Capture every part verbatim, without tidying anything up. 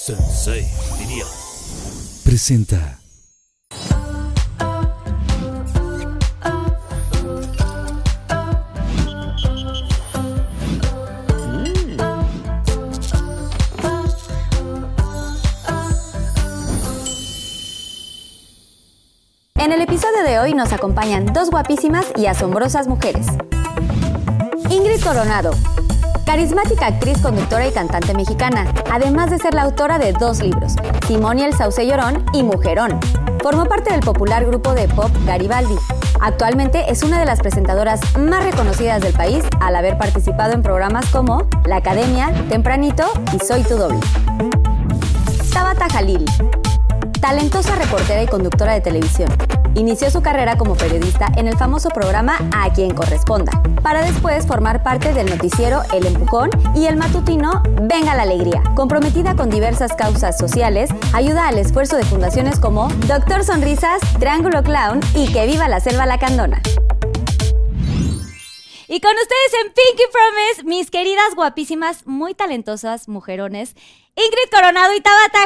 Sensei, diría. Presenta. En el episodio de hoy nos acompañan dos guapísimas y asombrosas mujeres. Ingrid Coronado, carismática actriz, conductora y cantante mexicana, además de ser la autora de dos libros, Simón y el Sauce Llorón y Mujerón. Formó parte del popular grupo de pop Garibaldi. Actualmente es una de las presentadoras más reconocidas del país al haber participado en programas como La Academia, Tempranito y Soy tu doble. Tabata Jalil, talentosa reportera y conductora de televisión. Inició su carrera como periodista en el famoso programa A Quien Corresponda, para después formar parte del noticiero El Empujón y el matutino Venga la Alegría. Comprometida con diversas causas sociales, ayuda al esfuerzo de fundaciones como Doctor Sonrisas, Triángulo Clown y Que Viva la Selva Lacandona. Y con ustedes en Pinky Promise, mis queridas, guapísimas, muy talentosas mujerones, Ingrid Coronado y Tabata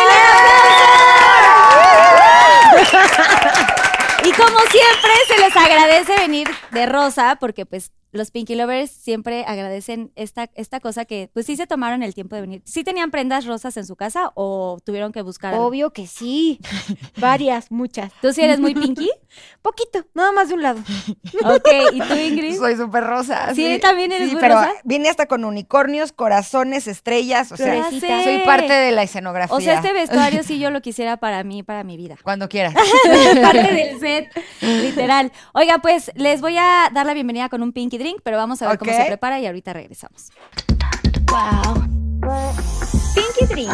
Jalil. Y como siempre, se les agradece venir de rosa, porque pues los Pinky Lovers siempre agradecen esta, esta cosa que pues sí se tomaron el tiempo de venir. ¿Sí tenían prendas rosas en su casa o tuvieron que buscar algo? Obvio que sí. Varias, muchas. ¿Tú sí eres muy Pinky? Poquito, nada más de un lado. Ok, ¿y tú, Ingrid? Soy súper rosa. ¿Sí, sí también eres sí, muy pero rosa? Vine hasta con unicornios, corazones, estrellas, o sea, Florecitas. soy parte de la escenografía. O sea, este vestuario sí yo lo quisiera para mí, para mi vida. Cuando quieras. Parte del set, literal. Oiga, pues les voy a dar la bienvenida con un Pinky Drink, pero vamos a ver Ok. cómo se prepara y ahorita regresamos. Wow. Pinky Drink.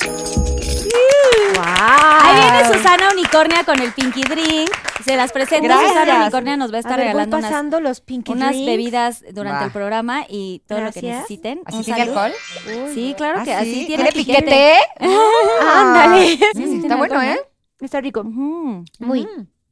Wow. Ahí viene Susana Unicornia con el Pinky Drink. Se las presento. Gracias. Susana Unicornia nos va a A estar ver, voy regalando unas, pasando los pinky unas drinks. bebidas durante Va. el programa y todo lo que Gracias. necesiten. ¿Así Un tiene salud. alcohol? Sí, claro que ¿Ah, así sí? tiene, ¿Tiene piquete? Ah, ándale. Sí, sí, Mm, tiene está bueno, alcohol, ¿eh? Está rico. Ujú. Muy.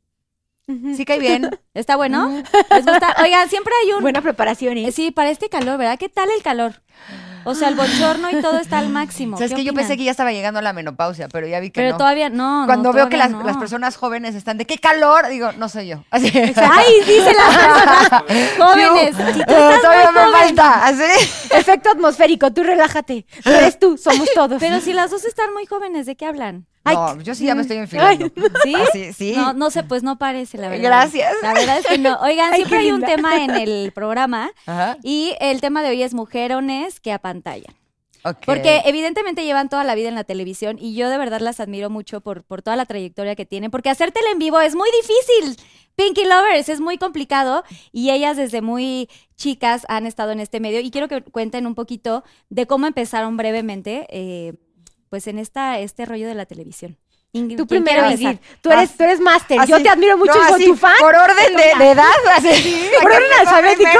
Sí cae bien. ¿Está bueno? ¿Les gusta? Oigan, siempre hay un... Buena preparación, ¿eh? Sí, para este calor, ¿verdad? ¿Qué tal el calor? O sea, el bochorno y todo está al máximo. ¿Sabes ¿Qué que yo opinan? pensé que ya estaba llegando a la menopausia, pero ya vi que Pero no. todavía no. Cuando no, veo que las, todavía no. las personas jóvenes están de ¡qué calor! Digo, no soy yo. Así. ¡Ay, dice las personas jóvenes! Yo, Si tú eh, estás todavía muy me joven. falta. Así. Efecto atmosférico, tú relájate. Tú eres tú, somos todos. Pero si las dos están muy jóvenes, ¿de qué hablan? Ay, No, yo sí ya me estoy enfilando. ¿Sí? Así, sí. No, no sé, pues no parece, la verdad. Gracias. La verdad es que no. Oigan, Ay, siempre qué hay un linda. tema en el programa Ajá. y el tema de hoy es mujerones que apantallan. Ok. Porque evidentemente llevan toda la vida en la televisión y yo de verdad las admiro mucho por, por toda la trayectoria que tienen, porque hacer tele en vivo es muy difícil. Pinky Lovers, es muy complicado y ellas desde muy chicas han estado en este medio y quiero que cuenten un poquito de cómo empezaron brevemente eh, pues en esta, este rollo de la televisión. Ingrid, tú ¿quién primero, quiere Ingrid. empezar? Tú eres, tú eres máster. Así- Yo te admiro mucho, no, soy así, tu fan. Por orden de, de edad. Así. Por ¿A qué orden empezó alfabético.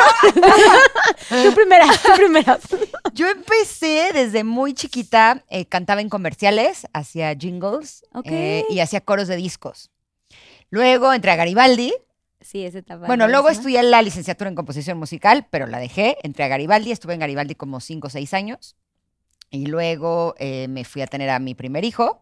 primero? Tú primera, tú primera. Yo empecé desde muy chiquita, eh, cantaba en comerciales, hacía jingles Ok. eh, y hacía coros de discos. Luego entré a Garibaldi. Sí, ese etapa. Bueno, luego buenísima. estudié la licenciatura en composición musical, pero la dejé. Entré a Garibaldi, estuve en Garibaldi como cinco o seis años. Y luego eh, me fui a tener a mi primer hijo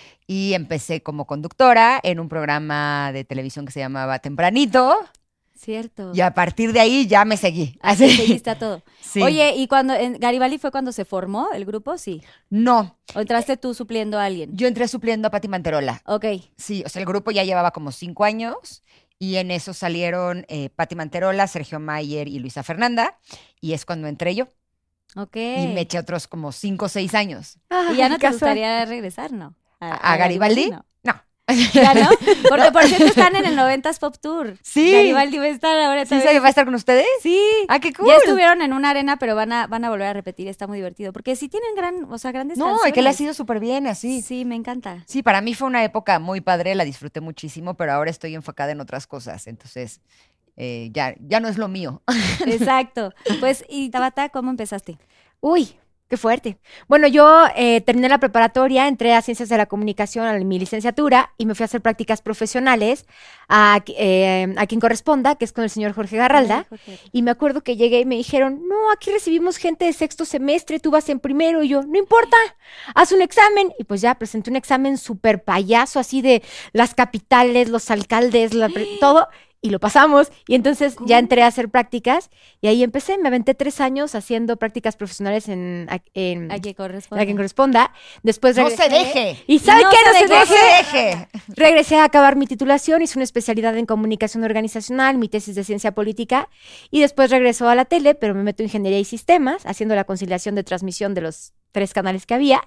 y empecé como conductora en un programa de televisión que se llamaba Tempranito. Cierto. Y a partir de ahí ya me seguí. Así seguiste a todo. Sí. Oye, ¿y cuando en Garibaldi fue cuando se formó el grupo? Sí. No, ¿O entraste tú supliendo a alguien? yo entré supliendo a Pati Manterola. Ok. Sí, o sea, el grupo ya llevaba como cinco años y en eso salieron eh, Pati Manterola, Sergio Mayer y Luisa Fernanda. Y es cuando entré yo. Ok. Y me eché otros como cinco o seis años. ¿Y ya no te Casual. gustaría regresar, no? ¿A, a Garibaldi? No. No. ¿Ya no? Porque por cierto están en el noventas Pop Tour. Sí. Garibaldi va a estar ahora ¿Sí otra se vez. va a estar con ustedes? Sí. Ah, qué cool. Ya estuvieron en una arena, pero van a, van a volver a repetir. Está muy divertido. Porque sí tienen gran, o sea, grandes No, canciones. y que le ha sido súper bien así. Sí, me encanta. Sí, para mí fue una época muy padre, la disfruté muchísimo, pero ahora estoy enfocada en otras cosas. Entonces, eh, ya, ya no es lo mío. Exacto. Pues, y Tabata, ¿cómo empezaste? Uy, Qué fuerte. Bueno, yo eh, terminé la preparatoria, entré a Ciencias de la Comunicación a mi licenciatura y me fui a hacer prácticas profesionales a, eh, a quien corresponda, que es con el señor Jorge Garralda. Ay, Jorge. Y me acuerdo que llegué y me dijeron, no, aquí recibimos gente de sexto semestre, tú vas en primero. Y yo, no importa, haz un examen. Y pues ya presenté un examen súper payaso, así de las capitales, los alcaldes, la pre- todo. Y lo pasamos. Y entonces ¿Cómo? ya entré a hacer prácticas. Y ahí empecé, me aventé tres años haciendo prácticas profesionales en, en A que a corresponde. quien corresponda. Después No regresé. se deje. ¿Y sabe No qué? se No se deje. No se deje. deje. Regresé a acabar mi titulación, hice una especialidad en comunicación organizacional, mi tesis de ciencia política, y después regresó a la tele, pero me meto en ingeniería y sistemas, haciendo la conciliación de transmisión de los tres canales que había.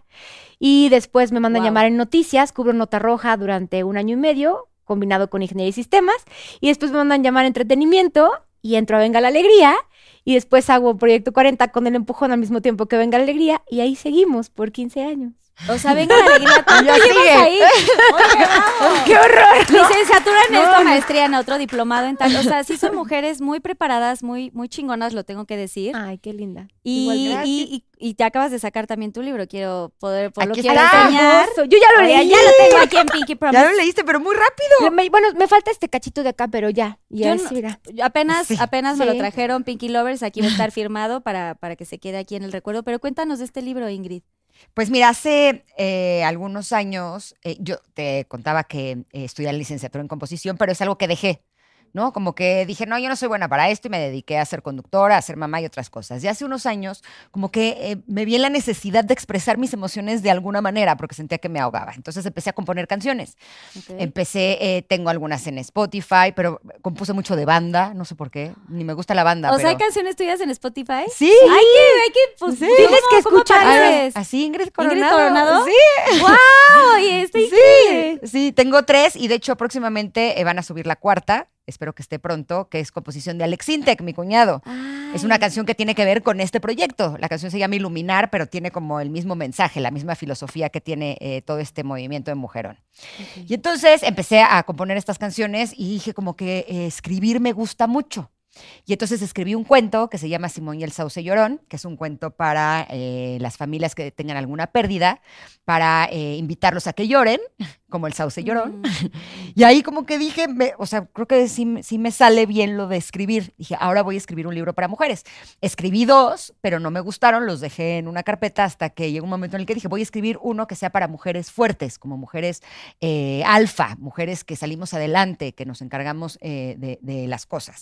Y después me mandan Wow. llamar en noticias, cubro Nota Roja durante un año y medio, combinado con ingeniería y sistemas. Y después me mandan llamar a entretenimiento y entro a Venga la Alegría. Y después hago Proyecto cuarenta con el empujón al mismo tiempo que Venga la Alegría. Y ahí seguimos por quince años. O sea, venga la alegría. ¿Cuánto Ya llevas sigue. ahí? Oye, bravo. ¡Qué horror! Licenciatura en No, esto, no. maestría en otro, diplomado en tal. O sea, sí son mujeres muy preparadas, muy, muy chingonas, lo tengo que decir. Ay, qué linda. Y, Igual, y, gracias. y, y te acabas de sacar también tu libro. Quiero poder, por lo Aquí quiero está. enseñar. Hermoso. Yo ya lo Oiga, leí. ya lo tengo aquí en Pinky Promise. Ya lo leíste, pero muy rápido. Me- bueno, me falta este cachito de acá, pero ya. Ya Yo es, no- mira. Apenas, Sí. apenas me lo Sí. trajeron Pinky Lovers, aquí va a estar firmado para, para que se quede aquí en el recuerdo. Pero cuéntanos de este libro, Ingrid. Pues mira, hace eh, algunos años eh, yo te contaba que eh, estudié la licenciatura en composición, pero es algo que dejé, ¿no? Como que dije, no, yo no soy buena para esto y me dediqué a ser conductora, a ser mamá y otras cosas. Y hace unos años como que eh, me vi en la necesidad de expresar mis emociones de alguna manera porque sentía que me ahogaba. Entonces empecé a componer canciones. Empecé, eh, tengo algunas en Spotify, pero compuse mucho de banda, no sé por qué, ni me gusta la banda. O sea, pero... ¿hay canciones tuyas en Spotify? Sí. Hay que, hay que, pues, Sí. tienes que escuchar. apareces? Así, Ingrid Coronado. ¿Ingrid Coronado? Sí. ¡Wow! Y está increíble. Sí, sí, tengo tres y de hecho próximamente eh, van a subir la cuarta, espero que esté pronto, que es composición de Alex Intec, mi cuñado. Es una Ay. canción que tiene que ver con este proyecto. La canción se llama Iluminar, pero tiene como el mismo mensaje, la misma filosofía que tiene eh, todo este movimiento de Mujerón. Y entonces empecé a componer estas canciones y dije como que eh, escribir me gusta mucho. Y entonces escribí un cuento que se llama Simón y el Sauce Llorón, que es un cuento para eh, las familias que tengan alguna pérdida, para eh, invitarlos a que lloren, como el Sauce Llorón. Mm. Y ahí como que dije, me- o sea, creo que sí, me- sí me sale bien lo de escribir. Dije, ahora voy a escribir un libro para mujeres. Escribí dos, pero no me gustaron, los dejé en una carpeta hasta que llegó un momento en el que dije, voy a escribir uno que sea para mujeres fuertes, como mujeres eh, alfa, mujeres que salimos adelante, que nos encargamos eh, de, de las cosas.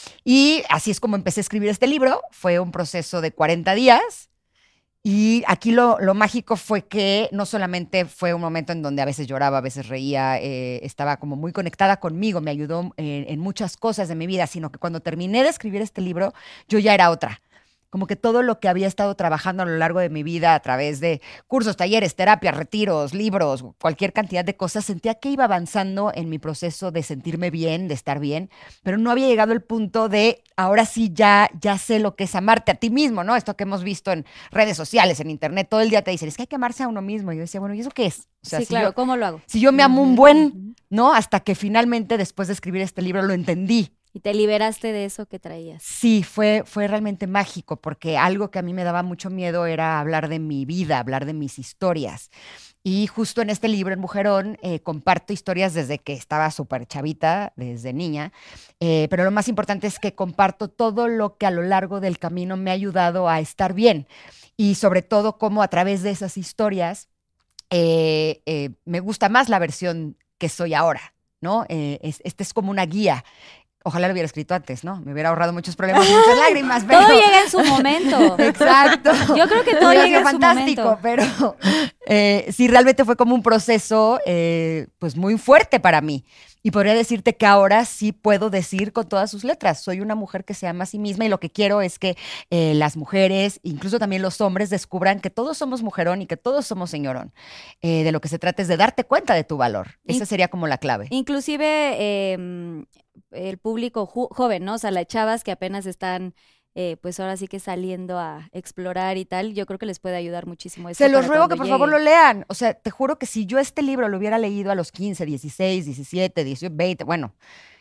Y así es como empecé a escribir este libro. Fue un proceso de cuarenta días. Y aquí lo, lo mágico fue que no solamente fue un momento en donde a veces lloraba, a veces reía, eh, estaba como muy conectada conmigo, me ayudó en, en muchas cosas de mi vida, sino que cuando terminé de escribir este libro, yo ya era otra. Como que todo lo que había estado trabajando a lo largo de mi vida a través de cursos, talleres, terapias, retiros, libros, cualquier cantidad de cosas, sentía que iba avanzando en mi proceso de sentirme bien, de estar bien, pero no había llegado el punto de ahora sí ya, ya sé lo que es amarte a ti mismo, ¿no? Esto que hemos visto en redes sociales, en internet, todo el día te dicen, es que hay que amarse a uno mismo. Y yo decía, bueno, ¿y eso qué es? O sea, Sí, si claro, yo, ¿cómo lo hago? si yo me amo un Ujú, buen, ujú. ¿no? Hasta que finalmente después de escribir este libro lo entendí. Y te liberaste de eso que traías. Sí, fue, fue realmente mágico, porque algo que a mí me daba mucho miedo era hablar de mi vida, hablar de mis historias. Y justo en este libro, en Mujerón, eh, comparto historias desde que estaba súper chavita, desde niña, eh, pero lo más importante es que comparto todo lo que a lo largo del camino me ha ayudado a estar bien y sobre todo cómo a través de esas historias eh, eh, me gusta más la versión que soy ahora, ¿no? Eh, es, este es como una guía. Ojalá lo hubiera escrito antes, ¿no? Me hubiera ahorrado muchos problemas y muchas lágrimas, pero... Todo llega en su momento. Exacto. Yo creo que todo Hubiera llega sido en su fantástico, momento. pero eh, sí, realmente fue como un proceso eh, pues muy fuerte para mí. Y podría decirte que ahora sí puedo decir con todas sus letras, soy una mujer que se ama a sí misma y lo que quiero es que eh, las mujeres, incluso también los hombres, descubran que todos somos mujerón y que todos somos señorón. Eh, de lo que se trata es de darte cuenta de tu valor. Esa In- sería como la clave. Inclusive eh, el público ju- joven, ¿no? O sea, las chavas que apenas están, eh, pues ahora sí que saliendo a explorar y tal, yo creo que les puede ayudar muchísimo esto Se los para ruego que cuando por favor lo llegue. lean. O sea, te juro que si yo este libro lo hubiera leído a los quince, dieciséis, diecisiete, dieciocho, veinte, bueno,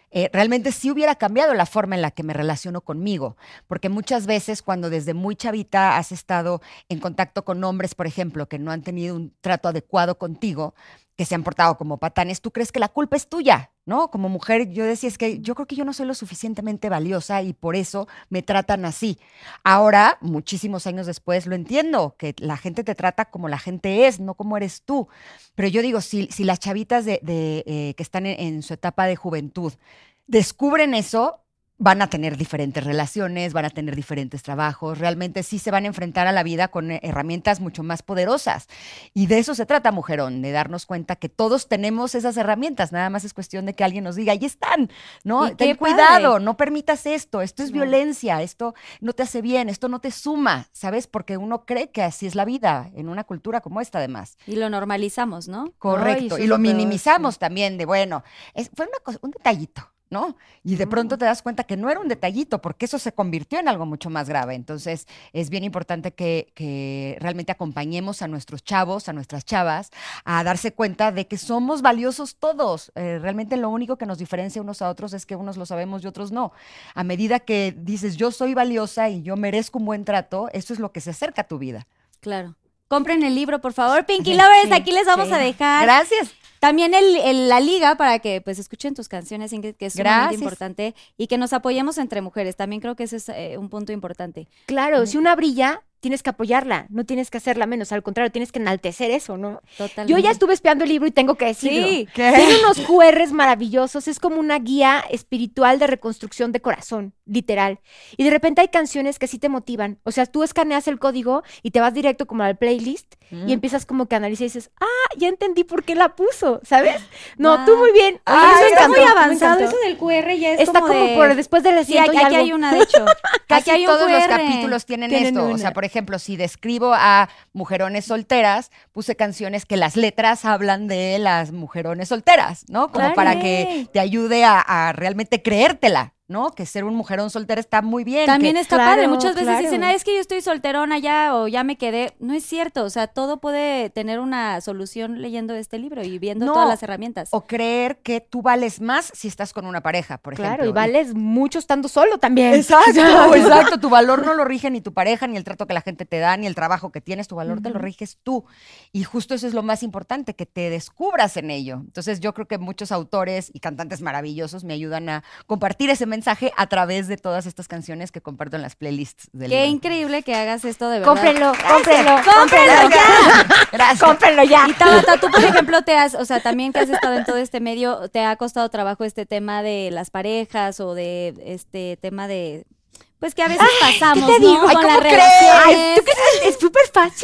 eh, realmente sí hubiera cambiado la forma en la que me relaciono conmigo. Porque muchas veces cuando desde muy chavita has estado en contacto con hombres, por ejemplo, que no han tenido un trato adecuado contigo, que se han portado como patanes, tú crees que la culpa es tuya, ¿no? Como mujer, yo decía, es que yo creo que yo no soy lo suficientemente valiosa y por eso me tratan así. Ahora, muchísimos años después, lo entiendo, que la gente te trata como la gente es, no como eres tú. Pero yo digo, si, si las chavitas de, de, eh, que están en, en su etapa de juventud descubren eso, van a tener diferentes relaciones, van a tener diferentes trabajos, realmente sí se van a enfrentar a la vida con herramientas mucho más poderosas. Y de eso se trata, mujerón, de darnos cuenta que todos tenemos esas herramientas, nada más es cuestión de que alguien nos diga, ahí están, ¿no? Y Ten qué cuidado, padre. no permitas esto, esto es Claro. violencia, esto no te hace bien, esto no te suma, ¿sabes? Porque uno cree que así es la vida, en una cultura como esta además. Y lo normalizamos, ¿no? Correcto, eso y es lo lo peor, minimizamos también de, bueno, es, fue una cosa, un detallito, ¿no? Y de pronto te das cuenta que no era un detallito, porque eso se convirtió en algo mucho más grave. Entonces, es bien importante que, que realmente acompañemos a nuestros chavos, a nuestras chavas, a darse cuenta de que somos valiosos todos. Eh, realmente lo único que nos diferencia unos a otros es que unos lo sabemos y otros no. A medida que dices, yo soy valiosa y yo merezco un buen trato, eso es lo que se acerca a tu vida. Claro. Compren el libro, por favor. Pinky Lovers, Sí, aquí les vamos sí. a dejar Gracias. también el, el- la liga para que pues escuchen tus canciones, Ingrid, que es sumamente Gracias. importante, y que nos apoyemos entre mujeres. También creo que ese es eh, un punto importante. Claro, si una brilla, tienes que apoyarla, no tienes que hacerla menos, al contrario, tienes que enaltecer eso, ¿no? Totalmente. Yo ya estuve espiando el libro y tengo que decirlo. Sí. ¿Qué? Tiene unos Q Rs maravillosos, es como una guía espiritual de reconstrucción de corazón, literal. Y de repente hay canciones que sí te motivan. O sea, tú escaneas el código y te vas directo como al playlist y empiezas como que a analizar y dices, ah, ya entendí por qué la puso, ¿sabes? No, Wow. tú muy bien. Ay, Oye, eso eso me está encantó, muy me avanzado. encantó. Eso del Q R ya es Está como, de- por después del Sí, asiento aquí, y aquí algo. hay una, de hecho. Casi Aquí hay un todos los Q R. capítulos tienen, Tienen esto. una. O sea, por ejemplo, si describo a mujerones solteras, puse canciones que las letras hablan de las mujerones solteras, ¿no? Como Claro. para que te ayude a, a realmente creértela, ¿no? Que ser un mujerón soltera está muy bien. También que- está Claro, padre. Muchas veces claro. dicen, ah, es que yo estoy solterona ya o ya me quedé. No es cierto. O sea, todo puede tener una solución leyendo este libro y viendo No. todas las herramientas. O creer que tú vales más si estás con una pareja, por ejemplo. Claro, y vales mucho estando solo también. Exacto, exacto. Tu valor no lo rige ni tu pareja, ni el trato que la gente te da, ni el trabajo que tienes. Tu valor te lo riges tú. Y justo eso es lo más importante, que te descubras en ello. Entonces yo creo que muchos autores y cantantes maravillosos me ayudan a compartir ese mensaje a través de todas estas canciones que comparto en las playlists del Qué libro. increíble que hagas esto de verdad. Cómprenlo, cómprenlo, ¡Cómprenlo cómprenlo ya! Gracias. Cómprenlo ya. Y Tabata, tú, por ejemplo, te has, o sea, también que has estado en todo este medio, ¿te ha costado trabajo este tema de las parejas o de este tema de, pues que a veces pasamos, te ¿no? digo? Ay, Con ¿cómo las crees? relaciones. Ay, ¿tú crees que es súper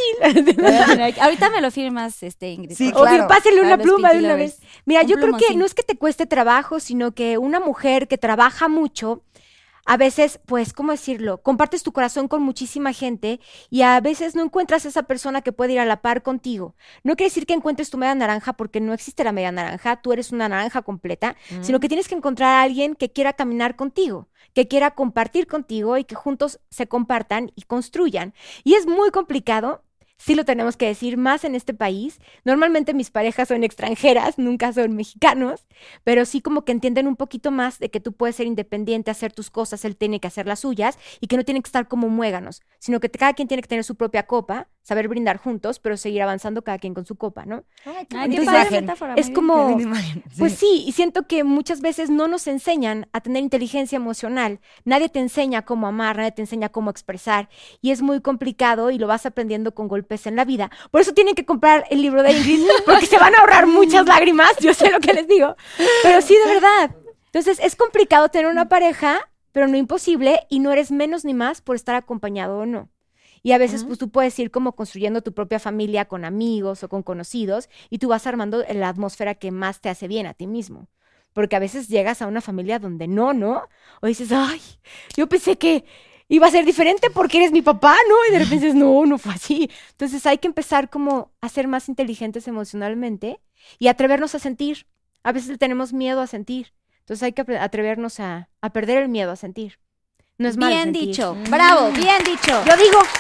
fácil? Ahorita me lo firmas, este, Ingrid. Sí, por favor. claro. Obvio, pásenle Para una los pluma de Pinky una Lovers. vez. Mira, Un yo creo que plumoncín. no es que te cueste trabajo, sino que una mujer que trabaja mucho, a veces, pues, ¿cómo decirlo? Compartes tu corazón con muchísima gente y a veces no encuentras esa persona que puede ir a la par contigo. No quiere decir que encuentres tu media naranja porque no existe la media naranja, tú eres una naranja completa, sino que tienes que encontrar a alguien que quiera caminar contigo, que quiera compartir contigo y que juntos se compartan y construyan. Y es muy complicado. Sí lo tenemos que decir, más en este país. Normalmente mis parejas son extranjeras, nunca son mexicanos, pero sí como que entienden un poquito más de que tú puedes ser independiente, hacer tus cosas, él tiene que hacer las suyas y que no tienen que estar como muéganos, sino que cada quien tiene que tener su propia copa, saber brindar juntos, pero seguir avanzando cada quien con su copa, ¿no? Ay, qué Ay, bonita qué padre imagen. metáfora, Es muy bien. como... Qué linda imagen. Sí. Pues sí, y siento que muchas veces no nos enseñan a tener inteligencia emocional. Nadie te enseña cómo amar, nadie te enseña cómo expresar. Y es muy complicado y lo vas aprendiendo con golpes en la vida. Por eso tienen que comprar el libro de Ingrid, porque se van a ahorrar muchas lágrimas, yo sé lo que les digo. Pero sí, de verdad. Entonces, es complicado tener una pareja, pero no imposible, y no eres menos ni más por estar acompañado o no. Y a veces, pues tú puedes ir como construyendo tu propia familia con amigos o con conocidos y tú vas armando la atmósfera que más te hace bien a ti mismo. Porque a veces llegas a una familia donde no, ¿no? O dices, ay, yo pensé que iba a ser diferente porque eres mi papá, ¿no? Y de repente dices, no, no fue así. Entonces hay que empezar como a ser más inteligentes emocionalmente y atrevernos a sentir. A veces tenemos miedo a sentir. Entonces hay que apre- atrevernos a, a perder el miedo a sentir. No es malo Bien sentir. dicho. Bravo, bien dicho. Yo digo,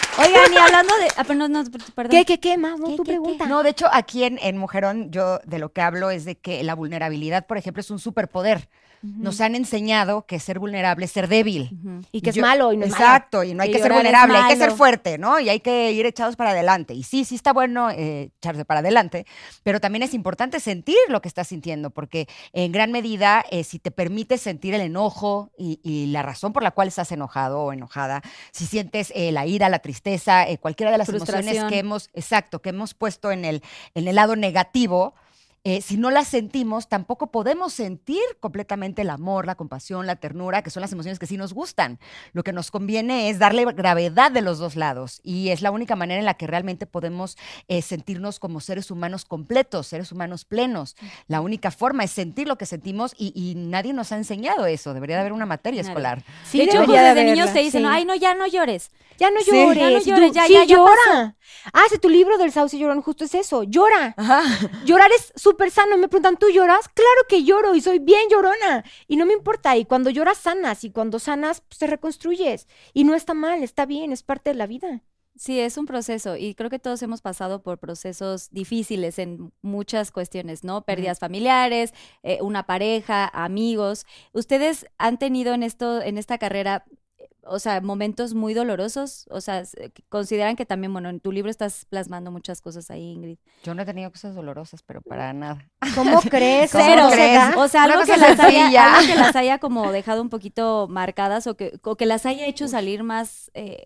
Oigan, y hablando de... Ah, pero no, no, perdón. ¿Qué, qué, qué más? No, ¿Qué, tu qué, pregunta. No, de hecho, aquí en, en Mujerón, yo de lo que hablo es de que la vulnerabilidad, por ejemplo, es un superpoder. Nos han enseñado que ser vulnerable es ser débil. Ujú. Y que es yo- malo y no es malo. Exacto, y no hay Que que ser llorar es vulnerable, hay que ser malo. fuerte, ¿no? Y hay que ir echados para adelante. Y sí, sí está bueno eh, echarse para adelante, pero también es importante sentir lo que estás sintiendo, porque en gran medida, eh, si te permites sentir el enojo y, y la razón por la cual estás enojado o enojada, si sientes eh, la ira, la tristeza, eh, cualquiera de las emociones Frustración. que hemos, exacto, que hemos puesto en el, en el lado negativo, eh, si no las sentimos, tampoco podemos sentir completamente el amor, la compasión, la ternura, que son las emociones que sí nos gustan. Lo que nos conviene es darle gravedad de los dos lados y es la única manera en la que realmente podemos eh, sentirnos como seres humanos completos, seres humanos plenos. La única forma es sentir lo que sentimos y, y nadie nos ha enseñado eso. Debería de haber una materia Nadie. escolar. Sí, de hecho, pues, debería de desde niños haberla, te dicen, sí. ay, no, ya no llores. Ya no Sí. llores. Ya no Y tú, llores, ya, sí, ya, ya llora. Ah, ese tu libro del sauce llorón justo es eso, llora. Ajá. Llorar es súper sano. Me preguntan, ¿tú lloras? Claro que lloro y soy bien llorona. Y no me importa. Y cuando lloras, sanas. Y cuando sanas, pues te reconstruyes. Y no está mal, está bien, es parte de la vida. Sí, es un proceso y creo que todos hemos pasado por procesos difíciles en muchas cuestiones, ¿no? Pérdidas familiares, eh, una pareja, amigos. ¿Ustedes han tenido en esto, en esta carrera, eh, o sea, momentos muy dolorosos? O sea, s- consideran que también, bueno, en tu libro estás plasmando muchas cosas ahí, Ingrid. Yo no he tenido cosas dolorosas, pero para nada. ¿Cómo crees? ¿Cómo Cero. ¿Cómo se crees? da? O sea, Una algo que, cosa las haya, sencilla. algo que las haya como dejado un poquito marcadas o que, o que las haya hecho salir más, eh,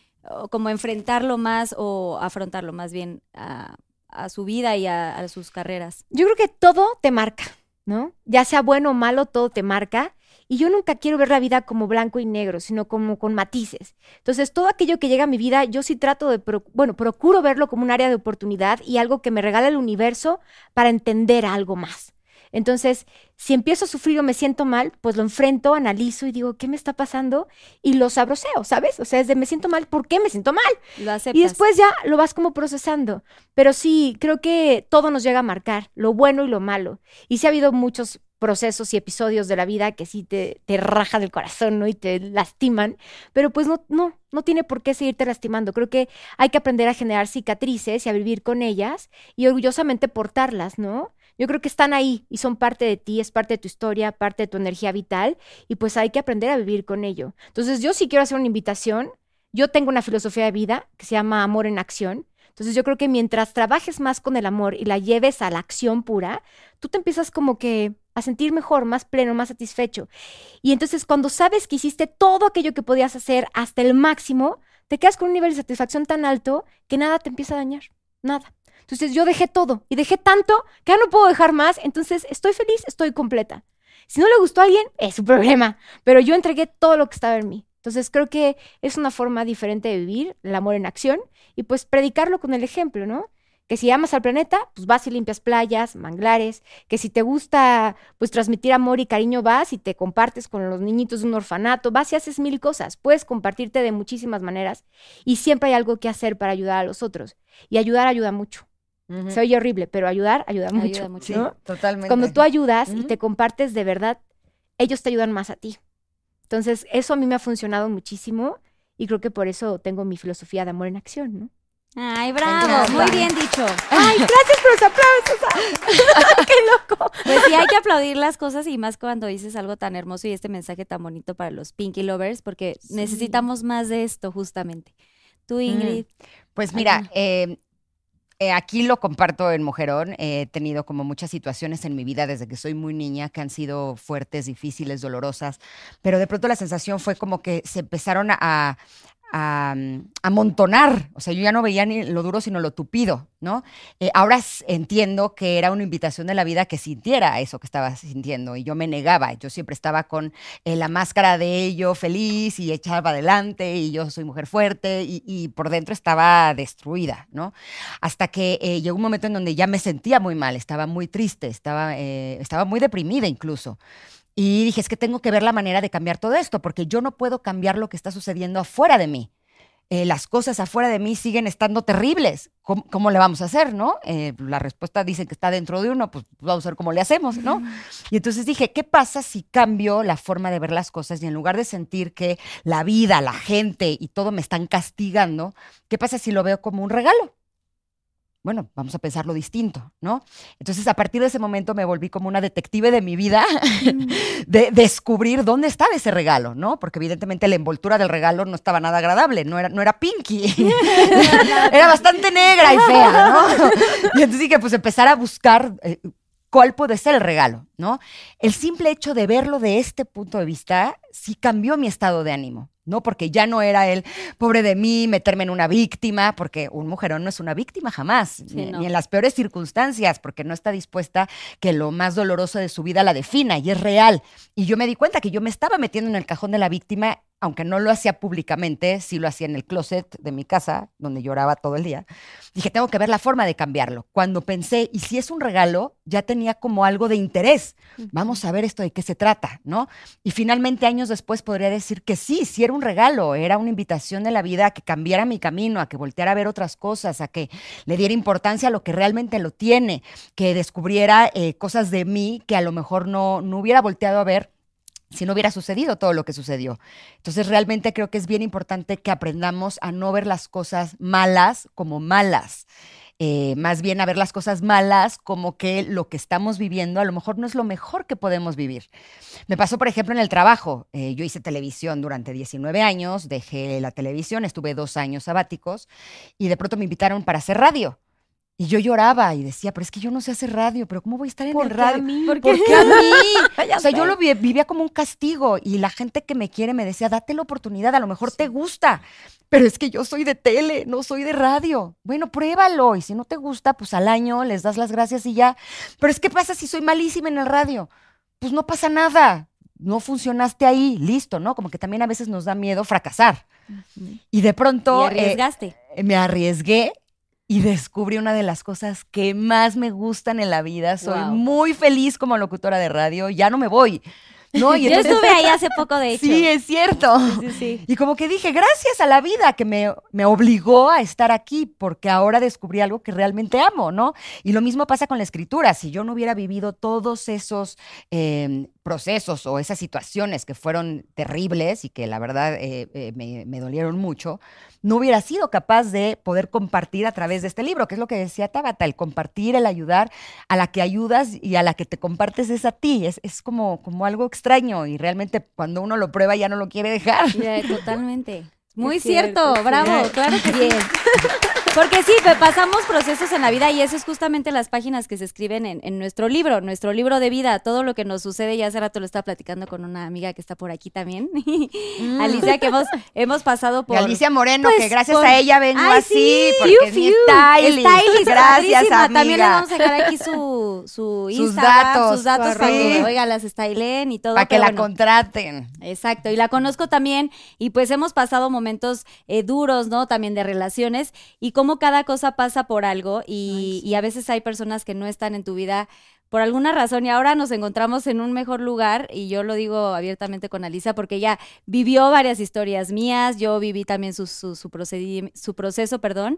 o como enfrentarlo más o afrontarlo más bien a, a su vida y a, a sus carreras. Yo creo que todo te marca, ¿no? Ya sea bueno o malo, todo te marca. Y yo nunca quiero ver la vida como blanco y negro, sino como con matices. Entonces, todo aquello que llega a mi vida, yo sí trato de, pro- bueno, procuro verlo como un área de oportunidad y algo que me regala el universo para entender algo más. Entonces, si empiezo a sufrir o me siento mal, pues lo enfrento, analizo y digo, ¿qué me está pasando? Y lo sabroseo, ¿sabes? O sea, es de me siento mal, ¿por qué me siento mal? Lo aceptas. Y después ya lo vas como procesando. Pero sí, creo que todo nos llega a marcar, lo bueno y lo malo. Y sí ha habido muchos procesos y episodios de la vida que sí te, te rajan el corazón, ¿no? Y te lastiman, pero pues no, no, no tiene por qué seguirte lastimando. Creo que hay que aprender a generar cicatrices y a vivir con ellas y orgullosamente portarlas, ¿no? Yo creo que están ahí y son parte de ti, es parte de tu historia, parte de tu energía vital y pues hay que aprender a vivir con ello. Entonces yo sí quiero hacer una invitación. Yo tengo una filosofía de vida que se llama amor en acción. Entonces yo creo que mientras trabajes más con el amor y la lleves a la acción pura, tú te empiezas como que a sentir mejor, más pleno, más satisfecho. Y entonces cuando sabes que hiciste todo aquello que podías hacer hasta el máximo, te quedas con un nivel de satisfacción tan alto que nada te empieza a dañar, nada. Entonces yo dejé todo y dejé tanto que ya no puedo dejar más, entonces estoy feliz, estoy completa. Si no le gustó a alguien, es su problema, pero yo entregué todo lo que estaba en mí. Entonces creo que es una forma diferente de vivir el amor en acción y pues predicarlo con el ejemplo, ¿no? Que si amas al planeta, pues vas y limpias playas, manglares, que si te gusta pues transmitir amor y cariño vas y te compartes con los niñitos de un orfanato, vas y haces mil cosas, puedes compartirte de muchísimas maneras y siempre hay algo que hacer para ayudar a los otros y ayudar ayuda mucho. Ujú. Se oye horrible, pero ayudar ayuda mucho, Ayuda mucho. Sí, ¿no? totalmente. Cuando tú ayudas y Ujú. te compartes de verdad, ellos te ayudan más a ti. Entonces, eso a mí me ha funcionado muchísimo y creo que por eso tengo mi filosofía de amor en acción, ¿no? Ay, Me bravo, encanta. muy bien dicho. ¡Ay, gracias por los aplausos! ¡Qué loco! Pues sí, hay que aplaudir las cosas y más cuando dices algo tan hermoso y este mensaje tan bonito para los Pinky Lovers, porque Sí. necesitamos más de esto justamente. Tú, Ingrid. Pues mira, Ajá. eh, eh, aquí lo comparto en Mujerón. He tenido como muchas situaciones en mi vida desde que soy muy niña que han sido fuertes, difíciles, dolorosas, pero de pronto la sensación fue como que se empezaron a, a, mm, amontonar. O sea, yo ya no veía ni lo duro, sino lo tupido, ¿no? Eh, ahora s- entiendo que era una invitación de la vida que sintiera eso que estaba sintiendo y yo me negaba. Yo siempre estaba con eh, la máscara de ello, feliz y echaba adelante y yo soy mujer fuerte y, y por dentro estaba destruida, ¿no? Hasta que eh, llegó un momento en donde ya me sentía muy mal, estaba muy triste, estaba, eh, estaba muy deprimida incluso. Y dije, es que tengo que ver la manera de cambiar todo esto, porque yo no puedo cambiar lo que está sucediendo afuera de mí. eh, las cosas afuera de mí siguen estando terribles. ¿Cómo, cómo le vamos a hacer, no? Eh, la respuesta dicen que está dentro de uno, pues vamos a ver cómo le hacemos, ¿no? Y entonces dije, ¿qué pasa si cambio la forma de ver las cosas y en lugar de sentir que la vida, la gente y todo me están castigando, qué pasa si lo veo como un regalo? Bueno, vamos a pensarlo distinto, ¿no? Entonces, a partir de ese momento me volví como una detective de mi vida, de descubrir dónde estaba ese regalo, ¿no? Porque evidentemente la envoltura del regalo no estaba nada agradable, no era, no era pinky, era bastante negra y fea, ¿no? Y entonces dije, pues empezar a buscar eh, cuál puede ser el regalo, ¿no? El simple hecho de verlo de este punto de vista sí cambió mi estado de ánimo. ¿No? Porque ya no era el pobre de mí, meterme en una víctima, porque un mujerón no es una víctima jamás, Sí, ni, no. ni en las peores circunstancias, porque no está dispuesta que lo más doloroso de su vida la defina, y es real. Y yo me di cuenta que yo me estaba metiendo en el cajón de la víctima, aunque no lo hacía públicamente, sí lo hacía en el closet de mi casa, donde lloraba todo el día. Dije, tengo que ver la forma de cambiarlo. Cuando pensé, ¿y si es un regalo? Ya tenía como algo de interés. Vamos a ver esto de qué se trata, ¿no? Y finalmente, años después, podría decir que sí, sí era un regalo, era una invitación de la vida a que cambiara mi camino, a que volteara a ver otras cosas, a que le diera importancia a lo que realmente lo tiene, que descubriera eh, cosas de mí que a lo mejor no, no hubiera volteado a ver si no hubiera sucedido todo lo que sucedió. Entonces, realmente creo que es bien importante que aprendamos a no ver las cosas malas como malas. Eh, más bien a ver las cosas malas como que lo que estamos viviendo a lo mejor no es lo mejor que podemos vivir. Me pasó, por ejemplo, en el trabajo. Eh, yo hice televisión durante diecinueve años, dejé la televisión, estuve dos años sabáticos y de pronto me invitaron para hacer radio. Y yo lloraba y decía, pero es que yo no sé hacer radio, pero ¿cómo voy a estar en ¿Por el qué radio? a mí? ¿Por qué a mí? Ya O sea, yo sé. lo vi- vivía como un castigo y la gente que me quiere me decía, date la oportunidad, a lo mejor te gusta, pero es que yo soy de tele, no soy de radio. Bueno, pruébalo y si no te gusta, pues al año les das las gracias y ya. Pero es que pasa si soy malísima en el radio. Pues no pasa nada, no funcionaste ahí, listo, ¿no? Como que también a veces nos da miedo fracasar. Y de pronto Y eh, arriesgaste. me arriesgué y descubrí una de las cosas que más me gustan en la vida. Soy Wow. muy feliz como locutora de radio, ya no me voy. No, y Yo entonces- estuve ahí hace poco, de hecho. Sí, es cierto. Sí, sí. Y como que dije, gracias a la vida que me, me obligó a estar aquí, porque ahora descubrí algo que realmente amo, ¿no? Y lo mismo pasa con la escritura. Si yo no hubiera vivido todos esos eh, procesos o esas situaciones que fueron terribles y que la verdad eh, eh, me, me dolieron mucho, no hubiera sido capaz de poder compartir a través de este libro, que es lo que decía Tabata, el compartir, el ayudar, a la que ayudas y a la que te compartes es a ti. Es, es como, como algo extraño y realmente cuando uno lo prueba ya no lo quiere dejar. Ya, totalmente. Muy Es cierto, cierto, es bravo, cierto. claro que sí. Porque sí, pe- pasamos procesos en la vida y eso es justamente las páginas que se escriben en, en nuestro libro, nuestro libro de vida, todo lo que nos sucede. Ya hace rato lo estaba platicando con una amiga que está por aquí también, Alicia, que hemos, hemos pasado por... Y Alicia Moreno, pues, que gracias por- a ella vengo Ay, así, sí, porque fiu, es mi fiu. stylist. Stylist, Gracias, padrísima. amiga. También le vamos a dejar aquí su, su Sus Instagram, datos, sus datos para sí. que, oiga, las stylen y todo. Para que pero la bueno. contraten. Exacto, y la conozco también y pues hemos pasado momentos eh, duros, ¿no? También de relaciones y cómo cada cosa pasa por algo y, Ay, sí. y a veces hay personas que no están en tu vida por alguna razón y ahora nos encontramos en un mejor lugar y yo lo digo abiertamente con Alicia porque ella vivió varias historias mías, yo viví también su, su, su, procedi- su proceso, perdón,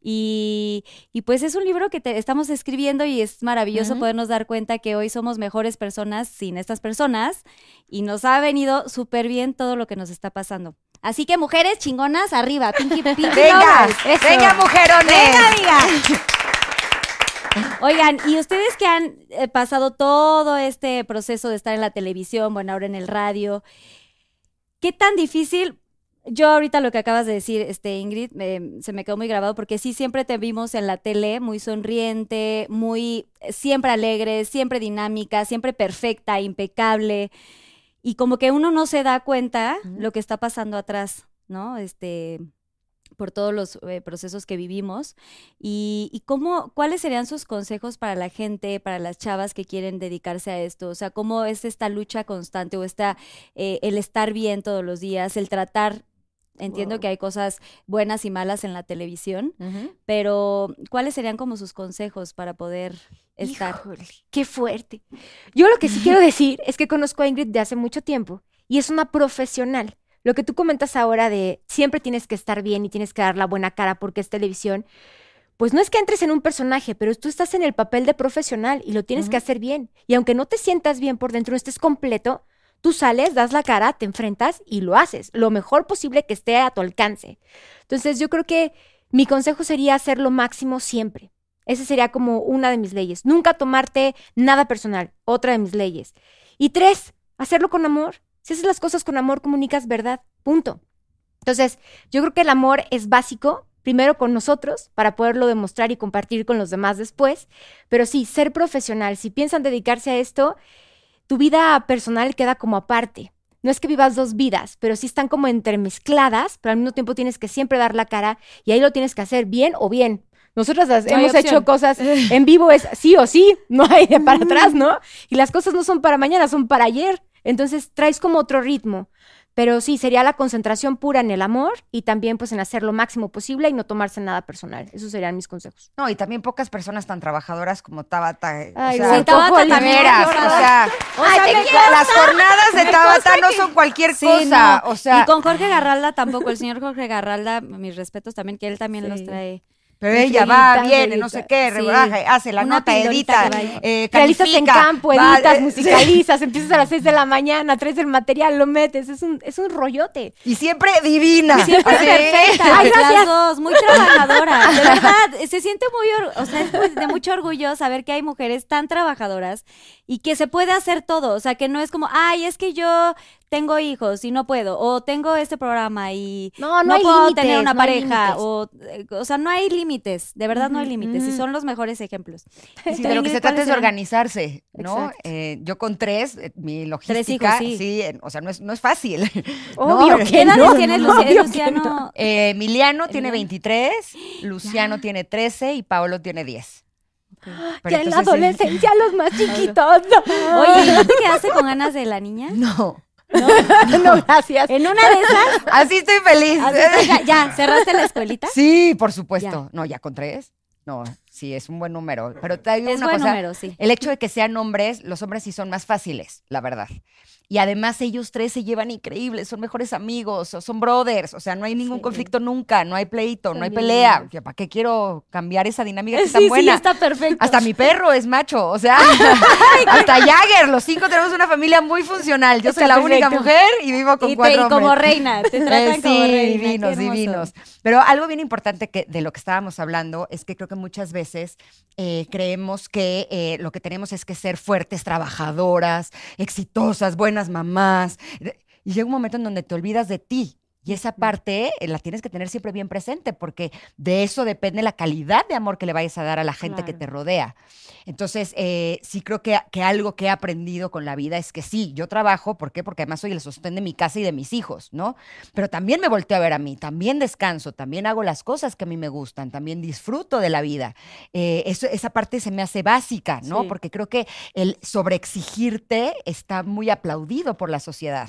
y, y pues es un libro que te estamos escribiendo y es maravilloso Ujú. podernos dar cuenta que hoy somos mejores personas sin estas personas y nos ha venido súper bien todo lo que nos está pasando. Así que mujeres chingonas, arriba, pinky, pinky Venga, lovers. Eso. venga, mujerones. Venga, amiga. Oigan, y ustedes que han eh, pasado todo este proceso de estar en la televisión, bueno, ahora en el radio, ¿qué tan difícil? Yo ahorita lo que acabas de decir, este Ingrid, me- se me quedó muy grabado porque sí, siempre te vimos en la tele muy sonriente, muy, eh, siempre alegre, siempre dinámica, siempre perfecta, impecable, y como que uno no se da cuenta Ujú. lo que está pasando atrás, ¿no? Este, por todos los eh, procesos que vivimos y, y cómo, cuáles serían sus consejos para la gente, para las chavas que quieren dedicarse a esto, o sea, cómo es esta lucha constante o esta, eh, el estar bien todos los días, el tratar, entiendo Wow. que hay cosas buenas y malas en la televisión, Ujú. pero ¿cuáles serían como sus consejos para poder estar? Híjole, qué fuerte. Yo lo que sí quiero decir es que conozco a Ingrid de hace mucho tiempo y es una profesional. Lo que tú comentas ahora de siempre tienes que estar bien y tienes que dar la buena cara porque es televisión, pues no es que entres en un personaje, pero tú estás en el papel de profesional y lo tienes uh-huh. que hacer bien. Y aunque no te sientas bien por dentro, no estés completo, tú sales, das la cara, te enfrentas y lo haces. Lo mejor posible que esté a tu alcance. Entonces yo creo que mi consejo sería hacer lo máximo siempre. Esa sería como una de mis leyes. Nunca tomarte nada personal, otra de mis leyes. Y tres, hacerlo con amor. Si haces las cosas con amor, comunicas verdad. Punto. Entonces, yo creo que el amor es básico, primero con nosotros, para poderlo demostrar y compartir con los demás después. Pero sí, ser profesional. Si piensan dedicarse a esto, tu vida personal queda como aparte. No es que vivas dos vidas, pero sí están como entremezcladas, pero al mismo tiempo tienes que siempre dar la cara y ahí lo tienes que hacer bien o bien. Nosotras las, no hemos hecho cosas en vivo, es sí o sí, no hay de para atrás, ¿no? Y las cosas no son para mañana, son para ayer. Entonces traes como otro ritmo. Pero sí, sería la concentración pura en el amor y también pues en hacer lo máximo posible y no tomarse nada personal. Esos serían mis consejos. No, y también pocas personas tan trabajadoras como Tabata. Ay, o sea, sí, Tabata también. Veras, o sea, o sea ay, me, las jornadas de Tabata no son cualquier sí, cosa. No. O sea, y con Jorge Garralda tampoco. El señor Jorge Garralda, mis respetos también, que él también sí. los trae. Pero ella va, viene, no sé qué, rebaja, sí. hace la Una nota, edita, eh, realizas en campo, va, editas, eh, musicalizas, sí. empiezas a las seis de la mañana, traes el material, lo metes, es un, es un rollote. Y siempre divina. Y siempre ¿sí? perfecta. Ay, las dos, muy trabajadora. De verdad, se siente muy, o sea, es de mucho orgullo saber que hay mujeres tan trabajadoras y que se puede hacer todo. O sea, que no es como, ay, es que yo tengo hijos y no puedo, o tengo este programa y no, no, no hay puedo límites, tener una no pareja, o, o sea, no hay límites, de verdad uh-huh, no hay límites, uh-huh. y son los mejores ejemplos. Sí, de lo que se trata es de organizarse, ¿no? Eh, yo con tres, eh, mi logística, tres hijos, sí. sí, eh, o sea, no es, no es fácil. Obvio ¿no? que ¿Qué edades no, tienes, no, Luciano? Obvio Luciano? No. Eh, Emiliano tiene veintitrés, Luciano ya. tiene trece y Paolo tiene diez. Okay. Ya en la adolescencia, sí. los más chiquitos. No. Oye, ¿no te quedaste con ganas de la niña? No. No, no, gracias. En una de esas. Así estoy feliz. Así, ya, ya, ¿cerraste la escuelita? Sí, por supuesto. Ya. No, ya con tres. No, sí, es un buen número. Pero te digo es una buen cosa. número, sí. El hecho de que sean hombres, los hombres sí son más fáciles, la verdad. Y además ellos tres se llevan increíbles, son mejores amigos, son brothers, o sea, no hay ningún sí. conflicto nunca, no hay pleito, son no hay pelea. ¿Para qué quiero cambiar esa dinámica que es sí, tan buena? Sí, está perfecto. Hasta mi perro es macho, o sea, hasta Jagger, los cinco tenemos una familia muy funcional. Yo soy la perfecto. única mujer y vivo con y cuatro te, hombres. Y como reina, te tratan eh, sí, como reina. divinos, divinos. Pero algo bien importante que, de lo que estábamos hablando es que creo que muchas veces eh, creemos que eh, lo que tenemos es que ser fuertes, trabajadoras, exitosas, buenas mamás. Y llega un momento en donde te olvidas de ti. Y esa parte eh, la tienes que tener siempre bien presente porque de eso depende la calidad de amor que le vayas a dar a la gente claro. que te rodea. Entonces, eh, sí creo que, que algo que he aprendido con la vida es que sí, yo trabajo, ¿por qué? Porque además soy el sostén de mi casa y de mis hijos, ¿no? Pero también me volteo a ver a mí, también descanso, también hago las cosas que a mí me gustan, también disfruto de la vida. Eh, eso, esa parte se me hace básica, ¿no? Sí. Porque creo que el sobreexigirte está muy aplaudido por la sociedad.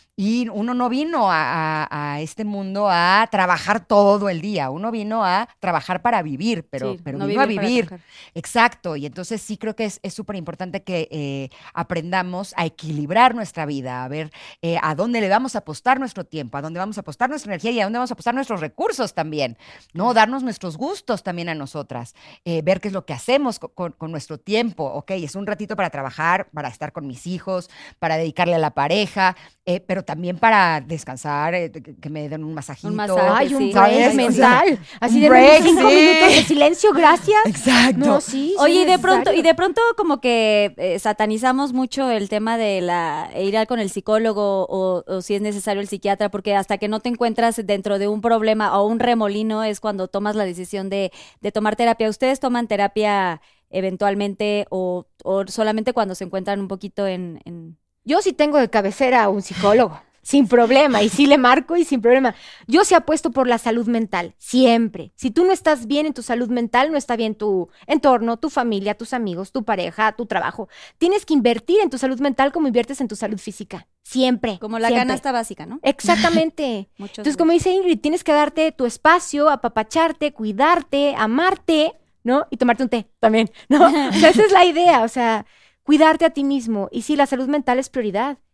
Y uno no vino a, a, a este mundo a trabajar todo el día, uno vino a trabajar para vivir, pero, sí, pero no vino vivir a vivir. Exacto, y entonces sí creo que es súper importante que eh, aprendamos a equilibrar nuestra vida, a ver eh, a dónde le vamos a apostar nuestro tiempo, a dónde vamos a apostar nuestra energía y a dónde vamos a apostar nuestros recursos también, ¿no? Darnos nuestros gustos también a nosotras, eh, ver qué es lo que hacemos con, con, con nuestro tiempo, ok, es un ratito para trabajar, para estar con mis hijos, para dedicarle a la pareja, eh, pero también para descansar, eh, que me den un masajito. Un masaje, Ay, un sí. break mental. O sea, así de break, cinco sí. minutos de silencio, gracias. Exacto. No, sí, Oye, sí, y de pronto, necesario. y de pronto como que eh, satanizamos mucho el tema de la ir con el psicólogo o, o si es necesario el psiquiatra, porque hasta que no te encuentras dentro de un problema o un remolino es cuando tomas la decisión de, de tomar terapia. ¿Ustedes toman terapia eventualmente o, o solamente cuando se encuentran un poquito en... en... Yo sí tengo de cabecera a un psicólogo, sin problema, y sí le marco y sin problema. Yo sí apuesto por la salud mental, siempre. Si tú no estás bien en tu salud mental, no está bien tu entorno, tu familia, tus amigos, tu pareja, tu trabajo. Tienes que invertir en tu salud mental como inviertes en tu salud física, siempre. Como la siempre. canasta básica, ¿no? Exactamente. Entonces, como dice Ingrid, tienes que darte tu espacio, apapacharte, cuidarte, amarte, ¿no? Y tomarte un té también, ¿no? O sea, esa es la idea, o sea... Cuidarte a ti mismo. Y sí, la salud mental es prioridad.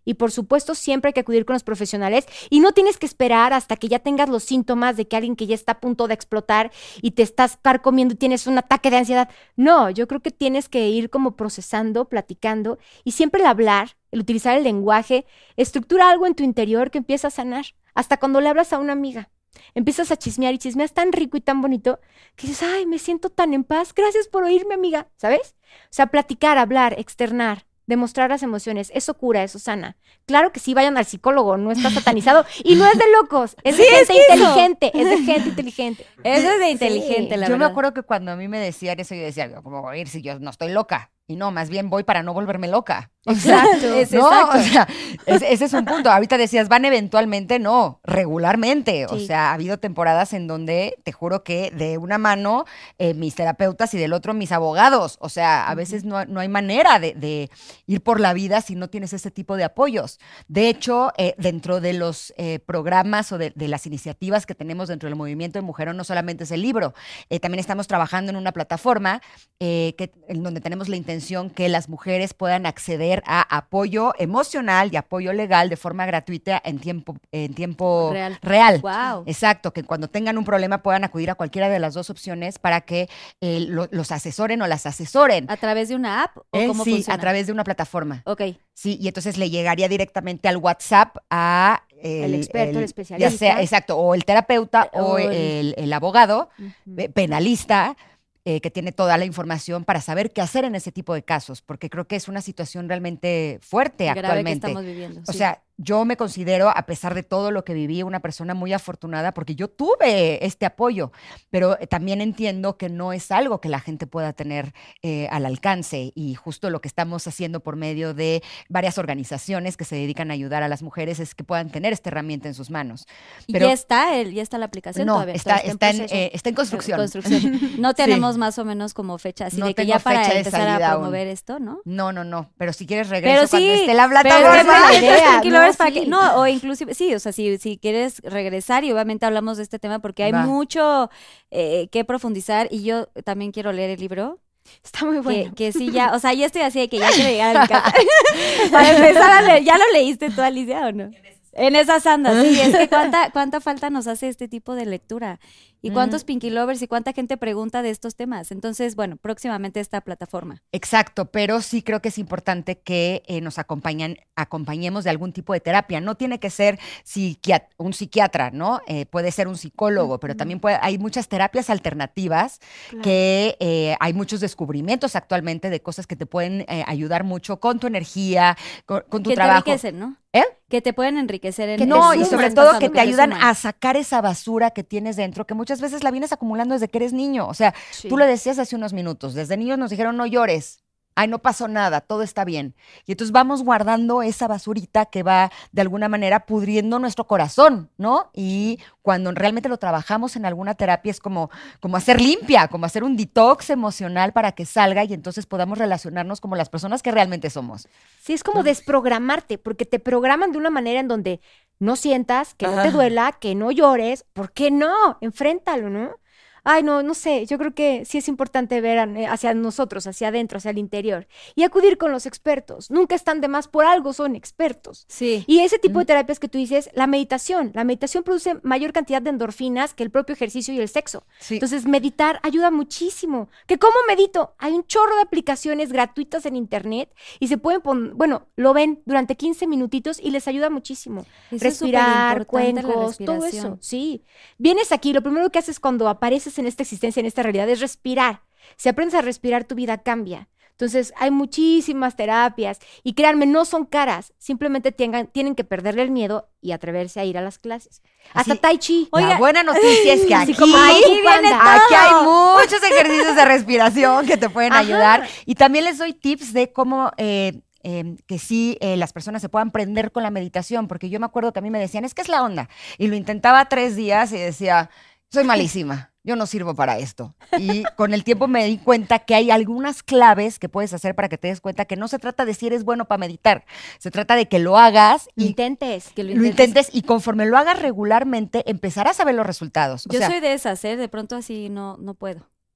Y por supuesto, siempre hay que acudir con los profesionales y no tienes que esperar hasta que ya tengas los síntomas de que alguien que ya está a punto de explotar y te estás carcomiendo y tienes un ataque de ansiedad. No, yo creo que tienes que ir como procesando, platicando y siempre el hablar, el utilizar el lenguaje, estructura algo en tu interior que empieza a sanar. Hasta cuando le hablas a una amiga, empiezas a chismear y chismeas tan rico y tan bonito que dices, ay, me siento tan en paz, gracias por oírme, amiga, ¿sabes? O sea, platicar, hablar, externar. Demostrar las emociones, eso cura, eso sana. Claro que sí, vayan al psicólogo, no está satanizado y no es de locos, es de Sí, gente es que eso. inteligente, es de gente inteligente. Eso es de inteligente, Sí. la Yo me verdad. acuerdo que cuando a mí me decían eso, yo decía, ¿cómo voy a ir si yo no estoy loca? Y no, más bien voy para no volverme loca. O sea, Exacto, es no, exacto. o sea, ese, ese es un punto. Ahorita decías, van eventualmente, no, regularmente. O Sí. sea, ha habido temporadas en donde, te juro que de una mano eh, mis terapeutas y del otro mis abogados. O sea, a veces no, no hay manera de, de ir por la vida si no tienes ese tipo de apoyos. De hecho, eh, dentro de los eh, programas o de, de las iniciativas que tenemos dentro del movimiento de Mujerón, no solamente es el libro, eh, también estamos trabajando en una plataforma eh, que, en donde tenemos la intención que las mujeres puedan acceder a apoyo emocional y apoyo legal de forma gratuita en tiempo, en tiempo Real. real. Wow. Exacto, que cuando tengan un problema puedan acudir a cualquiera de las dos opciones para que eh, lo- los asesoren o las asesoren. ¿A través de una app o Eh, cómo sí, funciona? a través de una plataforma. Ok. Sí, y entonces le llegaría directamente al WhatsApp a El experto, el especialista. Ya sea, exacto, o el terapeuta o, O el- el, el abogado Ujú. eh, penalista eh, que tiene toda la información para saber qué hacer en ese tipo de casos, porque creo que es una situación realmente fuerte Grave que actualmente. estamos viviendo. O sí. sea, yo me considero, a pesar de todo lo que viví, una persona muy afortunada porque yo tuve este apoyo, pero eh, también entiendo que no es algo que la gente pueda tener eh, al alcance y justo lo que estamos haciendo por medio de varias organizaciones que se dedican a ayudar a las mujeres es que puedan tener esta herramienta en sus manos. ¿Y pero- ya está, el, ya está la aplicación No, todavía? está, Todavía está, en, proceso. eh, está en construcción. Construcción. No tenemos más o menos como fecha, así No de que tengo ya para fecha de empezar a salida aún. promover esto, ¿no? No, no, no, pero si quieres regreso Pero cuando sí, esté la pero plataforma. es la idea, idea, tranquilo, ¿no? es para Sí. que, no, o inclusive, sí, o sea, si, si quieres regresar y obviamente hablamos de este tema porque hay Va. mucho eh, que profundizar y yo también quiero leer el libro, Está muy que, bueno. que sí ya, o sea, ya estoy así de que ya quiero llegar a mi casa. Para empezar a leer, ¿ya lo leíste tú, Alicia, o no? En esas andas, sí, es que cuánta, cuánta falta nos hace este tipo de lectura y cuántos Pinky Lovers y cuánta gente pregunta de estos temas. Entonces, bueno, próximamente esta plataforma. Exacto, pero sí creo que es importante que eh, nos acompañan, acompañemos de algún tipo de terapia. No tiene que ser psiquiat- un psiquiatra, ¿no? Eh, puede ser un psicólogo, pero también puede, hay muchas terapias alternativas que eh, hay muchos descubrimientos actualmente de cosas que te pueden eh, ayudar mucho con tu energía, con, con tu Que te trabajo. enriquecen, ¿no? ¿Eh? Que te pueden enriquecer en Que en no, lo y que sobre estás todo pasando, que te ayudan suman. a sacar esa basura que tienes dentro, que muchas veces la vienes acumulando desde que eres niño. O sea, Sí. tú lo decías hace unos minutos, desde niños nos dijeron no llores, ay, no pasó nada, todo está bien. Y entonces vamos guardando esa basurita que va de alguna manera pudriendo nuestro corazón, ¿no? Y cuando realmente lo trabajamos en alguna terapia es como, como hacer limpia, como hacer un detox emocional para que salga y entonces podamos relacionarnos como las personas que realmente somos. Sí, es como desprogramarte, porque te programan de una manera en donde no sientas, que no te duela, que no llores. ¿Por qué no? Enfréntalo, ¿no? Ay, no, no sé, yo creo que sí es importante ver a- hacia nosotros, hacia adentro, hacia el interior y acudir con los expertos. Nunca están de más, por algo son expertos. Sí. Y ese tipo de terapias que tú dices, la meditación, la meditación produce mayor cantidad de endorfinas que el propio ejercicio y el sexo. Sí. Entonces, meditar ayuda muchísimo. ¿Que cómo medito? Hay un chorro de aplicaciones gratuitas en internet y se pueden poner, bueno, lo ven durante quince minutitos y les ayuda muchísimo. Eso es Respirar, superimportante, la cuencos, todo respiración. eso. Sí. Vienes aquí, lo primero que haces cuando apareces en esta existencia, en esta realidad, es respirar. Si aprendes a respirar, tu vida cambia. Entonces, hay muchísimas terapias y créanme, no son caras. Simplemente tengan, tienen que perderle el miedo y atreverse a ir a las clases. Hasta Así- Tai Chi. La buena noticia es que Así aquí, como Kung Fu Panda. aquí hay muchos ejercicios de respiración que te pueden Ajá. ayudar. Y también les doy tips de cómo eh, eh, que sí eh, las personas se puedan prender con la meditación, porque yo me acuerdo que a mí me decían, es que es la onda. Y lo intentaba tres días y decía, soy malísima. Yo no sirvo para esto. Y con el tiempo me di cuenta que hay algunas claves que puedes hacer para que te des cuenta que no se trata de si eres bueno para meditar. Se trata de que lo hagas y Intentes. Que lo lo intentes. intentes y conforme lo hagas regularmente empezarás a ver los resultados. O Yo sea, soy de esas, ¿eh? De pronto así no, no puedo.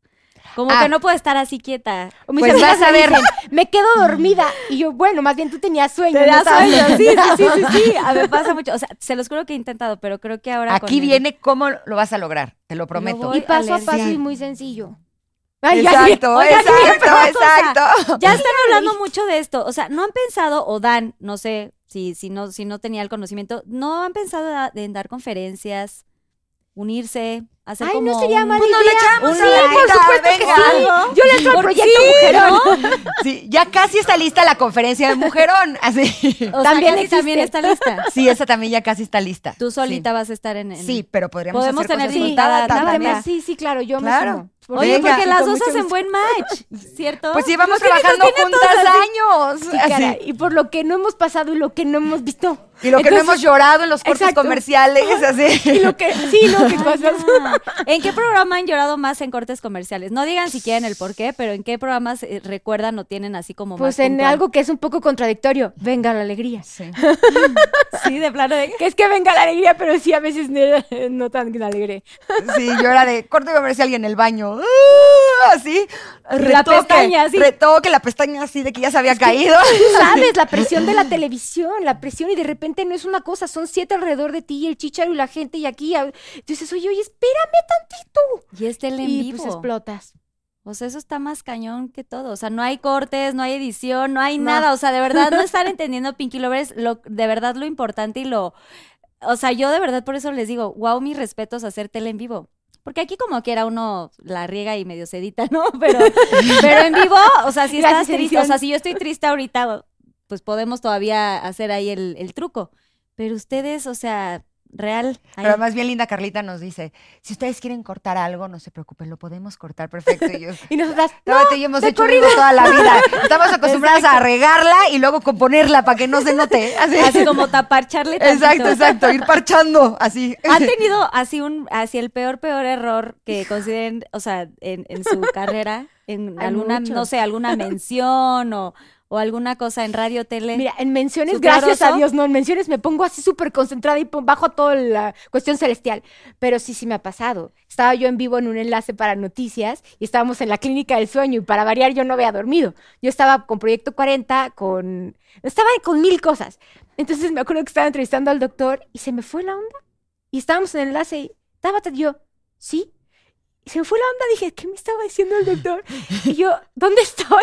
Como Ah. que no puedo estar así quieta. O mis Pues amigas vas a me ver. dicen, me quedo dormida. Y yo, bueno, más bien tú tenías sueño. Te no da estabas sueño, sí, dormida. sí, sí, sí, sí. A mí me pasa mucho. O sea, se los juro que he intentado, pero creo que ahora Aquí con el- viene cómo lo vas a lograr, te lo prometo. voy Y paso a leer. paso Sí. y muy sencillo. Ay, ya, ya. Exacto, Oigan, díganme exacto, otra cosa. exacto. Ya están hablando mucho de esto. O sea, ¿no han pensado, o Dan, no sé si, si, no, si no tenía el conocimiento, ¿no han pensado da- en dar conferencias, unirse, hacer Ay, como no sería un- mala Pues no le idea. echamos Sí, a la por vida, supuesto que venga. sí. Yo le entro al Por- proyecto sí, Mujerón. ¿no? Sí, ya casi está lista la conferencia de Mujerón, así. O También sea, casi existe. también está lista. Sí, esa también ya casi está lista. Tú solita Sí. vas a estar en... en- Sí, pero podríamos Podemos hacer tener cosas Sí, juntas, invitada ta, ta, Natalia. ta. También, sí, sí, claro, yo Claro. me sumo. Por Oye, Venga. porque sí, las con dos mucho hacen gusto. buen match, ¿cierto? Pues llevamos Los tienen- trabajando los tienen juntas todos así. años. Sí, así. cara, y por lo que no hemos pasado y lo que no hemos visto. Y lo que no Entonces- hemos llorado en los cortes Exacto. comerciales, así. Y lo que, sí, lo que pasa. Ah, ¿en qué programa han llorado más en cortes comerciales? No digan si quieren el por qué, pero ¿en qué programas eh, recuerdan o tienen así como Pues más en puntual? algo que es un poco contradictorio. Venga la alegría. Sí. Sí, de plano de... Que es que venga la alegría, pero sí a veces no, no tan alegre. Sí, yo era de corte comercial y en el baño. ¡ah! Así. La pestaña, así. Retoque, la pestaña así de que ya se había caído. Tú sabes, la presión de la televisión, la presión y de repente no es una cosa, son siete alrededor de ti y el chícharo y la gente y aquí. a- Entonces, oye, oye, espérame tantito. Y es tele en Y vivo. pues explotas. O sea, eso está más cañón que todo. O sea, no hay cortes, no hay edición, no hay No. nada. O sea, de verdad no están entendiendo, Pinky Lovers, lo, de verdad lo importante y lo... O sea, yo de verdad por eso les digo, wow, mis respetos a hacer tele en vivo. Porque aquí como quiera uno la riega y medio se edita, ¿no? Pero, pero en vivo, o sea, si Gracias, estás triste, edición. o sea, si yo estoy triste ahorita, pues podemos todavía hacer ahí el, el truco. Pero ustedes, o sea, real. ahí. Pero más bien linda Carlita nos dice, si ustedes quieren cortar algo, no se preocupen, lo podemos cortar perfecto. Y yo, Y nosotras, no, Tabata y yo hemos de hecho corrido. vivo toda la vida. Estamos acostumbradas a regarla y luego componerla para que no se note. Así, Así como taparcharle tantito. Exacto, exacto, ir parchando, así. ¿Han tenido así un, así el peor, peor error que consideren, o sea, en, en su carrera? En Hay alguna, muchos. no sé, alguna mención o, o alguna cosa en radio, tele. Mira, en menciones, ¿Súper gracias oso? a Dios, no, en menciones me pongo así súper concentrada y pon- bajo a toda la cuestión celestial. Pero sí, sí me ha pasado. Estaba yo en vivo en un enlace para noticias y estábamos en la clínica del sueño y para variar yo no había dormido. Yo estaba con Proyecto cuarenta, con... Estaba con mil cosas. Entonces me acuerdo que estaba entrevistando al doctor y se me fue la onda. Y estábamos en el enlace y Tabata y yo, ¿sí? Y se me fue la onda, dije, ¿qué me estaba diciendo el doctor? Y yo, ¿dónde estoy?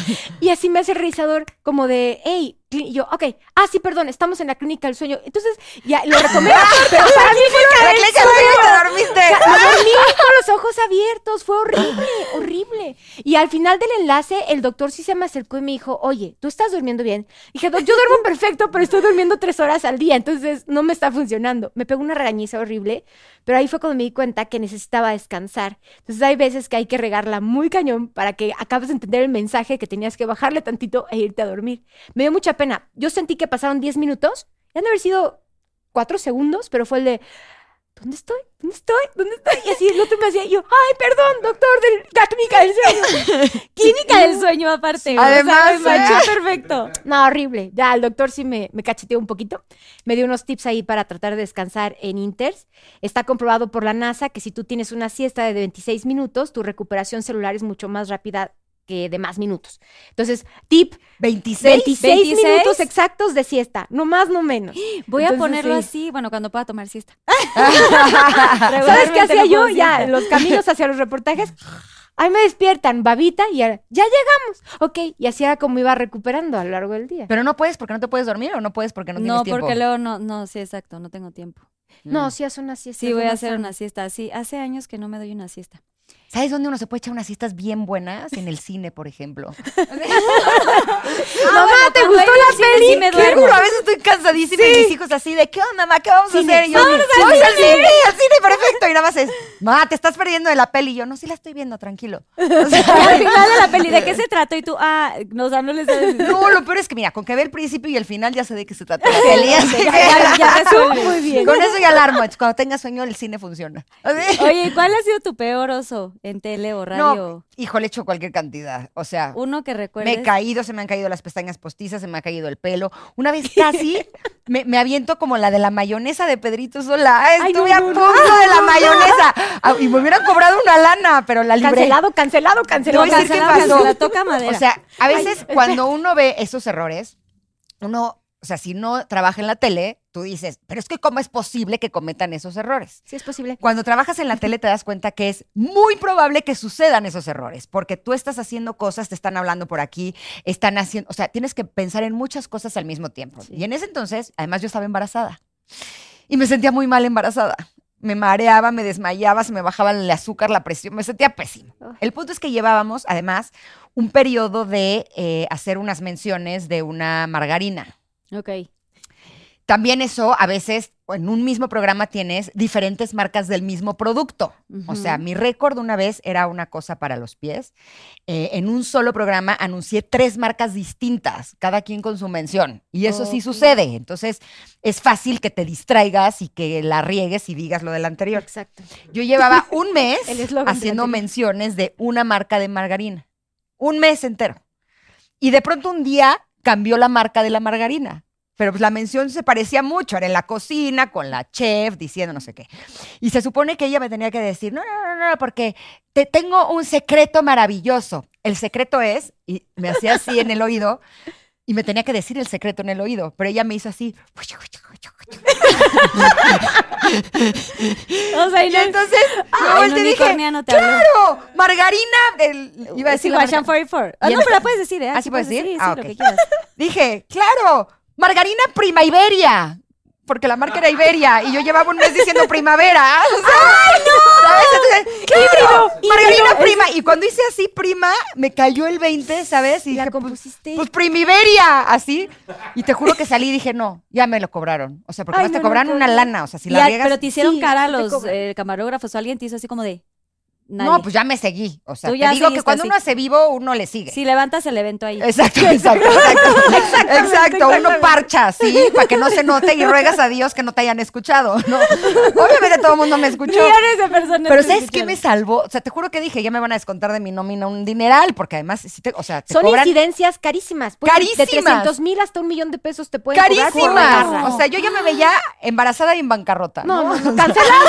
Y así me hace el revisador como de, hey, cli- y yo, ok, ah, sí, perdón, estamos en la clínica del sueño. Entonces, ya lo retomé, pero para mí fue La caer clínica del sueño, te dormiste. me dormí con los ojos abiertos, fue horrible, horrible. Y al final del enlace, el doctor sí se me acercó y me dijo, oye, ¿tú estás durmiendo bien? Dije, "Doc, yo duermo perfecto, pero estoy durmiendo tres horas al día, entonces no me está funcionando. Me pegó una regañiza horrible, pero ahí fue cuando me di cuenta que necesitaba descansar. Entonces hay veces que hay que regarla muy cañón para que acabes de entender el mensaje que tenías que bajarle tantito e irte a dormir. Me dio mucha pena. Yo sentí que pasaron diez minutos, y han de haber sido cuatro segundos, pero fue el de... ¿Dónde estoy? ¿Dónde estoy? ¿Dónde estoy? Y así el otro me hacía y yo, ay, perdón, doctor de la clínica del sueño. Clínica del sueño aparte. Además, o sea, me machó ¿eh? perfecto. No, horrible. Ya, el doctor sí me, me cacheteó un poquito. Me dio unos tips ahí para tratar de descansar en Inters. Está comprobado por la NASA que si tú tienes una siesta de veintiséis minutos, tu recuperación celular es mucho más rápida que de más minutos. Entonces, tip, veintiséis. veintiséis, ¿veintiséis? minutos exactos de siesta, no más, no menos. Voy a Entonces, ponerlo sí. así, bueno, cuando pueda tomar siesta. ¿Sabes qué Regularmente hacía no yo? puedo Ya, siesta. los caminos hacia los reportajes, ahí me despiertan, babita, y ahora, ya llegamos. Ok, y así era como iba recuperando a lo largo del día. Pero no puedes porque no te puedes dormir o no puedes porque no, No, tienes tiempo. porque luego no, no, sí, exacto, no tengo tiempo. No, sí hace una siesta. Sí, es voy lo a más hacer sano. una siesta. Sí, hace años que no me doy una siesta. ¿Sabes dónde uno se puede echar unas siestas bien buenas? En el cine, por ejemplo. Mamá, ¿te gustó la peli? Sí me Qué duermo. duro, a veces estoy cansadísima y mis hijos así de, ¿qué onda, ma? ¿Qué vamos a Cine, hacer? Y yo, cine, ¡vamos al cine! ¡Al cine, perfecto! Y nada más es, ma, te estás perdiendo de la peli. Y yo, no, sí la estoy viendo, tranquilo. O sea, Y al final de la peli, ¿de qué se trató? Y tú, ah, no, o sea, no les sabes. no, lo peor es que, mira, con que ve el principio y el final ya sé de qué se trata la peli. así que- Ya, ya resuelve. Muy bien. Con eso ya alarmo. Cuando tengas sueño, el cine funciona. Así. Oye, ¿cuál ha sido tu peor oso? en tele o radio? No, híjole, he hecho cualquier cantidad. O sea, Uno que me recuerdes. he caído, se me han caído las pestañas postizas, se me ha caído el pelo. Una vez casi me, me aviento como la de la mayonesa de Pedrito Sola. Ay, Estuve no, a no, punto no. de la mayonesa. Ah, y me hubieran cobrado una lana, pero la libré. Cancelado, cancelado, cancelado. Te voy a decir qué Cancelado, pasó. cancelado, toca madera. O sea, a veces cuando uno ve esos errores, uno, o sea, si no trabaja en la tele, tú dices, pero es que ¿cómo es posible que cometan esos errores? Sí, es posible. Cuando trabajas en la tele te das cuenta que es muy probable que sucedan esos errores, porque tú estás haciendo cosas, te están hablando por aquí, están haciendo, o sea, tienes que pensar en muchas cosas al mismo tiempo. Sí. Y en ese entonces, además yo estaba embarazada y me sentía muy mal embarazada. Me mareaba, me desmayaba, se me bajaba el azúcar, la presión, me sentía pésimo. Ugh. El punto es que llevábamos, además, un periodo de eh, hacer unas menciones de una margarina. Ok. También eso, a veces, en un mismo programa tienes diferentes marcas del mismo producto. O sea, mi récord una vez era una cosa para los pies. Eh, en un solo programa anuncié tres marcas distintas, cada quien con su mención. Y eso sí Ok. sucede. Entonces, es fácil que te distraigas y que la riegues y digas lo del anterior. Exacto. Yo llevaba un mes El eslogan del haciendo anterior. menciones de una marca de margarina. Un mes entero. Y de pronto un día cambió la marca de la margarina. Pero pues la mención se parecía mucho, era en la cocina, con la chef, diciendo no sé qué. Y se supone que ella me tenía que decir, no, no, no, no, porque te tengo un secreto maravilloso. El secreto es, y me hacía así en el oído, y me tenía que decir el secreto en el oído, pero ella me hizo así. O sea, y Y no, entonces, Ay, yo el volteé y dije, unicorniano te habló. ¡claro! Margarina, del, iba a decir la Guashan marca. cuarenta y cuatro. Ah, Y no, en- pero la puedes decir, ¿eh? ¿Ah, sí puedes decir? Sí, sí, Ah, lo ok. que quieras. Dije, claro, margarina Prima Iberia. Porque la marca era Iberia y yo llevaba un mes diciendo primavera. O sea, ¡ay, no! ¿Sabes? Entonces, claro, margarina prima. Y cuando hice así prima, me cayó el veinte, ¿sabes? Y La dije, pues, compusiste. pues Primiberia, así. Y te juro que salí y dije, no, ya me lo cobraron. O sea, porque Ay, más te no, no, cobran no, una no. lana. O sea, si Y la a- riegas. pero te hicieron sí, cara sí te los cobran. eh, camarógrafos o alguien te hizo así como de. Nadie. No, pues ya me seguí. O sea, Tú te ya digo que seguiste cuando así. uno hace vivo, uno le sigue. Si levantas el evento ahí. Exacto, exacto, exacto. Exacto, uno parcha así para que no se note y ruegas a Dios que no te hayan escuchado, ¿no? Obviamente todo el mundo me escuchó. Millones de personas. Pero te ¿sabes qué escucharon. me salvó? O sea, te juro que dije, ya me van a descontar de mi nómina un dineral, porque además, si te, o sea, te Son cobran incidencias carísimas. Pueden- De Carísimas. trescientos mil hasta un millón de pesos te pueden cobrar por carísimas. regarla. O sea, yo ya me veía embarazada y en bancarrota. No, No, no, no, cancelado.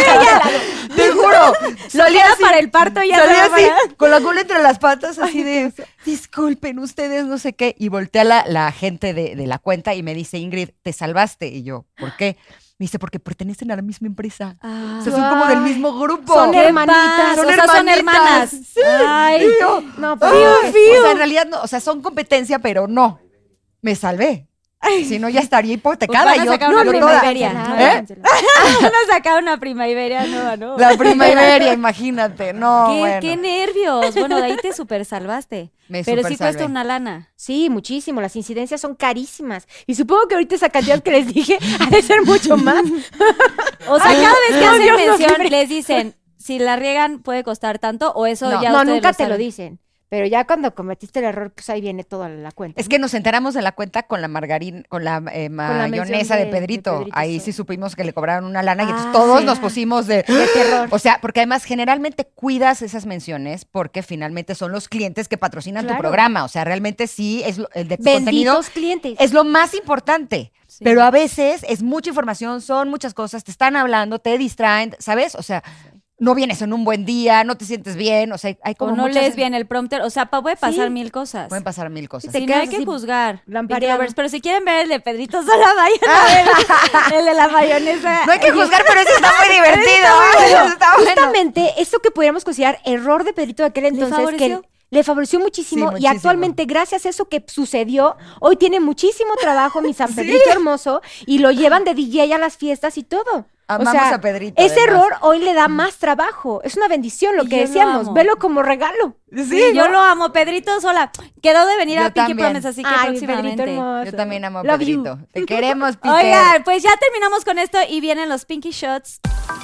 te juro. Salía Queda así, para el parto y ya salía se va así, para- con la cola entre las patas, así de, disculpen ustedes, no sé qué. Y voltea la, la gente de, de la cuenta y me dice, Ingrid, te salvaste. Y yo, ¿por qué? Me dice, porque pertenecen a la misma empresa. Ah. O sea, son como del mismo grupo. Son Qué hermanitas. paz, Son o sea, son hermanitas. hermanas. Sí. Ay. Y yo, No, pues, "Ay". O sea, en realidad, no, o sea, son competencia, pero no. Me salvé. Si no, ya estaría hipotecada. Pues van a yo, sacar yo una toda. Iberia. ¿Eh? Van a sacar una prima Iberia nueva, ¿no? La prima Iberia, imagínate. No, ¿Qué, bueno. qué nervios. Bueno, de ahí te super salvaste. Me Pero sí supersalvé. cuesta una lana. Sí, muchísimo. Las incidencias son carísimas. Y supongo que ahorita esa cantidad que les dije ha de ser mucho más. O sea, Ay, cada vez que no, hacen Dios nos mención, libre. les dicen, si la riegan puede costar tanto, o eso No. ya No, ustedes nunca te lo saben? dicen. Pero ya cuando cometiste el error, pues ahí viene toda la cuenta. Es que nos enteramos de la cuenta con la margarina, con la eh, mención mayonesa de, de- Pedrito. de Pedrito, Ahí sí. sí supimos que le cobraron una lana y entonces Ah, todos sí. nos pusimos de, De terror. O sea, porque además generalmente cuidas esas menciones porque finalmente son los clientes que patrocinan tu Claro. programa. O sea, realmente sí es lo- el de tu contenido Benditos clientes. es lo más importante. Sí. Pero a veces es mucha información, son muchas cosas, te están hablando, te distraen, ¿sabes? O sea, no vienes en un buen día, no te sientes bien, o sea, hay como O no muchas- lees bien el prompter. O sea, pa- puede pasar Sí. mil cosas. Pueden pasar mil cosas. te Sí, no quedas hay que así juzgar. lampareado. Lovers, pero si quieren ver el de Pedrito Sola, vayan a ver el de la mayonesa. No hay que juzgar, pero eso está muy divertido. Bueno, Eso está bueno. justamente eso que pudiéramos considerar error de Pedrito de aquel entonces, favoreció? que le favoreció muchísimo, Sí, y muchísimo. actualmente gracias a eso que sucedió, hoy tiene muchísimo trabajo mi San Pedrito hermoso y lo llevan de D J a las fiestas y todo. Amamos o sea, a Pedrito, ese además. error hoy le da más trabajo. Es una bendición lo Y que yo lo decíamos. amo. Velo como regalo. Sí, yo lo amo. Pedrito Sola. Quedó de venir Yo a Pinky también. Promise, así que Ay, próximamente. Pedrito hermoso. Yo también amo a Love you. Pedrito. Te queremos, Peter. Oigan, pues ya terminamos con esto y vienen los Pinky Shots.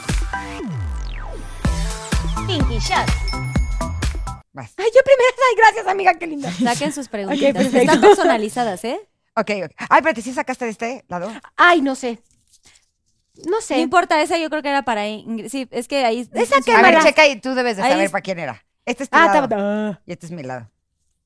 Pinky Shot. Vas. Ay, yo primero. Ay, gracias, amiga, qué linda. Saquen sus preguntitas. perfecto. Están personalizadas, ¿eh? Ok, ok. Ay, espérate, ¿sí sacaste de este lado? Ay, no sé. No No sé. importa, esa yo creo que era para Ingrid. Sí, es que ahí... Esa que A ver, Cámara. checa y tú debes de Ahí saber es- para quién era. Este es tu Ah, lado ta- ta- y este es mi lado.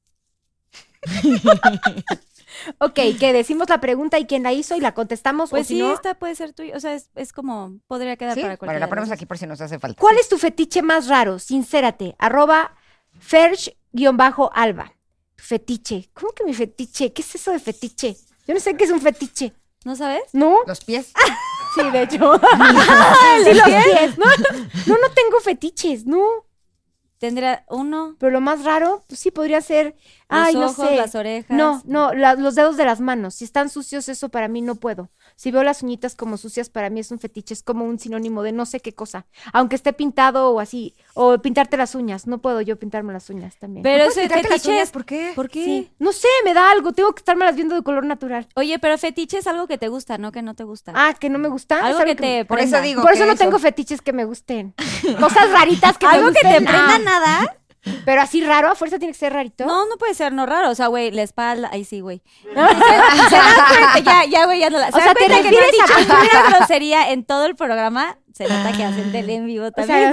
Ok, que decimos la pregunta y quién la hizo y la contestamos. Pues o si sí, no, esta puede ser tuya. O sea, es, es como... Podría quedar ¿Sí? para Bueno, cualquiera. la de ponemos los aquí por si nos hace falta. ¿cuál Sí. es tu fetiche más raro? Sincérate. Arroba Ferch-alba. Tu fetiche. ¿Cómo que mi fetiche? ¿Qué es eso de fetiche? Yo no sé qué es un fetiche. dos. ¿No sabes? ¿No? Los pies. Sí, de hecho. Sí, los pies. No, no, no tengo fetiches, no. Tendría uno, Pero lo más raro, pues sí, podría ser. los Ay, ojos, no sé. las orejas. No, no, la- los dedos de las manos. Si están sucios, eso para mí no puedo. Si veo las uñitas como sucias, para mí es un fetiche, es como un sinónimo de no sé qué cosa. Aunque esté pintado o así, o pintarte las uñas. No puedo yo pintarme las uñas también. Pero ¿Puedes ese pintarte las fetiche uñas? es... ¿Por qué? ¿Por qué? Sí. No sé, me da algo, tengo que estármelas viendo de color natural. Oye, pero fetiche es algo que te gusta, no que no te gusta. Ah, que no me gusta. algo es que te Por eso prenda. digo Por eso que no tengo fetiches que me gusten. Cosas raritas que me ¿Algo que te gusten, prenda no. nada? Pero así raro, a fuerza tiene que ser rarito. No, no puede ser, no raro. O sea, güey, la espalda, ahí sí, güey. Se, se dan cuenta, ya, ya, güey, ya no la. O sea, ¿te que no han refieres dicho a- ni una grosería en todo el programa? Se nota que hacen tele en vivo O también.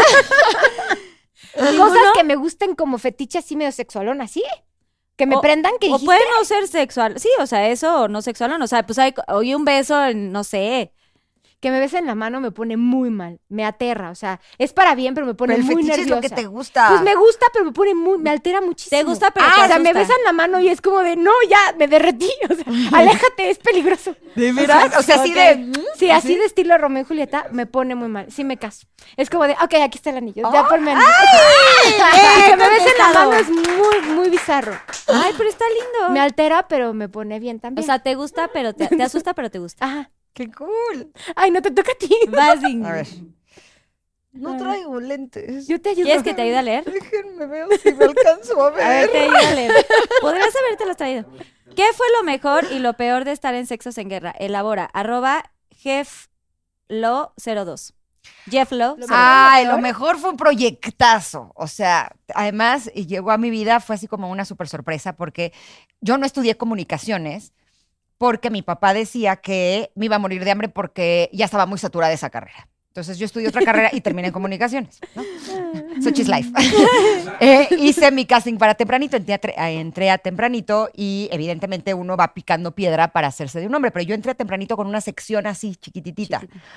sea, cosas que me gusten como fetiche así medio sexualón, así. Que me O- prendan, que O dijiste. puede no ser sexual. Sí, o sea, eso o no sexual. O sea, pues hay, oye, un beso, en, no sé. Que me besen la mano me pone muy mal, me aterra, o sea, es para bien, pero me pone Pero el muy fetiche nerviosa. es lo que te gusta. Pues me gusta, pero me pone muy, me altera muchísimo. Te gusta, pero ah, te o sea, me asusta. besan la mano y es como de, no, ya, me derretí, o sea, aléjate, es peligroso. ¿De veras? O sea, así Ok. de... Sí, así de estilo Romeo y Julieta, me pone muy mal, sí me caso. Es como de, ok, aquí está el anillo, ya ponme anillo. Que me besen la contestado. mano es muy, muy bizarro. Ay, pero está lindo. Me altera, pero me pone bien O también. sea, te gusta, pero te, te asusta, pero te gusta. Ajá. ¡Qué cool! Ay, no te toca a ti. Vas, Ingrid. A ver. No traigo lentes. Yo te ayudo. ¿Quieres que te ayude a leer? Déjenme ver si me alcanzo a A ver, ver. te ayudo a leer. Podrías habértelos traído. ¿Qué fue lo mejor y lo peor de estar en Sexos en Guerra? Elabora. Arroba jefflo cero dos. Jefflo. cero dos. Ay, lo mejor fue un proyectazo. O sea, además y llegó a mi vida, fue así como una súper sorpresa porque yo no estudié comunicaciones porque mi papá decía que me iba a morir de hambre porque ya estaba muy saturada de esa carrera. Entonces yo estudié otra carrera y terminé en comunicaciones, ¿no? Such is life. Eh, hice mi casting para tempranito, entré a, tre- a- entré a tempranito y evidentemente uno va picando piedra para hacerse de un hombre, pero yo entré a tempranito con una sección así chiquititita.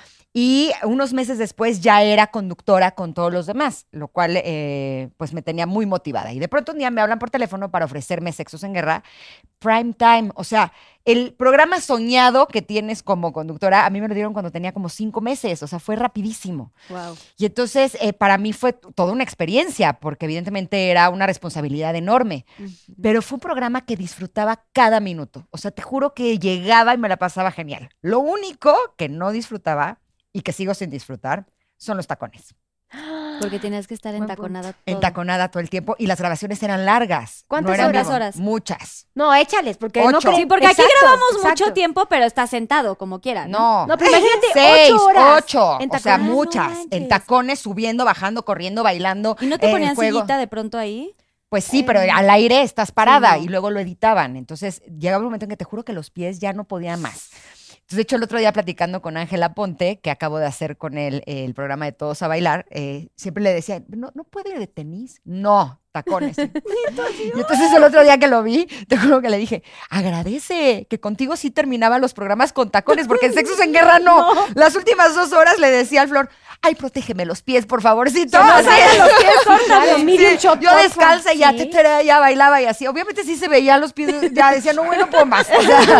Y unos meses después ya era conductora con todos los demás, lo cual eh, pues me tenía muy motivada. Y de pronto un día me hablan por teléfono para ofrecerme Sexos en Guerra prime time. O sea, el programa soñado que tienes como conductora, a mí me lo dieron cuando tenía como cinco meses. O sea, fue rapidísimo. Wow. Y entonces eh, para mí fue t- toda una experiencia, porque evidentemente era una responsabilidad enorme. Pero fue un programa que disfrutaba cada minuto. O sea, te juro que llegaba y me la pasaba genial. Lo único que no disfrutaba y que sigo sin disfrutar son los tacones. Porque tienes que estar Buen entaconada todo. Entaconada todo el tiempo y las grabaciones eran largas. ¿Cuántas no eran horas? vivo- horas? Muchas. No, échales, porque no Ocho. creen- Sí, porque aquí Exacto, grabamos exacto. mucho tiempo, pero está sentado, como quiera, ¿no? No. No, pero imagínate, Seis, ocho horas. ocho. en O sea, tacones. no muchas. manches. En tacones, subiendo, bajando, corriendo, bailando. ¿Y no te eh, ponían juego. sillita de pronto ahí? Pues sí, pero al aire estás parada Sí, no. y luego lo editaban. Entonces llegaba un momento en que te juro que los pies ya no podían más. Entonces, de hecho, el otro día platicando con Ángela Ponte, que acabo de hacer con él el programa de Todos a Bailar, eh, siempre le decía, ¿no, ¿no puede ir de tenis? No, tacones. Y entonces el otro día que lo vi, te juro que le dije, agradece que contigo sí terminaba los programas con tacones, porque en Sexos en Guerra no. Las últimas dos horas le decía al Flor, ay, protégeme los pies, por favorcito. No Así. salgan los pies, claro, medium Sí, shot, yo porfa. descalza y ya, Sí. te, te- ya bailaba y así. Obviamente sí se veía los pies, ya decía, no, bueno, puedo más. O sea,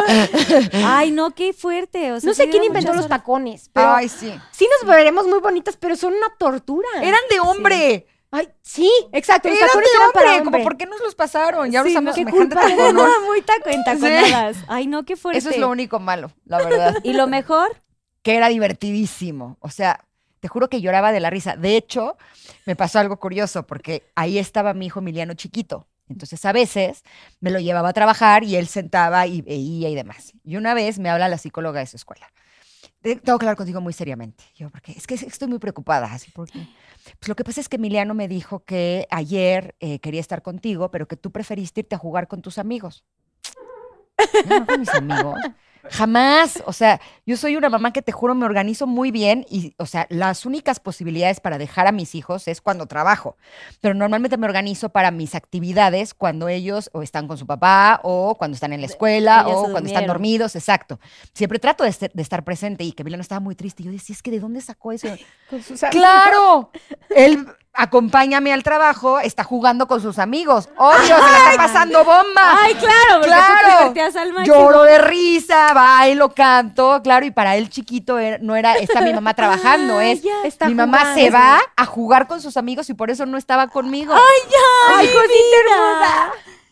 Ay, no, qué fuerte. O sea, No sí sé quién dura inventó muchas los horas. tacones, pero ay, sí. sí nos veremos muy bonitas, pero son una tortura. Eran de hombre. Ay, sí, exacto, los Eran tacones de eran para hombre. hombre. Como, ¿por qué nos los pasaron? Ya Sí, usamos no, qué semejante culpa. taconón. Muy taco, entaconadas. Ay, no, qué fuerte. Eso es lo único malo, la verdad. ¿Y lo mejor? Que era divertidísimo. O sea, te juro que lloraba de la risa. De hecho, me pasó algo curioso porque ahí estaba mi hijo Emiliano chiquito. Entonces, a veces me lo llevaba a trabajar y él sentaba y veía y demás. Y una vez me habla la psicóloga de su escuela. Te- Tengo que hablar contigo muy seriamente. Yo, porque es que estoy muy preocupada. Así porque, pues lo que pasa es que Emiliano me dijo que ayer eh, quería estar contigo, pero que tú preferiste irte a jugar con tus amigos. Yo, no con mis amigos. Jamás. O sea, yo soy una mamá que te juro me organizo muy bien y, o sea, las únicas posibilidades para dejar a mis hijos es cuando trabajo. Pero normalmente me organizo para mis actividades cuando ellos o están con su papá o cuando están en la escuela o ya o se cuando están durmieron. dormidos. Exacto. Siempre trato de, ser- de estar presente y que Emiliano estaba muy triste. Y yo decía, es que ¿de dónde sacó eso? Con sus amigos. ¡Claro! Él acompáñame al trabajo, está jugando con sus amigos. ¡Obvio, se la está pasando bomba! Ay, claro, porque tú te ¡Claro! divertías al máximo. Lloro de risa, bailo, canto, claro, y para él chiquito era- no era, está mi mamá trabajando, Ah, es, ya. Está mi mamá jugando. se va a jugar con sus amigos y por eso no estaba conmigo. ¡Ay, ya! ¡Ay, mi cosita vida! hermosa!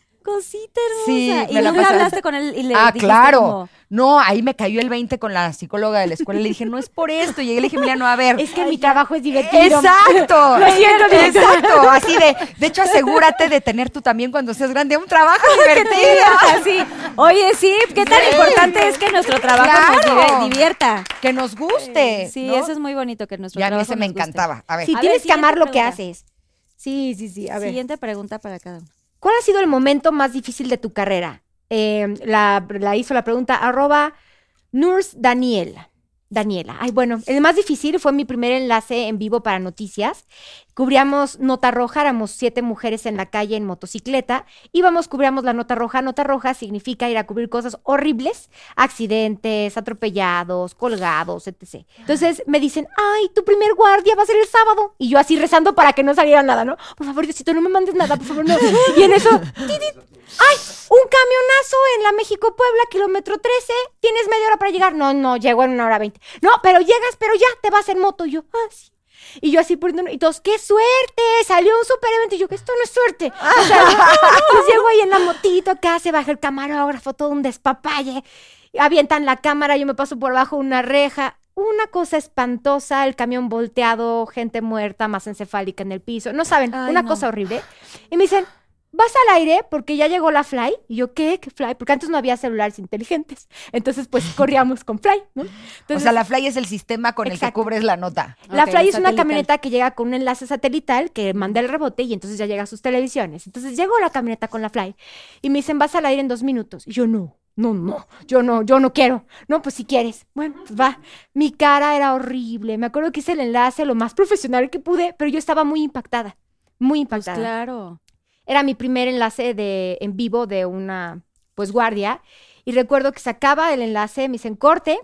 Sí, Cosita hermosa. me ¿Y la nunca pasé- hablaste con él y le Ah, dijiste claro. como, No, ahí me cayó el veinte con la psicóloga de la escuela. Le dije, no es por esto. Y llegué y le dije, Emiliano, a ver. Es que mi trabajo es divertido. Exacto. Lo siento, director. Exacto. Así de, de hecho, asegúrate de tener tú también cuando seas grande un trabajo divertido. así? Oye, sí, ¿qué tan Sí. importante es que nuestro trabajo Claro. nos div- divierta? Que nos guste. Sí, ¿no? eso es muy bonito, que nuestro Y a mí trabajo ese me nos guste. encantaba. A ver. Si A tienes ver, que amar lo siguiente que pregunta. haces. Sí, sí, sí. A ver. Siguiente pregunta para cada uno. ¿Cuál ha sido el momento más difícil de tu carrera? Eh, la, la hizo la pregunta arroba Nurs Daniela. Daniela. Ay, bueno, el más difícil fue mi primer enlace en vivo para noticias. Cubríamos Nota Roja, éramos siete mujeres en la calle en motocicleta. Íbamos, cubríamos la Nota Roja. Nota Roja significa ir a cubrir cosas horribles, accidentes, atropellados, colgados, etcétera. Entonces me dicen, ay, tu primer guardia va a ser el sábado. Y yo así rezando para que no saliera nada, ¿no? Por favor, Diosito, no me mandes nada, por favor, no. Y en eso, tit, tit, ¡ay! Un camionazo en la México-Puebla, kilómetro trece. ¿Tienes media hora para llegar? No, no, llego en una hora veinte. No, pero llegas, pero ya te vas en moto. Y yo, ah, sí. Y yo así poniendo, y todos, ¡qué suerte! Salió un super evento. Y yo, que esto no es suerte. O sea, entonces llego ahí en la motito, acá se baja el camarógrafo, todo un despapalle. Avientan la cámara, yo me paso por abajo una reja. Una cosa espantosa, el camión volteado, gente muerta, más encefálica en el piso. No saben, Ay, una no. cosa horrible. Y me dicen, vas al aire porque ya llegó la Fly. Y yo, ¿qué? ¿Qué Fly? Porque antes no había celulares inteligentes. Entonces, pues, corríamos con Fly, ¿no? O Entonces, sea, la Fly es el sistema con el Exacto. que cubres la nota. la Ok, Fly es una satelital. camioneta que llega con un enlace satelital que manda el rebote y entonces ya llega a sus televisiones. Entonces, llegó la camioneta con la Fly y me dicen, vas al aire en dos minutos. Y yo, no. No, no, yo no, yo no quiero. No, pues si quieres. Bueno, pues va. Mi cara era horrible. Me acuerdo que hice el enlace lo más profesional que pude, pero yo estaba muy impactada. Muy Pues impactada. claro. Era mi primer enlace de, en vivo de una, pues, guardia. Y recuerdo que sacaba el enlace, me dicen, corte.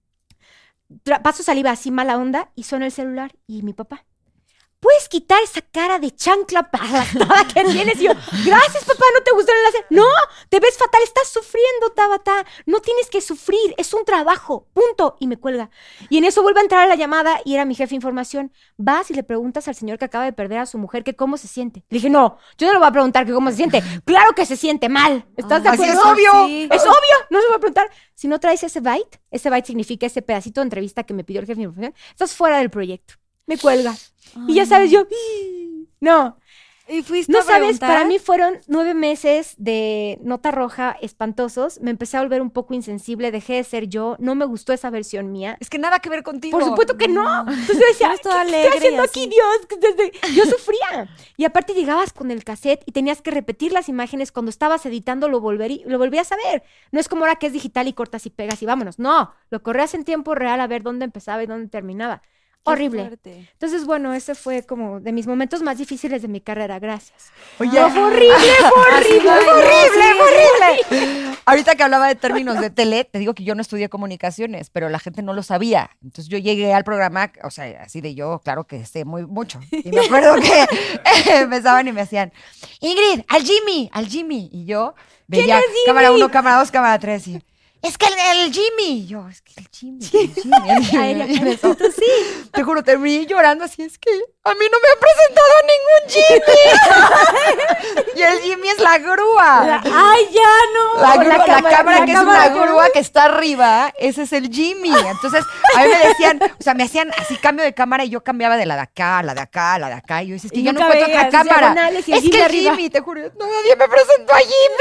Tra- paso saliva así mala onda y suena el celular y mi papá. ¿Puedes quitar esa cara de chancla aplastada que tienes? Y yo, gracias, papá, ¿no te gustó el enlace? No, te ves fatal, estás sufriendo, Tabata. No tienes que sufrir, es un trabajo, punto. Y me cuelga. Y en eso vuelve a entrar a la llamada y era mi jefe de información. Vas y le preguntas al señor que acaba de perder a su mujer que cómo se siente. Le dije, no, yo no le voy a preguntar que cómo se siente. Claro que se siente mal. ¿Estás de Así acuerdo? es obvio. Sí. Es obvio, no se va a preguntar. Si no traes ese byte, ese byte significa ese pedacito de entrevista que me pidió el jefe de información, estás fuera del proyecto. Me cuelga. Y ya sabes, yo, no. ¿Y fuiste No a sabes, preguntar? para mí fueron nueve meses de Nota Roja espantosos. Me empecé a volver un poco insensible, dejé de ser yo, no me gustó esa versión mía. Es que nada que ver contigo. Por supuesto que no. Entonces yo decía, Eres "¿Qué- toda ¿qué alegre estoy haciendo y aquí, así". Dios? Desde- Yo sufría. Y aparte llegabas con el cassette y tenías que repetir las imágenes cuando estabas editando, lo, volverí- lo volvías a ver. No es como ahora que es digital y cortas y pegas y vámonos. No, lo corrías en tiempo real a ver dónde empezaba y dónde terminaba. Qué Horrible. fuerte. Entonces, bueno, ese fue como de mis momentos más difíciles de mi carrera. Gracias. Oye, No, fue horrible, fue horrible, Así, fue horrible, sí, fue horrible. ahorita que hablaba de términos de tele, te digo que yo no estudié comunicaciones, pero la gente no lo sabía. Entonces yo llegué al programa, o sea, así de yo, claro que sé muy mucho. Y me acuerdo que empezaban y me hacían, Ingrid, al Jimmy, al Jimmy. Y yo veía cámara uno, cámara dos, cámara tres y es que el, el Jimmy. Y yo, es que el Jimmy, el Jimmy. el Jimmy. Ay, la Y en eso, carita, sí. te juro, terminé llorando así, es que a mí no me han presentado ningún Jimmy. Y el Jimmy es la grúa. ¡Ay, ya no! La, O la grúa- la cámara, cámara- la que cámara es una que- grúa que está arriba, ese es el Jimmy. Entonces, a mí me decían, o sea, me hacían así cambio de cámara y yo cambiaba de la de acá, a la de acá, a la de acá. Y yo decía, es que Y yo no nunca encuentro otra veías, cámara. diagonales y el Es que Jimmy el arriba. Jimmy, te juro, no, nadie me presentó a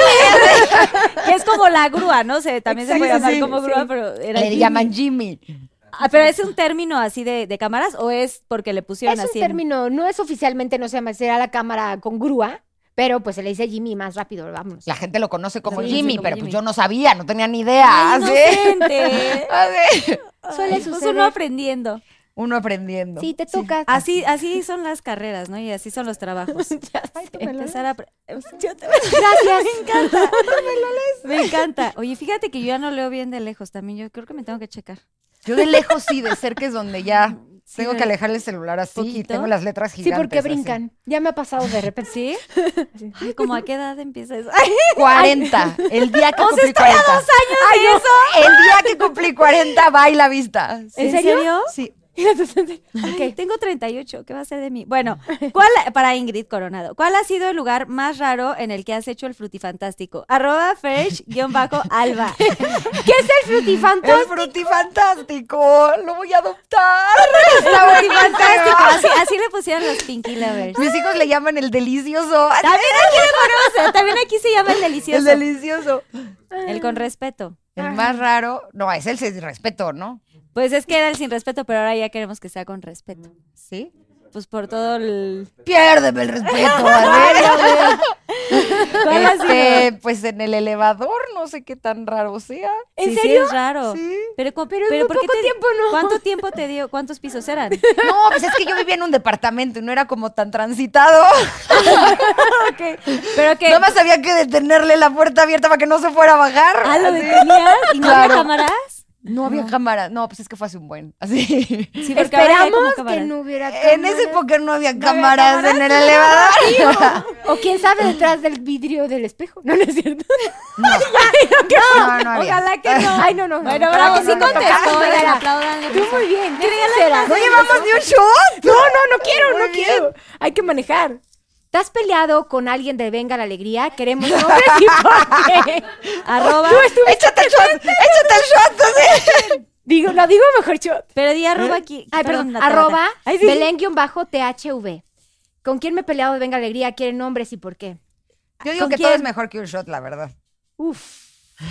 Jimmy. Que es como la grúa, ¿no? Se, también se Sí, puede sí, llamar sí, como sí. grúa, pero era Le Jimmy. llaman Jimmy. Ah, ¿pero es un término así de, de cámaras o es porque le pusieron Es un así? en- término, no es oficialmente, no se llama, será la cámara con grúa, Pero pues se le dice Jimmy más rápido, vámonos. La gente lo conoce como Sí, Jimmy, sí, como pero Jimmy. pues yo no sabía, no tenía ni idea. Ay, ¿sí? inocente. Así. Suele Ay, pues suceder. uno aprendiendo. Uno aprendiendo. Sí, te toca. Así, así son las carreras, ¿no? Y así son los trabajos. Ya sé. Empezar a... apre- Yo te- Gracias. Me encanta. Me encanta. Oye, fíjate que yo ya no leo bien de lejos también. Yo creo que me tengo que checar. Yo de lejos sí, de cerca es donde ya Sí, tengo de- que alejar el celular así y ¿Poquito? tengo las letras Sí, gigantes. porque así. brincan. Ya me ha pasado de repente. ¿Sí? Ay, ¿cómo a qué edad empieza eso? cuarenta. El día que O sea, cumplí estoy a cuarenta. dos años de eso. El día que cumplí cuarenta va y la vista. ¿En Sí. serio? Sí. Ok, tengo treinta y ocho. ¿Qué va a ser de mí? Bueno, ¿cuál, para Ingrid Coronado, ¿cuál ha sido el lugar más raro en el que has hecho el frutifantástico? Arroba Fersh-Alba. ¿Qué es el frutifantástico? El frutifantástico. Lo voy a adoptar. Está frutifantástico. Así, así le pusieron los Pinky Lovers. Mis hijos le llaman el delicioso. También aquí le ponemos, también aquí se llama el delicioso. El delicioso. El con respeto. El más raro. No, es el sin respeto, ¿no? Pues es que era el sin respeto, pero ahora ya queremos que sea con respeto. Sí. Pues por todo el... Piérdeme el respeto. ¿vale? ¿Cuál ha sido? Este, pues en el elevador, no sé qué tan raro sea. ¿En Sí, serio? Sí, es raro. Sí. Pero, cu- Pero en pero muy ¿por qué poco te- tiempo, ¿no? ¿Cuánto tiempo te dio? ¿Cuántos pisos eran? No, pues es que yo vivía en un departamento y no era como tan transitado. Pero que... Nada más había que detenerle la puerta abierta para que no se fuera a bajar. Ah, lo Así. detenías y no Claro. había cámaras. No había cámara. No, pues es que fue hace un buen. Así. Sí, porque ahora ya hay como Esperamos que cámaras. no hubiera En esa cámaras. época no había ¿No había cámaras cámaras? en el elevador. O quién sabe detrás del vidrio del espejo. No, no es cierto. No, no, no había. Ojalá que no. Ay, no, no. Bueno, no, bravo, no, sí no, no, contestó. no, oigan, no, apláudanle, Tú por muy bien. ¿Qué regalan sincera? ¿No llevamos ni un shot? No, no, no quiero, Muy no bien. quiero. Hay que manejar. ¿Te has peleado con alguien de Venga la Alegría? Queremos nombres y por qué. Arroba. Échate el shot, échate el shot. así. Digo, lo digo mejor yo. Pero di arroba aquí. Ay, perdón, la tabata. arroba Ay, sí. Belén-T H V. ¿Con quién me he peleado de Venga la Alegría? ¿Quieren nombres y por qué? Yo digo ¿Con que quién? todo es mejor que un shot, la verdad. Uf.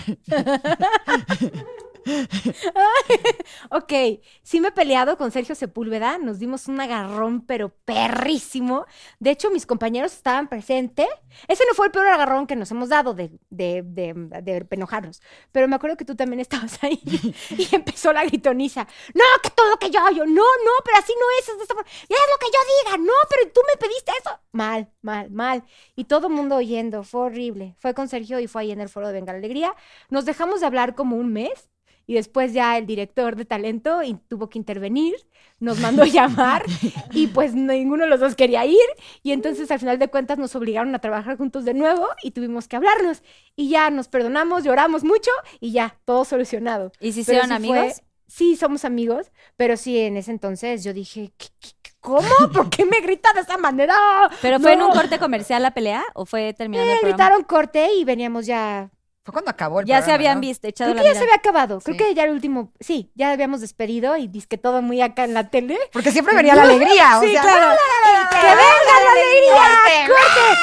Ok, sí me he peleado con Sergio Sepúlveda, nos dimos un agarrón pero perrísimo. De hecho, mis compañeros estaban presentes. Ese no fue el peor agarrón que nos hemos dado de, de, de, de enojarnos, pero me acuerdo que tú también estabas ahí y empezó la gritoniza. No, que todo lo que yo, yo, no, no, pero así no es, es de esta forma. Ya es lo que yo diga, no, pero tú me pediste eso. Mal, mal, mal. Y todo el mundo oyendo, fue horrible. Fue con Sergio y fue ahí en el foro de Venga la Alegría. Nos dejamos de hablar como un mes. Y después ya el director de talento y tuvo que intervenir, nos mandó llamar y pues ninguno de los dos quería ir. Y entonces al final de cuentas nos obligaron a trabajar juntos de nuevo y tuvimos que hablarnos. Y ya nos perdonamos, lloramos mucho y ya, todo solucionado. ¿Y si Pero hicieron sí fue- amigos? Sí, somos amigos, pero sí, en ese entonces yo dije, ¿qué, qué, qué, ¿cómo? ¿Por qué me grita de esa manera? ¿Pero fue en No. un corte comercial la pelea o fue terminando Eh, el programa? gritaron corte y veníamos ya. Fue cuando acabó el Ya se programa, habían ¿no? visto, echado Creo la que ya se mirada. había acabado. Creo Sí. que ya el último. Sí, ya habíamos despedido y disque todo muy acá en la tele. Porque siempre venía la alegría. o Sí, sea, claro. ¡Que venga la alegría!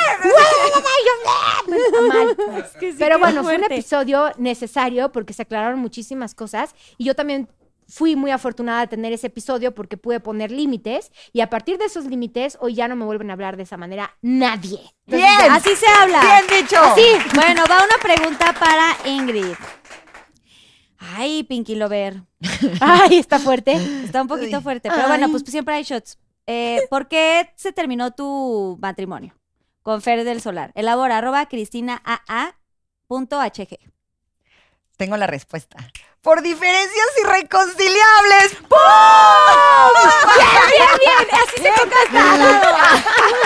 ¡Corte! Mal. que sí, Pero qué bueno, fue un fuerte. episodio necesario porque se aclararon muchísimas cosas y yo también fui muy afortunada de tener ese episodio porque pude poner límites y a partir de esos límites hoy ya no me vuelven a hablar de esa manera nadie. Bien. Así se habla. Bien dicho. Sí. Bueno, va una pregunta para Ingrid. Ay, Pinky Lover. Ay, está fuerte. Está un poquito Uy. fuerte, pero Ay. bueno, pues siempre hay shots. Eh, ¿Por qué se terminó tu matrimonio con Fer del Solar? Elabora, arroba Cristina A A punto H G. Tengo la respuesta. Por diferencias irreconciliables. ¡Pum! Bien, bien, así se contesta.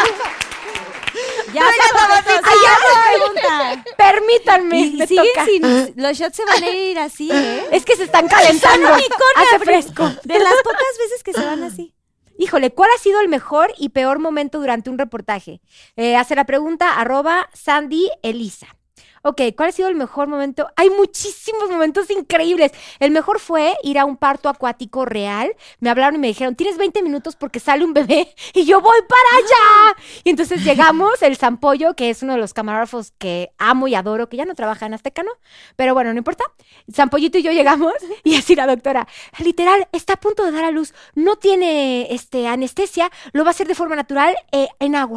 Ya se contestó, pregunta. Permítanme, Y me siguen toca. sin... Los shots se van a ir así, ¿eh? Es que se están calentando. Son unicornio, Hace Bri- fresco. De las pocas veces que se van así. Híjole, ¿cuál ha sido el mejor y peor momento durante un reportaje? Eh, hace la pregunta arroba Sandy Elisa. Ok, ¿cuál ha sido el mejor momento? Hay muchísimos momentos increíbles. El mejor fue ir a un parto acuático real. Me hablaron y me dijeron, tienes veinte minutos porque sale un bebé y yo voy para allá. Y entonces llegamos, el Zampollo, que es uno de los camarógrafos que amo y adoro, que ya no trabaja en Azteca, ¿no? Pero bueno, no importa. Zampollito y yo llegamos y así la doctora, literal, está a punto de dar a luz, no tiene este, anestesia, lo va a hacer de forma natural eh, en agua.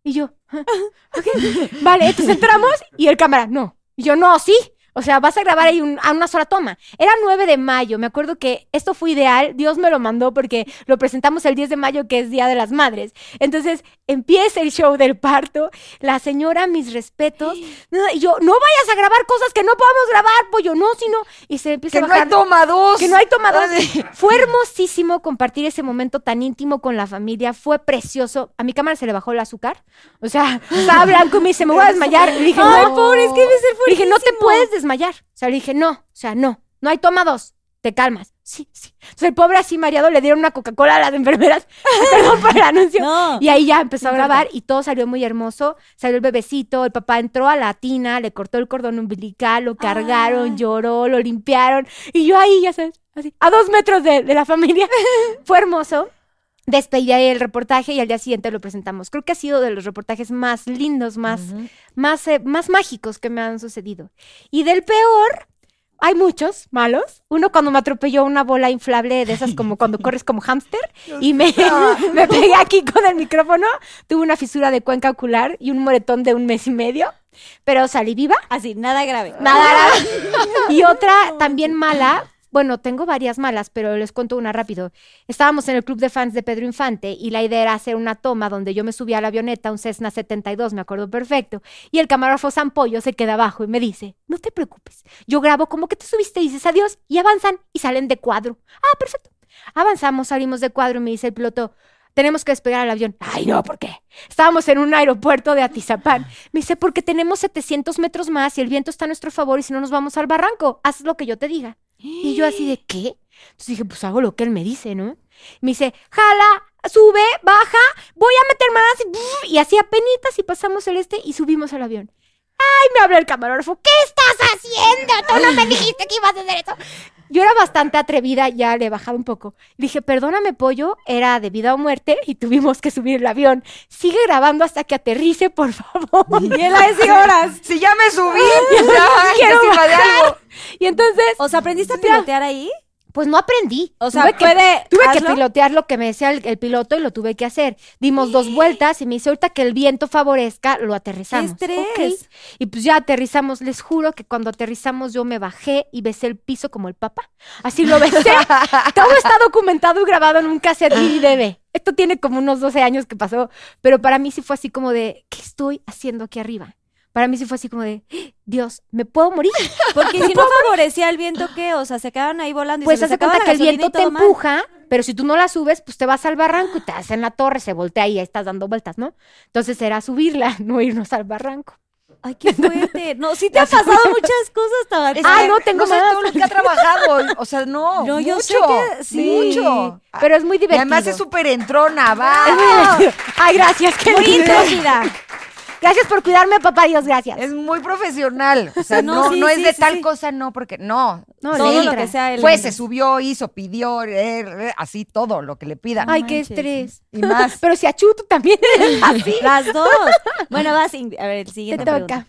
Y yo, "Ah, ok, vale, entonces entramos y el cámara, no. Y yo, no, sí. O sea, vas a grabar ahí un, a una sola toma. Era nueve de mayo. Me acuerdo que esto fue ideal. Dios me lo mandó porque lo presentamos el diez de mayo, que es Día de las Madres. Entonces, empieza el show del parto. La señora, mis respetos. No, y yo, no vayas a grabar cosas que no podamos grabar, pollo. No, sino... Y se empieza Que a no hay bajar. toma dos. Que no hay toma dos. Ay. Fue hermosísimo compartir ese momento tan íntimo con la familia. Fue precioso. A mi cámara se le bajó el azúcar. O sea, estaba blanco y me dice, me voy a desmayar. Y le dije, Ay, no. pobre, es que debe ser Le dije, no te fuertísimo. puedes desmayar. O sea, le dije, no, o sea, no, no hay toma dos, te calmas. Sí, sí. Entonces el pobre así mareado le dieron una Coca-Cola a las enfermeras, perdón por el anuncio. No. Y ahí ya empezó a No grabar importa. y todo salió muy hermoso. Salió el bebecito, el papá entró a la tina, le cortó el cordón umbilical, lo cargaron, Ah. lloró, lo limpiaron. Y yo ahí, ya sabes, así, a dos metros de, de la familia. Fue hermoso. Despedí ahí el reportaje y al día siguiente lo presentamos. Creo que ha sido de los reportajes más lindos, más, Ujú. más, eh, más mágicos que me han sucedido. Y del peor, hay muchos malos. Uno cuando me atropelló una bola inflable de esas como cuando corres como hámster y me, me pegué aquí con el micrófono. Tuve una fisura de cuenca ocular y un moretón de un mes y medio, pero salí viva. Así, nada grave. Nada grave. Y otra también mala. Bueno, tengo varias malas, pero les cuento una rápido. Estábamos en el club de fans de Pedro Infante y la idea era hacer una toma donde yo me subí a la avioneta, un Cessna setenta y dos, me acuerdo perfecto, y el camarógrafo Zampollo se queda abajo y me dice, no te preocupes, yo grabo como que te subiste y dices adiós y avanzan y salen de cuadro. Ah, perfecto. Avanzamos, salimos de cuadro y me dice el piloto, tenemos que despegar al avión. Ay, no, ¿por qué? Estábamos en un aeropuerto de Atizapán. Me dice, porque tenemos setecientos metros más y el viento está a nuestro favor y si no nos vamos al barranco, haz lo que yo te diga. Y yo así de, ¿qué? Entonces dije, pues hago lo que él me dice, ¿no? Me dice, jala, sube, baja, voy a meter más. Y, brr, y así apenitas y pasamos el este y subimos al avión. Ay, me habla el camarógrafo, ¿qué estás haciendo? Tú no me dijiste que ibas a hacer eso. Yo era bastante atrevida, ya le he bajado un poco. Dije, perdóname, pollo, era de vida o muerte y tuvimos que subir el avión. Sigue grabando hasta que aterrice, por favor. Y él a decir horas. Si ya me subí, ya, Quiero ya se de algo. Y entonces, O sea, ¿aprendiste a Ya. pilotear ahí? pues no aprendí. O sea, tuve que, puede- tuve que hazlo. pilotear lo que me decía el, el piloto y lo tuve que hacer. Dimos dos vueltas y me dice, ahorita que el viento favorezca, lo aterrizamos. ¡Qué estrés! Ok. Y pues ya aterrizamos. Les juro que cuando aterrizamos yo me bajé y besé el piso como el papa. Así lo besé. Todo está documentado y grabado en un cassette V D B. Esto tiene como unos doce años que pasó, pero para mí sí fue así como de, ¿qué estoy haciendo aquí arriba? Para mí sí fue así como de, Dios, ¿me puedo morir? Porque si no favorecía el viento, ¿qué? O sea, se quedaban ahí volando y Pues se les hace acaba cuenta la que el gasolina viento y te todo mal. empuja, pero si tú no la subes, pues te vas al barranco y te das en la torre, se voltea y ahí estás dando vueltas, ¿no? Entonces era subirla, no irnos al barranco. Ay, qué fuerte. No, sí te ha pasado muchas cosas, Tabata. Es Ah, que no, tengo sabes más. todo lo que ha trabajado. O sea, no, No, yo mucho. sé que sí. Mucho. Pero es muy Y divertido. además es súper entrona, va. Es muy divertido. Ay, gracias, qué Muy lindo. intrópida. Gracias por cuidarme, papá Dios, gracias. Es muy profesional. O sea, No, no, sí, no es sí, de sí, tal sí. cosa, no, porque no. No, Todo le lo entra. que sea el... Fue, se subió, hizo, pidió, eh, eh, así todo lo que le pidan. Ay, qué manches. estrés. Y más. Pero si a Chu, tú también eres así. Las dos. Bueno, vas, Ingrid. A ver, el Te siguiente toca. pregunta.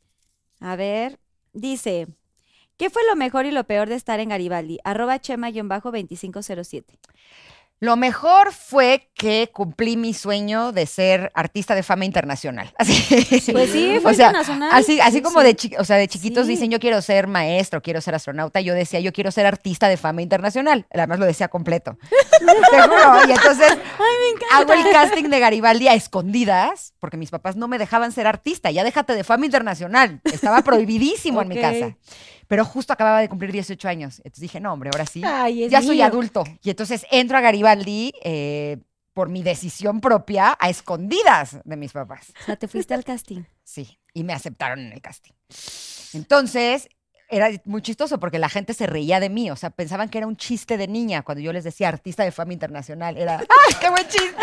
A ver, dice, ¿qué fue lo mejor y lo peor de estar en Garibaldi? Arroba chema-veinticinco cero siete. Lo mejor fue que cumplí mi sueño de ser artista de fama internacional. Así. Pues sí, fue O sea, internacional. Así, así Sí, como sí. de, chi- o sea, de chiquitos Sí. dicen yo quiero ser maestro, quiero ser astronauta, yo decía yo quiero ser artista de fama internacional. Además lo decía completo. Te juro. Y entonces hago el casting de Garibaldi a escondidas, porque mis papás no me dejaban ser artista. Ya déjate de fama internacional. Estaba prohibidísimo en mi Ok. casa. Pero justo acababa de cumplir dieciocho años. Entonces dije, no, hombre, ahora sí. Ay, es Ya soy mío. adulto. Y entonces entro a Garibaldi eh, por mi decisión propia a escondidas de mis papás. O sea, te fuiste al casting. Sí, y me aceptaron en el casting. Entonces, era muy chistoso porque la gente se reía de mí, o sea, pensaban que era un chiste de niña cuando yo les decía artista de fama internacional. Era, ¡ay, qué buen chiste!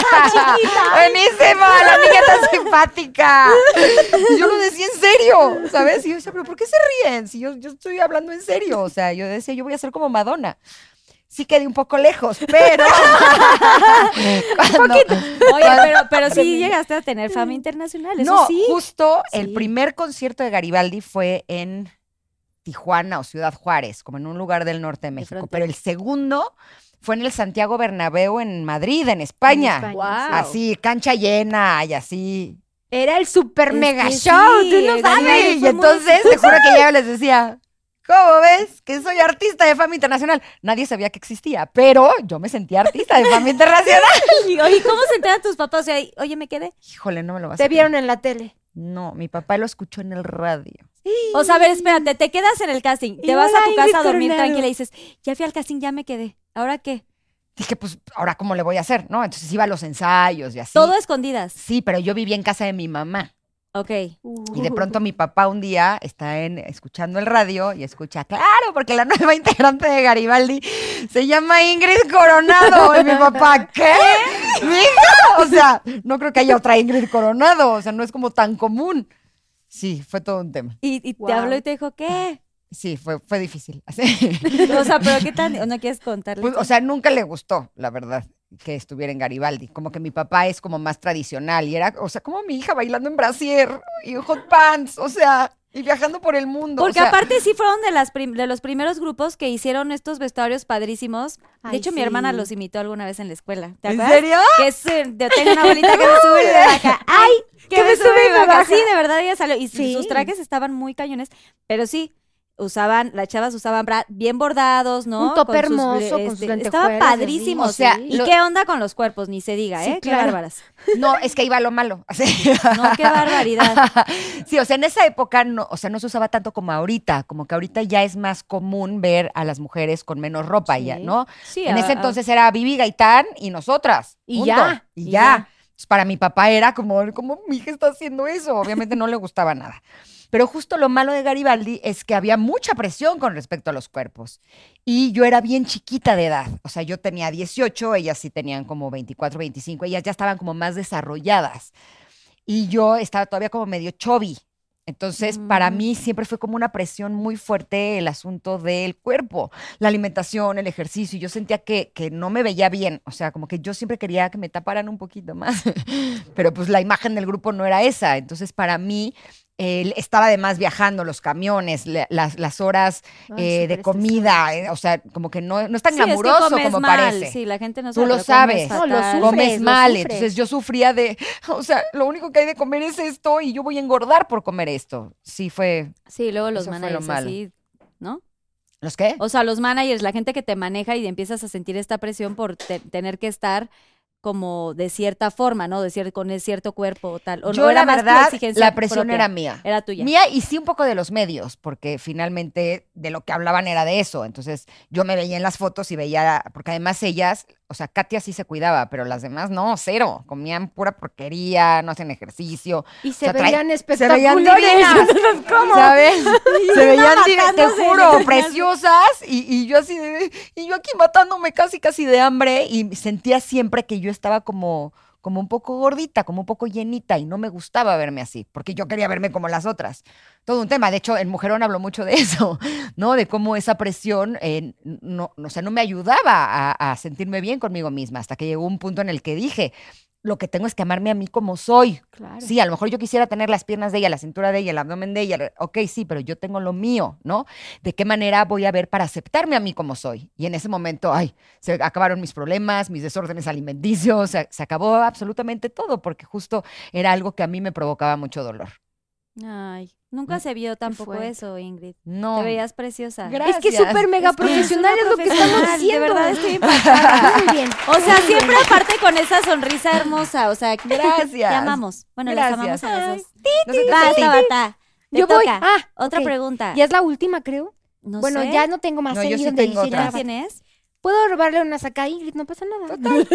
¡Buenísimo! ¡La niña tan simpática! Y yo lo decía en serio, ¿sabes? Y yo decía, ¿pero por qué se ríen? Si yo, yo estoy hablando en serio, o sea, yo decía, yo voy a ser como Madonna. Sí quedé un poco lejos, pero... Cuando- Oye, pero, pero sí llegaste a tener fama internacional, eso no, sí. justo Sí. el primer concierto de Garibaldi fue en Tijuana o Ciudad Juárez, como en un lugar del norte de México. frontera. Pero el segundo Fue en el Santiago Bernabéu en Madrid, en España. En España, Wow. Así, cancha llena y así. Era el super Es mega que show, sí, tú no es sabes. Ay, Sí, y fue muy entonces te juro que ya les decía, ¿cómo ves? Que soy artista de fama internacional. Nadie sabía que existía, pero yo me sentía artista de fama internacional. Y, oye, ¿cómo se enteran tus papás? O sea, oye, me quedé. Híjole, no me lo vas a Te creer. vieron en la tele. No, mi papá lo escuchó en el radio. O sea, a ver, espérate, te quedas en el casting, te Y vas a hola, tu Ingrid casa a dormir Coronado. tranquila y dices, ya fui al casting, ya me quedé. ¿Ahora qué? Dije, pues, ¿ahora cómo le voy a hacer? ¿No? Entonces iba a los ensayos y así. Todo a escondidas. Sí, pero yo vivía en casa de mi mamá. Ok. Y de pronto mi papá un día está en, escuchando el radio y escucha, claro, porque la nueva integrante de Garibaldi se llama Ingrid Coronado. Y mi papá, ¿qué? ¿Mija? O sea, no creo que haya otra Ingrid Coronado. O sea, no es como tan común. Sí, fue todo un tema. Y, y te Wow. habló y te dijo, ¿qué? Sí, fue, fue difícil. Así. O sea, pero ¿qué tal? ¿O no quieres contarle? Pues, o sea, nunca le gustó, la verdad, que estuviera en Garibaldi. Como que mi papá es como más tradicional y era, o sea, como mi hija bailando en brasier y en hot pants, o sea, y viajando por el mundo. Porque o sea, aparte sí fueron de las prim- de los primeros grupos que hicieron estos vestuarios padrísimos. De Ay, hecho, mi sí. hermana los imitó alguna vez en la escuela. ¿Te ¿en acuerdas? serio? Que es, eh, yo tengo una abuelita que me sube y me baja. ¡Ay! Que, me sube y me baja. Sí, de verdad ella salió. Y su- Sí. sus trajes estaban muy cañones. Pero sí, usaban, las chavas usaban bra- bien bordados, ¿no? Un tope Con sus, hermoso, con este, sus lentejuelas, Estaban así. padrísimos. O sea, ¿Y lo- qué onda con los cuerpos? Ni se diga, Sí, ¿eh? Qué claro. bárbaras. No, es que iba lo malo. Así. No, qué barbaridad. Sí, o sea, en esa época no, o sea, no se usaba tanto como ahorita, como que ahorita ya es más común ver a las mujeres con menos ropa, Sí. ya, ¿no? Sí, En a- ese a- entonces era Vivi Gaitán y nosotras. Y punto. ya, Y, y ya. ya. Entonces, para mi papá era como, ¿cómo mi hija está haciendo eso? Obviamente no le gustaba nada. Pero justo lo malo de Garibaldi es que había mucha presión con respecto a los cuerpos. Y yo era bien chiquita de edad. O sea, yo tenía dieciocho, ellas sí tenían como veinticuatro, veinticinco, ellas ya estaban como más desarrolladas. Y yo estaba todavía como medio chubby. Entonces, para Mm. mí siempre fue como una presión muy fuerte el asunto del cuerpo, la alimentación, el ejercicio. Y yo sentía que, que no me veía bien. O sea, como que yo siempre quería que me taparan un poquito más. Pero pues la imagen del grupo no era esa. Entonces, para mí, eh, estaba además viajando, los camiones, la- las, las horas Ay, eh, de súper comida. eh, o sea, como que no, no es tan Sí, es que glamuroso comes como mal. parece. Sí, la gente no Tú sabe, lo pero comes sabes. No, lo fatal. sufres, Comes lo mal, sufres. entonces yo sufría de, o sea, lo único que hay de comer es esto y yo voy a engordar por comer esto. Sí, fue, Sí, luego los Eso fue lo managers malo. así, ¿no? ¿los qué? O sea, los managers, la gente que te maneja y empiezas a sentir esta presión por te- tener que estar como de cierta forma, ¿no? De cier- con el cierto cuerpo o tal. O no, Yo era la más tu verdad, exigencia la presión propia. era mía. Era tuya. Mía y sí un poco de los medios, porque finalmente de lo que hablaban era de eso. Entonces yo me veía en las fotos y veía, porque además ellas, o sea, Katia sí se cuidaba, pero las demás no, cero. Comían pura porquería, no hacían ejercicio. Y se O sea, trae- veían Se espectaculares. veían divinas, ¿sabes? Se veían, di- te matándose, juro, literal. preciosas y, y yo así de, y yo aquí matándome casi casi de hambre y sentía siempre que yo estaba como, como un poco gordita, como un poco llenita y no me gustaba verme así, porque yo quería verme como las otras. Todo un tema, de hecho, en Mujerón habló mucho de eso, ¿no? De cómo esa presión, eh, no, no, o sea, no me ayudaba a, a sentirme bien conmigo misma, hasta que llegó un punto en el que dije, lo que tengo es que amarme a mí como soy. Claro. Sí, a lo mejor yo quisiera tener las piernas de ella, la cintura de ella, el abdomen de ella. Ok, sí, pero yo tengo lo mío, ¿no? ¿De qué manera voy a ver para aceptarme a mí como soy? Y en ese momento, ay, se acabaron mis problemas, mis desórdenes alimenticios, se, se acabó absolutamente todo, porque justo era algo que a mí me provocaba mucho dolor. Ay, nunca se vio tampoco fuerte. eso, Ingrid. No. Te veías preciosa. Gracias. Es que súper mega Es que profesional es es una lo que estamos profesional, diciendo. De verdad estoy impactada. Muy bien. O sea, siempre aparte con esa sonrisa hermosa, o sea, Gracias. te amamos. Bueno, las amamos Gracias. a las dos. No se te Basta, sentí. bata. Te Yo voy. toca. Ah, Otra ok. pregunta. Ya es la última, creo. No bueno, sé. ya no tengo más No, yo ahí sí donde tengo dice otra. nada. ¿Quién es? Puedo robarle unas acá a Ingrid, no pasa nada.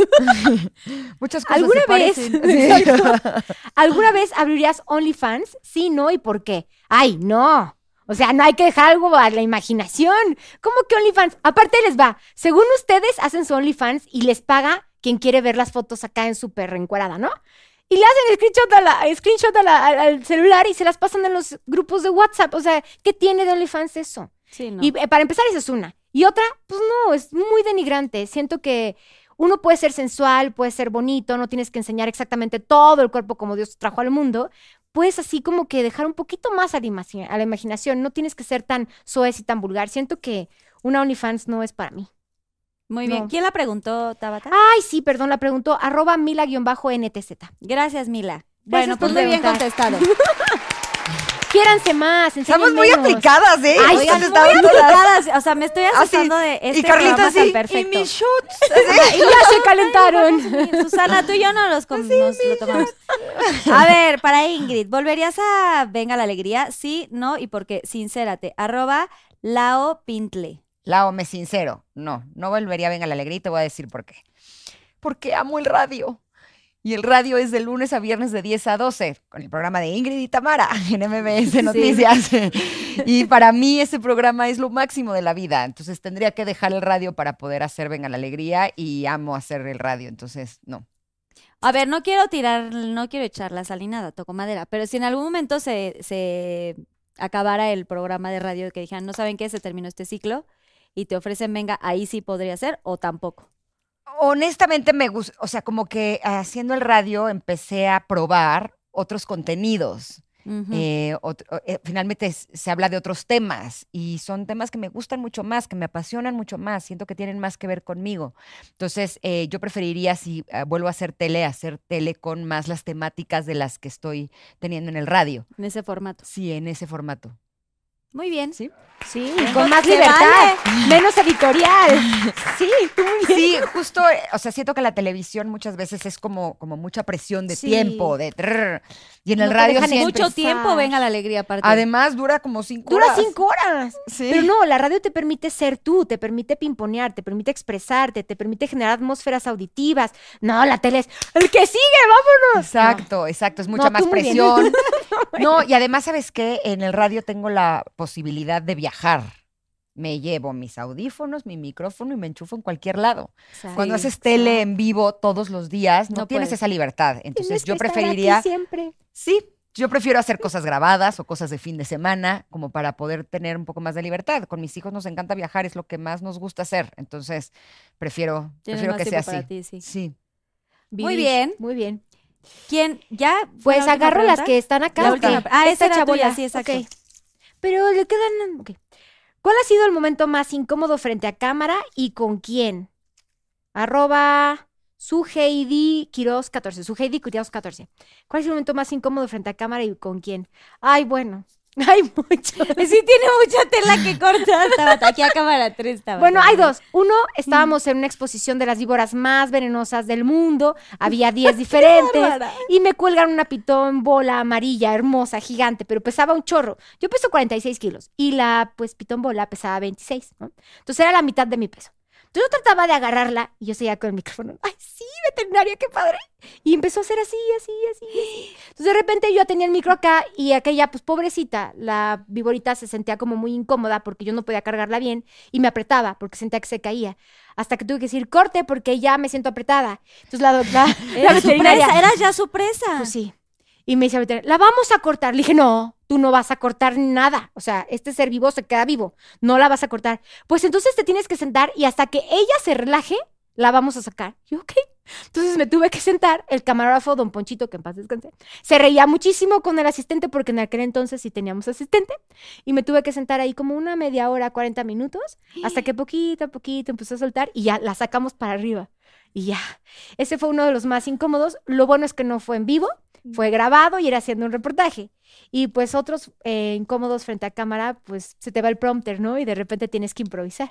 Muchas cosas ¿Alguna se vez? parecen. Sí. ¿Alguna vez abrirías OnlyFans? Sí, no, ¿y por qué? Ay, no. O sea, no hay que dejar algo a la imaginación. ¿Cómo que OnlyFans? Aparte les va. Según ustedes, hacen su OnlyFans y les paga quien quiere ver las fotos acá en súper reencuerada, ¿no? Y le hacen screenshot, a la, screenshot a la- al, al celular y se las pasan en los grupos de WhatsApp. O sea, ¿qué tiene de OnlyFans eso? Sí, no. Y eh, para empezar, esa es una. Y otra, pues no, es muy denigrante. Siento que uno puede ser sensual, puede ser bonito, no tienes que enseñar exactamente todo el cuerpo como Dios trajo al mundo. Puedes así como que dejar un poquito más a la, imagi- a la imaginación. No tienes que ser tan soez y tan vulgar. Siento que una OnlyFans no es para mí. Muy bien. No. ¿Quién la preguntó, Tabata? Ay, sí, perdón, la preguntó arroba mila-N T Z. Gracias, Mila. Gracias Bueno, pues por muy bien preguntar. contestado. Quiéranse más, enseñen Estamos muy menos. aplicadas, ¿eh? Ay, Hemos oigan, contestado Muy todas. aplicadas. O sea, me estoy Así. asustando de este Y Carlita programa tan así, y perfecto. mis shots. Y ya se calentaron. Susana, tú y yo no los com- nos lo tomamos. A ver, para Ingrid, ¿volverías a Venga la Alegría? Sí, no, y por qué. Sincérate. Arroba Lao Pintle. Lao, me sincero, no, no volvería a Venga la Alegría y te voy a decir por qué. Porque amo el radio. Y el radio es de lunes a viernes de diez a doce, con el programa de Ingrid y Tamara en M B S Noticias. Y para mí ese programa es lo máximo de la vida. Entonces tendría que dejar el radio para poder hacer Venga la Alegría y amo hacer el radio. Entonces, no. A ver, no quiero tirar, no quiero echar la sal ni nada, toco madera, pero si en algún momento se, se acabara el programa de radio que dijeran, no saben qué, se terminó este ciclo y te ofrecen Venga, ahí sí podría ser o tampoco. Honestamente me gusta, o sea, como que haciendo el radio empecé a probar otros contenidos. Ujú. Eh, ot- eh, finalmente s- se habla de otros temas y son temas que me gustan mucho más, que me apasionan mucho más, siento que tienen más que ver conmigo. Entonces, eh, yo preferiría, si eh, vuelvo a hacer tele, hacer tele con más las temáticas de las que estoy teniendo en el radio. En ese formato. Sí, en ese formato. Muy bien. ¿Sí? Sí, con más Se libertad, menos editorial. Sí, tú muy bien. Sí, justo, eh, o sea, siento que la televisión muchas veces es como, como mucha presión de Sí. tiempo, de trrr, y en No el te radio dejan siempre. Mucho empezar. tiempo, Venga la Alegría aparte. Además, dura como cinco Dura horas. cinco horas. Sí. Pero no, la radio te permite ser tú, te permite pimponear, te permite expresarte, te permite generar atmósferas auditivas. No, la tele es el que sigue, vámonos. Exacto, exacto, es mucha No, más tú muy bien. presión. No, y además, ¿sabes qué? En el radio tengo la posibilidad de viajar. Me llevo mis audífonos, mi micrófono y me enchufo en cualquier lado. Exacto. Cuando haces tele en vivo todos los días, no, No tienes puedes. esa libertad. Tienes Entonces, que yo estar preferiría, aquí siempre. sí, yo prefiero hacer cosas grabadas o cosas de fin de semana, como para poder tener un poco más de libertad. Con mis hijos nos encanta viajar, es lo que más nos gusta hacer. Entonces, prefiero, Tienes prefiero más que sea tiempo para así. ti, sí. Sí. Muy Vivi, bien. Muy bien. ¿Quién? ¿Ya? fue Pues la última agarro las pregunta? que están acá. La ¿o última. qué? Ah, esa Esta era chabola. tuya, sí, exacto. Ok. Pero le quedan. ok. ¿Cuál ha sido el momento más incómodo frente a cámara y con quién? Arroba Suheidi Quiroz catorce. Suheidi Quiroz catorce. ¿Cuál es el momento más incómodo frente a cámara y con quién? Ay, bueno. Hay mucho. Sí tiene mucha tela que cortar. Tabata. Aquí a cámara tres, Tabata. Bueno, hay dos. Uno, estábamos en una exposición de las víboras más venenosas del mundo. Había diez diferentes. bárbara. Y me cuelgan una pitón bola amarilla, hermosa, gigante, pero pesaba un chorro. Yo peso cuarenta y seis kilos y la, pues, pitón bola pesaba veintiséis, ¿no? Entonces era la mitad de mi peso. Entonces yo trataba de agarrarla y yo seguía con el micrófono. ¡Ay, sí, veterinaria, qué padre! Y empezó a hacer así, así, así, así. Entonces de repente yo tenía el micro acá y aquella, pues pobrecita, la viborita se sentía como muy incómoda porque yo no podía cargarla bien y me apretaba porque sentía que se caía. Hasta que tuve que decir, corte, porque ya me siento apretada. Entonces la, la, la Era su veterinaria... presa, era ya su presa. Pues sí. Y me dice la veterinaria, la vamos a cortar. Le dije, no, tú no vas a cortar nada. O sea, este ser vivo se queda vivo. No la vas a cortar. Pues entonces te tienes que sentar y hasta que ella se relaje, la vamos a sacar. Y yo, ok. Entonces me tuve que sentar. El camarógrafo, don Ponchito, que en paz descanse, se reía muchísimo con el asistente porque en aquel entonces sí teníamos asistente. Y me tuve que sentar ahí como una media hora, cuarenta minutos, hasta que poquito a poquito empezó a soltar y ya la sacamos para arriba. Y ya. Ese fue uno de los más incómodos. Lo bueno es que no fue en vivo. Fue grabado y era haciendo un reportaje. Y pues otros eh, incómodos frente a cámara, pues se te va el prompter, ¿no? Y de repente tienes que improvisar.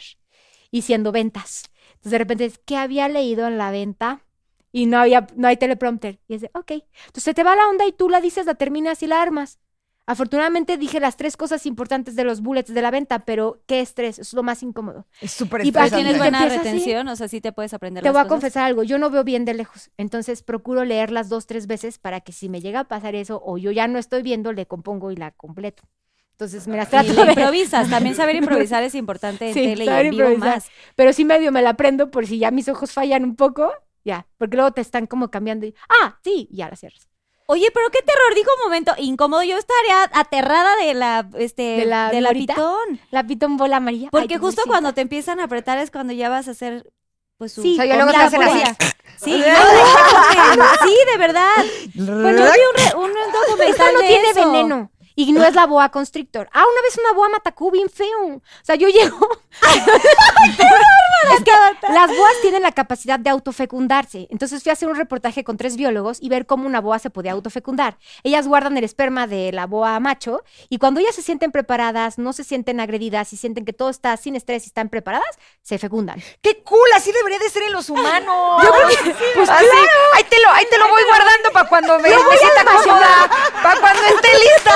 Y siendo ventas. Entonces de repente es, ¿qué había leído en la venta? Y no había, no hay teleprompter. Y es de, ok. Entonces se te va la onda y tú la dices, la terminas y la armas. Afortunadamente dije las tres cosas importantes de los bullets de la venta, pero ¿qué estrés? Eso es lo más incómodo. Es súper Y estresante. ¿Tienes te buena empiezas así. retención? O sea, sí te puedes aprender Te las voy a cosas. confesar algo, yo no veo bien de lejos, entonces procuro leerlas dos, tres veces para que si me llega a pasar eso o yo ya no estoy viendo, le compongo y la completo. Entonces me las Y trato le de... improvisas. También saber improvisar es importante en Sí, tele y saber en vivo improvisar. más. Pero sí medio me la aprendo por si ya mis ojos fallan un poco, ya, porque luego te están como cambiando y, ah, sí, y ya la cierras. Oye, pero qué terror, dijo un momento incómodo. Yo estaría aterrada de la, este, ¿De la viborita? pitón. La pitón bola amarilla. Porque Ay, justo pobrecita. cuando te empiezan a apretar es cuando ya vas a hacer, pues, su Sí, O sea, ya luego te comida hacen así. propia. Sí, y luego te comen. Sí, de verdad. Bueno, yo vi un, re- un documental Esta no de tiene eso. veneno. Y no es la boa constrictor. Ah, una vez una boa me atacó bien feo. O sea, yo llego. Es que las boas tienen la capacidad de autofecundarse. Entonces fui a hacer un reportaje con tres biólogos y ver cómo una boa se podía autofecundar. Ellas guardan el esperma de la boa macho y cuando ellas se sienten preparadas, no se sienten agredidas y sienten que todo está sin estrés y están preparadas, se fecundan. ¡Qué cool! Así debería de ser en los humanos. Yo creo que sí. Pues así, claro. ahí te lo, ahí te lo voy guardando para cuando me, me sienta cómoda, para cuando esté lista.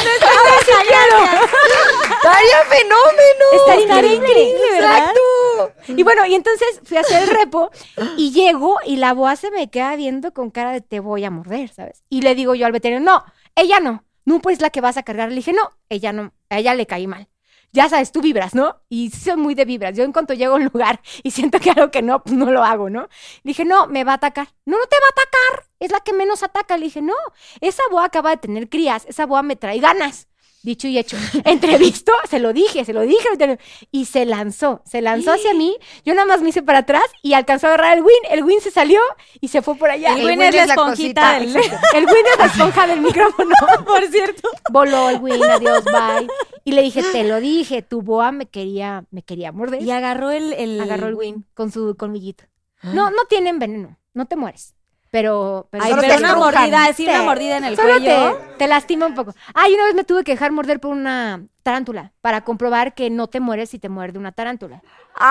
Estaría fenómeno. Estaría increíble, ¿verdad? Exacto. Y bueno, y entonces fui a hacer el repo y llego y la boa se me queda viendo con cara de te voy a morder, ¿sabes? Y le digo yo al veterinario, no, ella no, no pues la que vas a cargar. Le dije, no, ella no, a ella le caí mal. Ya sabes, tú vibras, ¿no? Y soy muy de vibras. Yo en cuanto llego a un lugar y siento que algo que no, pues no lo hago, ¿no? Le dije, no, me va a atacar. No, no te va a atacar. Es la que menos ataca. Le dije, no, esa boa acaba de tener crías. Esa boa me trae ganas. Dicho y hecho. Entrevisto, se lo dije, se lo dije. Y se lanzó, se lanzó hacia mí. Yo nada más me hice para atrás y alcanzó a agarrar el win. El win se salió y se fue por allá. El, el win es la esponjita del... El win es la esponja del micrófono, por cierto. Voló el win, adiós, bye. Y le dije, te lo dije, tu boa me quería, me quería morder. Y agarró el... el... Agarró el win con su colmillito. No, no tienen veneno, no te mueres. Pero, pero, Ay, solo pero te una estrujan. mordida, sí, Te- una mordida en el solo cuello. Te, te lastima un poco. Ay, una vez me tuve que dejar morder por una tarántula para comprobar que no te mueres si te muerde una tarántula.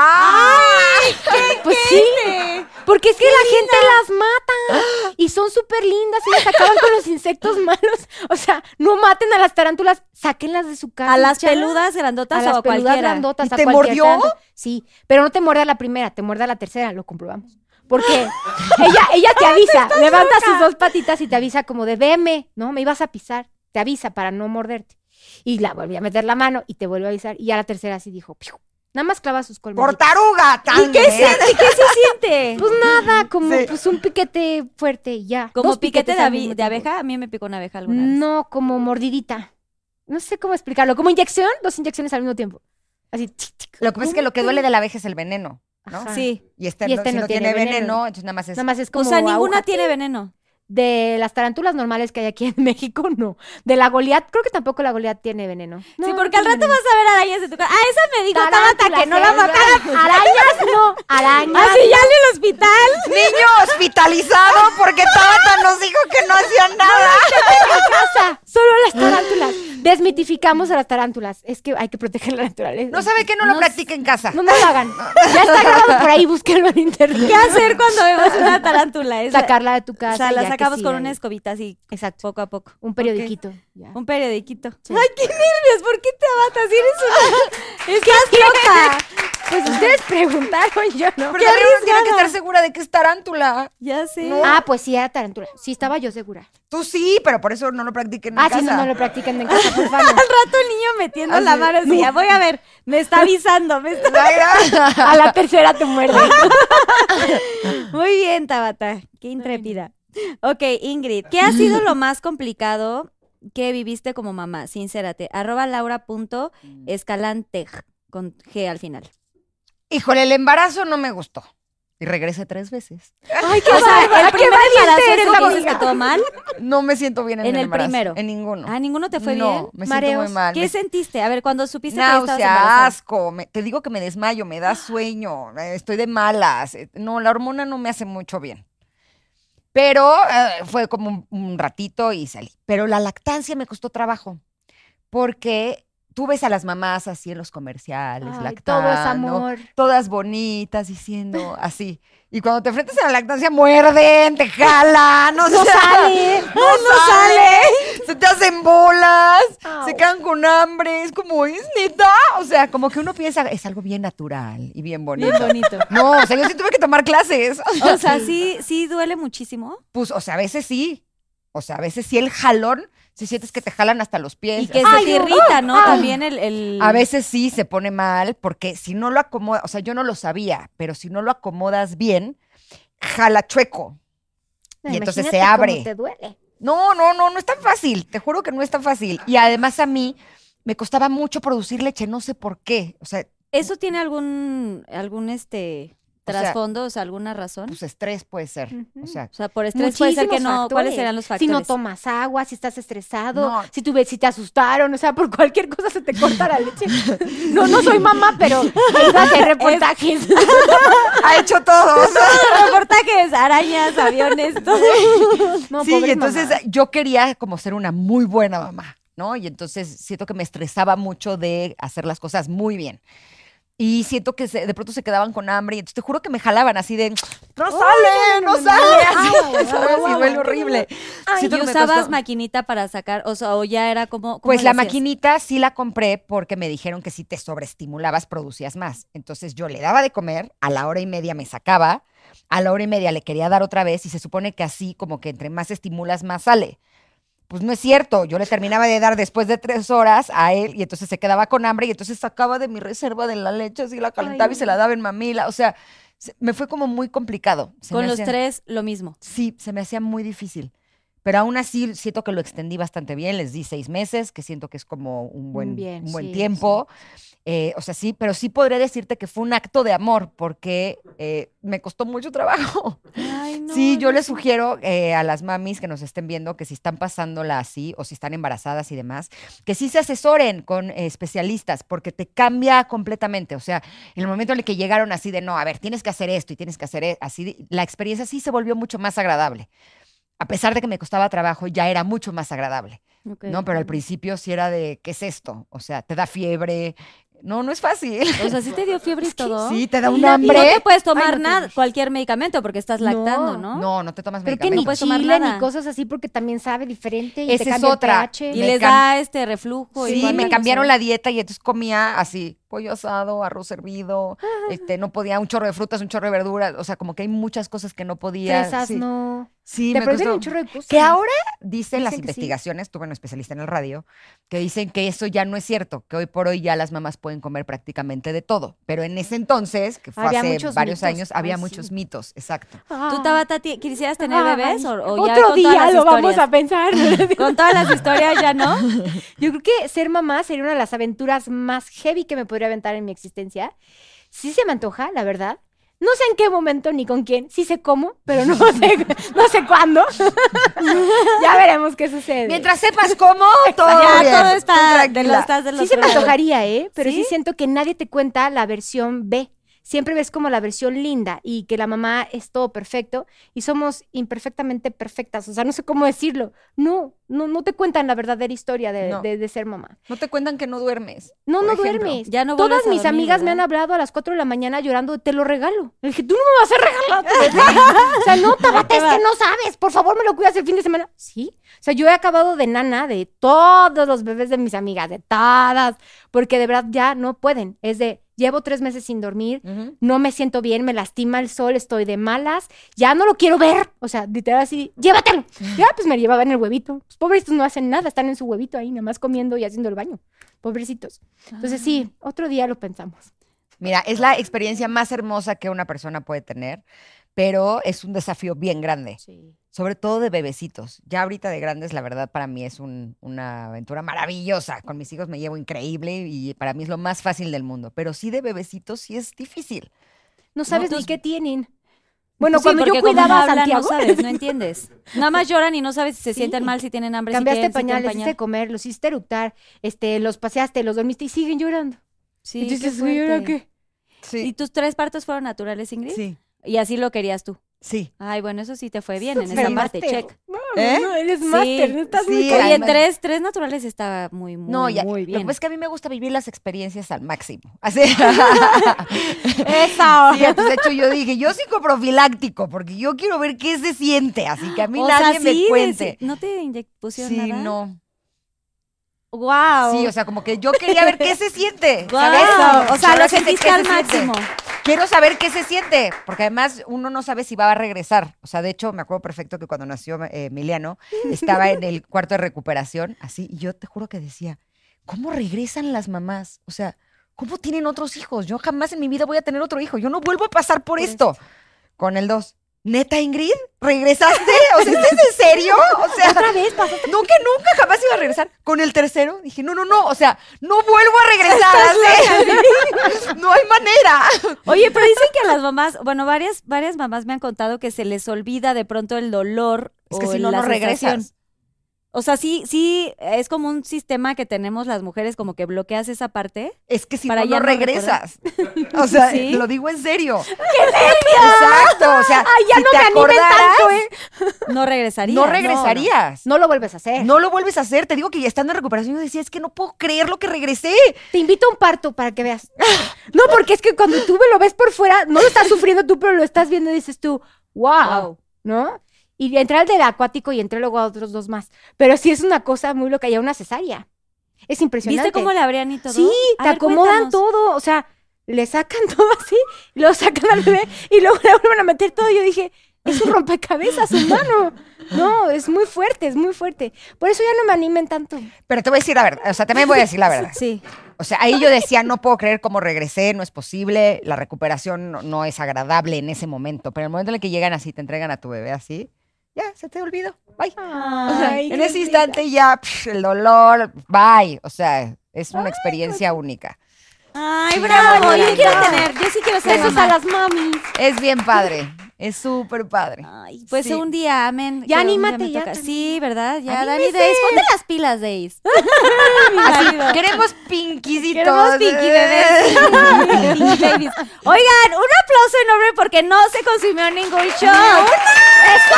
¡Ay! Pues sí, porque es que la gente las mata y son súper lindas y las acaban con los insectos malos. O sea, no maten a las tarántulas, sáquenlas de su casa. ¿A las ya. peludas grandotas A las o a peludas cualquiera? grandotas, ¿Y a te cualquier mordió? tarántula. Sí, pero no te muerde a la primera, te muerde a la tercera, lo comprobamos. Porque ella, ella te avisa, levanta sus dos patitas y te avisa como de veme, ¿no? Me ibas a pisar, te avisa para no morderte. Y la volví a meter la mano y te vuelve a avisar. Y ya la tercera así dijo, ¡piu! Nada más clava sus colmillos. ¡Por taruga! ¿Y qué, siente? ¿Qué se siente? Pues nada, como Sí. pues un piquete fuerte y ya. ¿Como Dos piquete piquetes de, al avi- mismo de tiempo. abeja? A mí me picó una abeja alguna vez. No, como mordidita. No sé cómo explicarlo. Como inyección, dos inyecciones al mismo tiempo. Así, tic, tic. Lo que pasa es que lo que duele de la abeja es el veneno, ¿no? Ajá. Sí. Y este, Y este no, si no no tiene tiene veneno, veneno. entonces nada más es... Nada más es como O sea, ninguna aguja. tiene veneno. De las tarántulas normales que hay aquí en México, no. De la Goliat, creo que tampoco la Goliat tiene veneno. sí, No, porque no al tiene rato veneno. vas a ver arañas de tu casa. Ah, esa me dijo Tabata Tarántulas, que no la ¿eh? mataran. Arañas no, arañas. Así ya en el hospital. ¡Niño hospitalizado! Porque Tabata nos dijo que no hacían nada. En casa, solo las tarántulas. Desmitificamos a las tarántulas. Es que hay que proteger la naturaleza. No sabe que no lo practique en casa. No, no lo hagan. Ya está grabado por ahí, búsquenlo en internet. ¿Qué hacer cuando vemos una tarántula? Es- Sacarla de tu O casa. sea, y la ya que sacamos con siga una ahí. escobita así, Exacto. poco a poco. Un periodiquito. Ya. Un periodiquito. Ay, qué nervios. ¿Por qué te abatas? Si eres una... Estás loca. Pues ustedes preguntaron, yo no. Pero también uno tiene que estar segura de que es tarántula. Ya sé. Ah, pues sí, era tarántula. Sí, estaba yo segura. Tú sí, pero por eso no lo practiquen en Ah, casa. sí, no, no lo practican en casa, por favor. Al rato el niño metiendo Así, la mano así, ya voy a ver, me está avisando, me está... A la tercera te muerde. Muy bien, Tabata, qué intrépida. Ok, Ingrid, ¿qué ha sido lo más complicado que viviste como mamá? Sincérate, arroba laura.escalante con G al final. Híjole, el embarazo no me gustó. Y regresé tres veces. Ay, qué o sea, el primer embarazo es lo que dices que todo mal. No me siento bien en, En el el embarazo. primero. En ninguno. Ah, ¿ninguno te fue no, bien? me Mareos. siento muy mal. ¿Qué Me- sentiste? A ver, cuando supiste que estabas Náusea, embarazada. asco. me- te digo que me desmayo, me da sueño, eh, estoy de malas. eh, No, la hormona no me hace mucho bien. Pero eh, fue como un, un ratito y salí. Pero la lactancia me costó trabajo. Porque tú ves a las mamás así en los comerciales, Ay, lactando. todo es amor. Todas bonitas, diciendo así. Y cuando te enfrentas a la lactancia, muerden, te jalan, no, No sea, sale. no, sale, se te hacen bolas, Au. se quedan con hambre, es como, ¿es neta? O sea, como que uno piensa, es algo bien natural y bien bonito. Bien bonito. No, o sea, yo sí tuve que tomar clases. O sea, sí, sí duele muchísimo. Pues, o sea, a veces sí. O sea, a veces sí el jalón, si sientes que te jalan hasta los pies. Y que así. se te irrita, ¿no? También el... el... A veces sí se pone mal, porque si no lo acomodas, o sea, yo no lo sabía, pero si no lo acomodas bien, jala chueco. Y entonces se Imagínate abre. cómo te duele. No, no, no, no es tan fácil. Te juro que no es tan fácil. Y además a mí me costaba mucho producir leche, no sé por qué. O sea, ¿Eso tiene algún, algún este, trasfondo, o sea, alguna razón? Pues estrés puede ser. Ujú. O sea, O sea, por estrés puede ser que Muchísimos no. ¿Cuáles factores. serán los Si factores? no tomas agua, si estás estresado, No. si, tu be- si te asustaron, o sea, por cualquier cosa se te corta la leche. No, no soy mamá, pero he ido a hacer reportajes. ha hecho todo. Reportajes, arañas, aviones, todo. No, Sí, pobres y entonces mamás. yo quería como ser una muy buena mamá, ¿no? Y entonces siento que me estresaba mucho de hacer las cosas muy bien. Y siento que se- de pronto se quedaban con hambre y entonces te juro que me jalaban así de, no sale, no, no, no, sale, no, así, agua, ¿sabes? agua, Y agua, duele agua. horrible. Ay, Siento ¿y que me usabas costó- maquinita para sacar, o sea, o ya era como... ¿cómo Pues le la hacías? maquinita sí la compré porque me dijeron que si te sobreestimulabas producías más. Entonces yo le daba de comer, a la hora y media me sacaba, a la hora y media le quería dar otra vez y se supone que así como que entre más estimulas más sale. Pues no es cierto, yo le terminaba de dar después de tres horas a él y entonces se quedaba con hambre y entonces sacaba de mi reserva de la leche, así la calentaba Ay, y se la daba en mamila. O sea, se- me fue como muy complicado. Se Con me los hacía- tres, lo mismo. Sí, se me hacía muy difícil. Pero aún así siento que lo extendí bastante bien. Les di seis meses, que siento que es como un buen, Bien, un buen sí, tiempo. Eh, o sea, sí, pero sí podré decirte que fue un acto de amor porque eh, me costó mucho trabajo. Ay, no. Sí, yo no les sé. sugiero eh, a las mamis que nos estén viendo que si están pasándola así o si están embarazadas y demás, que sí se asesoren con eh, especialistas porque te cambia completamente. O sea, en el momento en el que llegaron así de, no, a ver, tienes que hacer esto y tienes que hacer e-", así, de- la experiencia sí se volvió mucho más agradable. A pesar de que me costaba trabajo, ya era mucho más agradable, Ok. ¿no? Pero al principio sí era de, ¿qué es esto? O sea, te da fiebre. No, no es fácil. O sea, ¿sí te dio fiebre y todo? Sí, te da un Y no hambre. te puedes tomar Ay, no, nada, qué- cualquier medicamento porque estás lactando, ¿no? No, no te tomas Pero que ni no puedes tomar chile nada. ni cosas así porque también sabe diferente y Esa te es cambia otra. el pH. Y Me les cam- da este reflujo. y Sí, cuánta me cosa. cambiaron la dieta y entonces comía así, pollo asado, arroz hervido, este, no podía, un chorro de frutas, un chorro de verduras, o sea, como que hay muchas cosas que no podía. Fresas, sí, no. sí, Te me prohíben costó. un chorro de cosas. Que ahora dicen las Dicen que sí. investigaciones, tuve un especialista en el radio, que dicen que eso ya no es cierto, que hoy por hoy ya las mamás pueden comer prácticamente de todo, pero en ese entonces, que fue Había hace muchos varios mitos. años, había Ay, sí. muchos mitos, exacto. ¿Tú, Tabata, ti- quisieras tener Ay, bebés o, o ya Otro con todas día las lo vamos historias? a pensar. Con todas las historias ya no. Yo creo que ser mamá sería una de las aventuras más heavy que me podría aventar en mi existencia. Sí se me antoja, la verdad. No sé en qué momento ni con quién. Sí sé cómo, pero no sé, no sé cuándo. Ya veremos qué sucede. Mientras sepas cómo, todo ya bien, todo tú está de tranquila. los, estás de los Sí se me otro lado. antojaría, ¿eh? Pero ¿Sí? ¿Sí? siento que nadie te cuenta la versión B. Siempre ves como la versión linda y que la mamá es todo perfecto y somos imperfectamente perfectas. O sea, no sé cómo decirlo. No, no, no te cuentan la verdadera historia de, No. de- de ser mamá. No te cuentan que no duermes. No, por no ejemplo. duermes. Ya no Todas vuelves a mis dormir, amigas me han ¿verdad? hablado a las cuatro de la mañana llorando, te lo regalo. Le dije, tú no me vas a regalar tu bebé. O sea, no, Tabata, es que no sabes. Por favor, me lo cuidas el fin de semana. Sí. O sea, yo he acabado de nana de todos los bebés de mis amigas, de todas, porque de verdad ya no pueden. Es de, llevo tres meses sin dormir, Ujú. no me siento bien, me lastima el sol, estoy de malas, ya no lo quiero ver. O sea, literal así, llévatelo. Ya, pues me llevaban el huevito. Pues pobrecitos no hacen nada, están en su huevito ahí, nada más comiendo y haciendo el baño. Pobrecitos. Entonces sí, otro día lo pensamos. Mira, es la experiencia más hermosa que una persona puede tener, pero es un desafío bien grande, Sí. sobre todo de bebecitos. Ya ahorita de grandes, la verdad, para mí es un- una aventura maravillosa. Con mis hijos me llevo increíble y para mí es lo más fácil del mundo, pero sí de bebecitos sí es difícil. No sabes tú- ni qué tienen. Bueno, Sí, cuando yo porque como cuidaba no a hablan, Santiago, no sabes, no entiendes. Nada más lloran y no sabes si se Sí. sienten mal, si tienen hambre, cambiaste si quieren, si quieren pañales, hiciste comer, los hiciste eructar, este, los paseaste, los dormiste y siguen llorando. Sí, Y qué dices, "Güey, ¿ahora fuerte. qué?". ¿Y Sí, tus tres partos fueron naturales, Ingrid? sí, Y así lo querías tú. sí. Ay, bueno, eso sí te fue bien en Súper esa parte, máster. check. No, ¿Eh? no, eres Sí, máster, no estás muy sí, Oye, cabrón. además- tres, tres naturales está muy, muy, No, ya, muy lo bien. que pasa es que a mí me gusta vivir las experiencias al máximo. Así. Eso. Sí, entonces de hecho yo dije, yo psicoprofiláctico, porque yo quiero ver qué se siente, así que a mí O nadie sea, sí, me de- cuente. ¿No te inyec- pusieron Sí, nada? no. Wow. Sí, o sea, como que yo quería ver qué se siente. Guau. ¿sabes? O sea, Ahora lo sí sé sentiste qué al se siente. máximo. Quiero saber qué se siente, porque además uno no sabe si va a regresar. O sea, de hecho, me acuerdo perfecto que cuando nació eh, Emiliano, estaba en el cuarto de recuperación, así, y yo te juro que decía, ¿cómo regresan las mamás? O sea, ¿cómo tienen otros hijos? Yo jamás en mi vida voy a tener otro hijo. Yo no vuelvo a pasar por, esto. Con el dos. ¿Neta, Ingrid? ¿Regresaste? O sea, ¿estás en serio? O sea, Otra vez pasaste. no que nunca jamás iba a regresar. Con el tercero dije, no, no, no, o sea, no vuelvo a regresar. así. No hay manera. Oye, pero dicen que a las mamás, bueno, varias, varias mamás me han contado que se les olvida de pronto el dolor. Es que o si no, la no regresas. sensación. O sea, sí, sí, es como un sistema que tenemos las mujeres, como que bloqueas esa parte. Es que si Para no, ya no no regresas. O sea, ¿Sí? lo digo en serio. ¡Qué nervios! Exacto. O sea, Ay, ya si no te me animen acordaras, tanto, ¿eh? No regresaría. no regresarías. No lo vuelves a hacer. No lo vuelves a hacer. Te digo que ya estando en recuperación yo decía, es que no puedo creer lo que regresé. Te invito a un parto para que veas. No, porque es que cuando tú lo ves por fuera, no lo estás sufriendo tú, pero lo estás viendo y dices tú, wow, Wow. ¿no? Y entré al del acuático y entré luego a otros dos más. Pero sí es una cosa muy loca, ya una cesárea. Es impresionante. ¿Viste cómo le abrían y todo? Sí, A te ver, acomodan cuéntanos. todo, o sea, le sacan todo así, y lo sacan al bebé y luego le vuelven a meter todo. Y yo dije, es un rompecabezas humano. No, es muy fuerte, es muy fuerte. Por eso ya no me animen tanto. Pero te voy a decir la verdad. O sea, también voy a decir la verdad. Sí. O sea, ahí yo decía, no puedo creer cómo regresé, no es posible, la recuperación no, no es agradable en ese momento. Pero en el momento en el que llegan así, te entregan a tu bebé así, ya, se te olvidó. Bye. O sea, Ay, en qué ese instante ya, psh, el dolor, bye. O sea, es una experiencia única. Ay, Sí, bravo. no, Yo no, quiero no. tener, yo sí quiero ser Besos mamá. a las mamis. Es bien padre, es súper padre. Ay, pues Sí. un día, amén. Ya que un día anímate, me ya toca. también. Sí, ¿verdad? Ya, Dani Anímese. Days, ponte las pilas, Days. Mi marido. Queremos pinquisitos. Queremos Pinky bebés. Pinky babies. Oigan, un aplauso enorme porque no se consumió ningún shot. ¡Eso!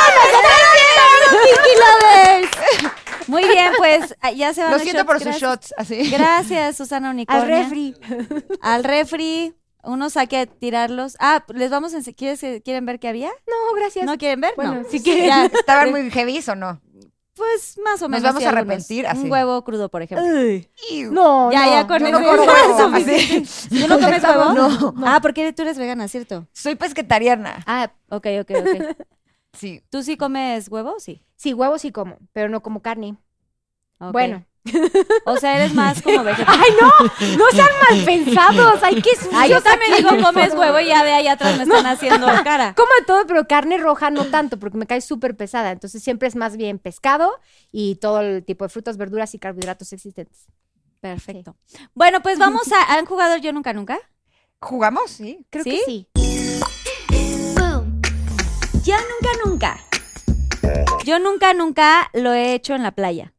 ¡Nos Pinky Lovers! Muy bien, pues ya se van Lo los siento shots. por sus Gracias. shots, así. Gracias, Susana Unicornia. Al refri. Al refri. Unos hay que tirarlos. Ah, les vamos a ense- ¿Quieres que- ¿Quieren ver qué había? No, gracias. ¿No quieren ver? Bueno, no. si quieren. Ya. ¿Estaban muy heavy o no? Pues más o Nos menos. vamos sí, a algunos. arrepentir, así. Un huevo crudo, por ejemplo. No, Ya, no, ya con yo eso no como es huevo, suficiente. ¿Tú no comes huevo? No. Ah, porque tú eres vegana, ¿cierto? Soy pesquetariana. Ah, ok, ok, ok. Sí. ¿Tú sí comes huevo? Sí. Sí, huevos sí como, pero no como carne. Ok. Bueno. O sea, eres más como vegetariana. ¡Ay, no! ¡No sean mal pensados! ¡Ay, qué sucios! Ah, yo también aquí! digo comes huevo y ya de allá atrás me están haciendo cara. Como de todo, pero carne roja no tanto, porque me cae súper pesada. Entonces siempre es más bien pescado y todo el tipo de frutas, verduras y carbohidratos existentes. Perfecto. Bueno, pues vamos a... ¿Han jugado Yo Nunca Nunca? ¿Jugamos? Sí. Creo ¿Sí? que sí. Yo Nunca Nunca. Yo nunca, nunca lo he hecho en la playa.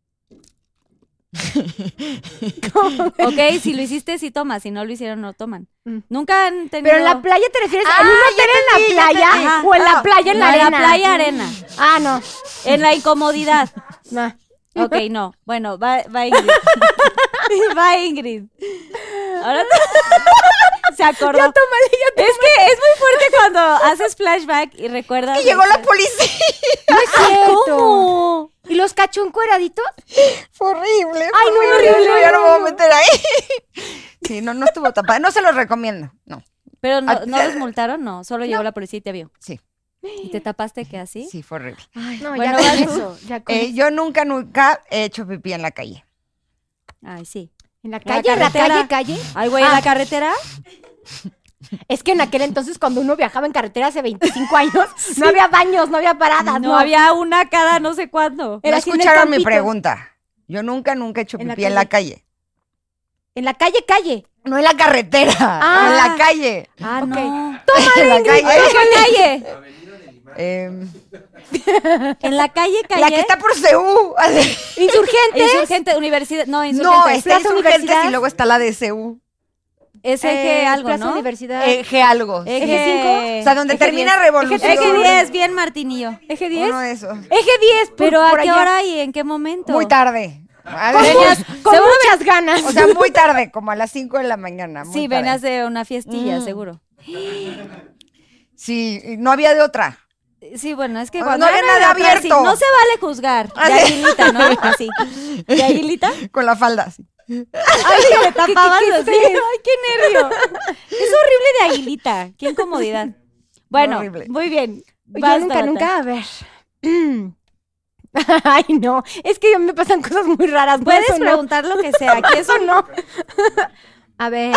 Ok, si lo hiciste, sí tomas. Si no lo hicieron, no toman. Mm. Nunca han tenido... Pero en la playa te refieres Ah, en un ya hotel en entendí, la ya playa entendí. o en la Ah, playa en la No, en arena. la playa arena. Ah, no. En la incomodidad. No. Ok, no. Bueno, va, va Ingrid. Va Ingrid. Ahora se acordó. Ya tómale, ya tómale. Es que es muy fuerte cuando haces flashback y recuerdas. Y llegó la policía. No es cierto. ¿Cómo? ¿Y los cachó encueraditos? Fue horrible. Ay, fue no, horrible. no, Ya no, no me voy a no. meter ahí. Sí, no, no estuvo tapada. No se los recomiendo. No. Pero no, Ah, no los multaron, no. Solo llegó la policía y te vio. Sí. ¿Y te tapaste que así? Sí, fue horrible. No, bueno, ya vas con tú. eso. Ya con Eh, eso. yo nunca, nunca he hecho pipí en la calle. Ay, sí. ¿En la la calle? ¿En la carretera. calle, calle? Ay, güey, ¿en Ah. la carretera? Es que en aquel entonces, cuando uno viajaba en carretera hace veinticinco años, no había baños, no había paradas. No, No, había una cada no sé cuándo. Era No así en el escucharon mi campito. pregunta. Yo nunca, nunca he hecho En la pipí en la calle. En la calle, calle. No en la carretera, Ah. en la calle. Ah, Ok. no. en la calle. ¿En qué calle? Em, En la calle, calle. la que está por C U. Insurgentes. Insurgente, universidad. No, No, insurgente. está Plaza Insurgentes Universidad. y luego está la de C U. Es eje Eh, algo, Plaza ¿no? Universidad. Eje algo. Eje Eje cinco. O sea, donde Eje termina diez. Revolución. Eje diez, bien Martinillo. Eje diez. Uno de esos. Eje diez. por- Pero por ¿a qué allá. hora y en qué momento? Muy tarde. A ver, Venías- Con seguro muchas ganas. o sea, muy tarde, como a las cinco de la mañana. muy Sí, tarde. venías de una fiestilla, Mm. seguro. Sí, y no había de otra. Sí, bueno, es que No, cuando no había era de nada atrás, sí, abierto. no se vale juzgar. De Así. aguilita, ¿no? Así. ¿De aguilita? Con la falda. así. Ay, que me tapaban qué los es eso? Ay, qué nervio. Es horrible de aguilita. Qué incomodidad. Bueno, Horrible. muy bien. Yo Vas, nunca, Tabata. nunca, a ver. Ay, no. Es que me pasan cosas muy raras. No, Puedes eso no. preguntar lo que sea. Aquí eso Eso no. A ver.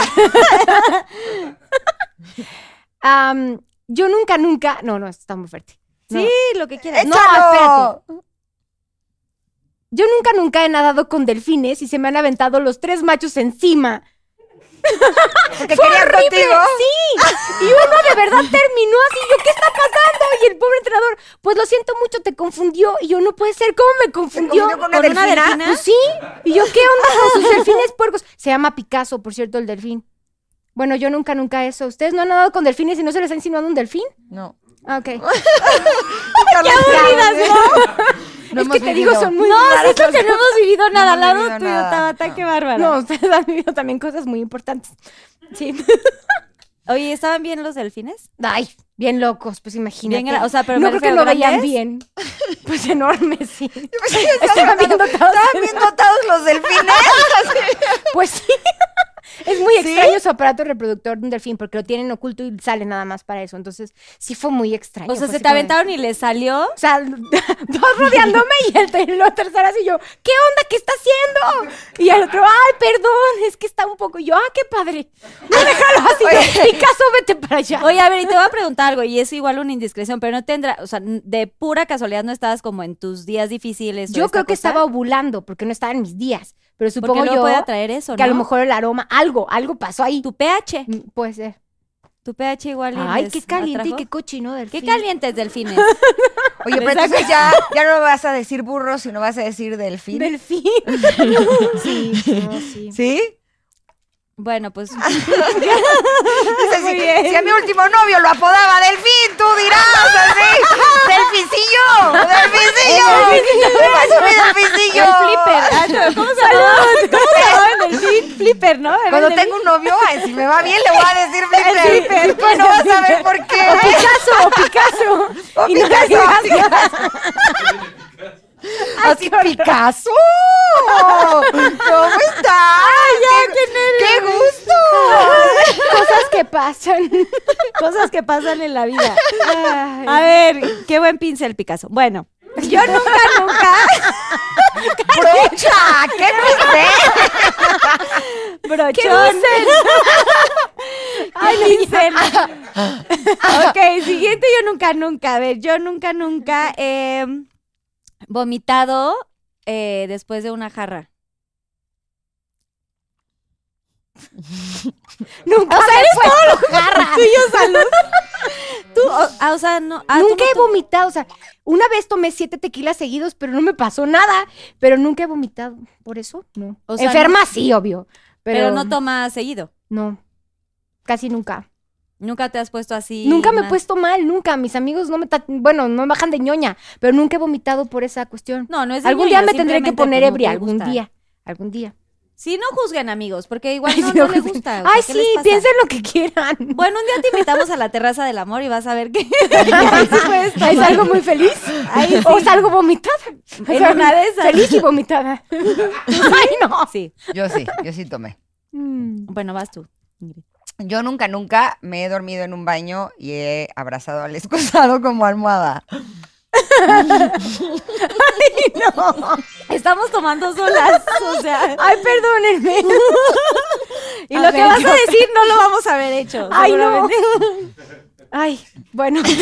Am, yo nunca, nunca. No, no, esto está muy fuerte. No. Sí, lo que quieras. No, ¡Échalo! espérate. Yo nunca, nunca he nadado con delfines y se me han aventado los tres machos encima. Porque ¡Fue querían horrible! contigo. Sí. Y uno de verdad terminó así. Yo, ¿qué está pasando? Y el pobre entrenador, pues lo siento mucho, te confundió. Y yo, no puede ser, ¿cómo me confundió? confundió con una ¿Con una delfina? delfina? Pues sí. Y yo, ¿qué onda con sus delfines puercos? Se llama Picasso, por cierto, el delfín. Bueno, yo nunca, nunca eso. ¿Ustedes no han nadado con delfines y no se les ha insinuado un delfín? No. Ah, ok. ¡Qué aburridas, ¿no? Es que te digo, son muy No, raras. siento que no hemos vivido nada al hemos lado vivido tuyo, nada. Tabata, qué bárbara. No, ustedes han vivido también cosas muy importantes. Sí. Oye, ¿estaban bien los delfines? Ay, bien locos, pues imagínate. Bien gra- o sea, pero no me creo que refiero, no veían ¿grandes? bien. Pues enormes, sí. Estaban Estaban bien dotados. Estaban bien dotados los delfines. Pues sí. Es muy extraño su aparato reproductor de un delfín porque lo tienen oculto y sale nada más para eso. Entonces, sí fue muy extraño. O sea, fue se así te como de- aventaron y les salió. O sea, dos rodeándome y el, ter- lo tercero así yo, ¿qué onda? ¿Qué está haciendo? Y el otro, ay, perdón, es que está un poco. Y yo, ah, qué padre. No, déjalo así. Yo, Picasso, vete para allá. Oye, a ver, y te voy a preguntar algo, y es igual una indiscreción, pero no tendrá, o sea, de pura casualidad no estabas como en tus días difíciles. o Yo esta creo que cosa? estaba ovulando porque no estaba en mis días. Pero Porque supongo luego yo puede atraer eso, que a lo ¿no? mejor el aroma, algo, algo pasó ahí. Tu pH, Mm, Puede ser. tu pH igual. y Ay, les qué caliente atrajo. y qué cochino del Qué fin. calientes delfines. Oye, pero entonces ya, ya no vas a decir burro, sino vas a decir delfín. Delfín. sí, no, sí. ¿Sí? Bueno, pues Dice, si, si a mi último novio lo apodaba delfín, tú dirás así. ¡Delfincillo! ¡Delfincillo! ¿Qué pasó, mi delfincillo? el flipper. Ah, no, ¿Cómo se llamaba? ¿Cómo se llamaba el delfín? Flipper, ¿no? Era Cuando el tengo un novio, ay, si me va bien, le voy a decir flipper. flipper. Y tú no vas a ver por qué. O Picasso, o Picasso. O Y no Picasso. digas nada. Así, Picasso. ¿Cómo estás? ¡Qué, qué gusto! Cosas que pasan. Cosas que pasan en la vida. Ay. A ver, qué buen pincel, Picasso. Bueno, yo nunca, nunca, ¡Brocha! ¡Qué pincel! brochón. Ay, pincel. Ok, siguiente, yo nunca, nunca. A ver, yo nunca, nunca he vomitado eh, después de una jarra. Nunca O sea, eres todo lo jarra. Tuyo, salud. Tú, o, ah, o sea, no. ah, tú Nunca no he to- vomitado, o sea, una vez tomé siete tequilas seguidos, pero no me pasó nada, pero nunca he vomitado, por eso, no. O sea, Enferma sí, obvio, pero, Pero no tomas seguido. no, casi nunca. Nunca te has puesto así. Nunca me he mal? puesto mal, nunca, mis amigos no me, ta- bueno, no me bajan de ñoña, pero nunca he vomitado por esa cuestión. No, no es de Algún ñoña, día me tendré que simplemente, poner pues, no ebria, te algún gusta. día, algún día. Sí, no juzguen, amigos, porque igual Ay, no, sí, no no les juzguen. gusta. o sea, Ay, ¿qué sí, les pasa? piensen lo que quieran. Bueno, un día te invitamos a la terraza del amor y vas a ver que ahí sí puedes ¿Es tomar. algo muy feliz? Ahí ¿O sí. salgo vomitada? O En sea, una de esas. Feliz y vomitada. Ay, no. Sí. Yo sí, yo sí tomé. Mm. Bueno, vas tú, Ingrid. Yo nunca, nunca me he dormido en un baño y he abrazado al excusado como almohada. Estamos tomando solas, o sea. Ay, perdónenme. Y A lo que ver, vas yo- a decir no lo vamos a haber hecho. Ay, no. seguramente. Ay, bueno. bueno,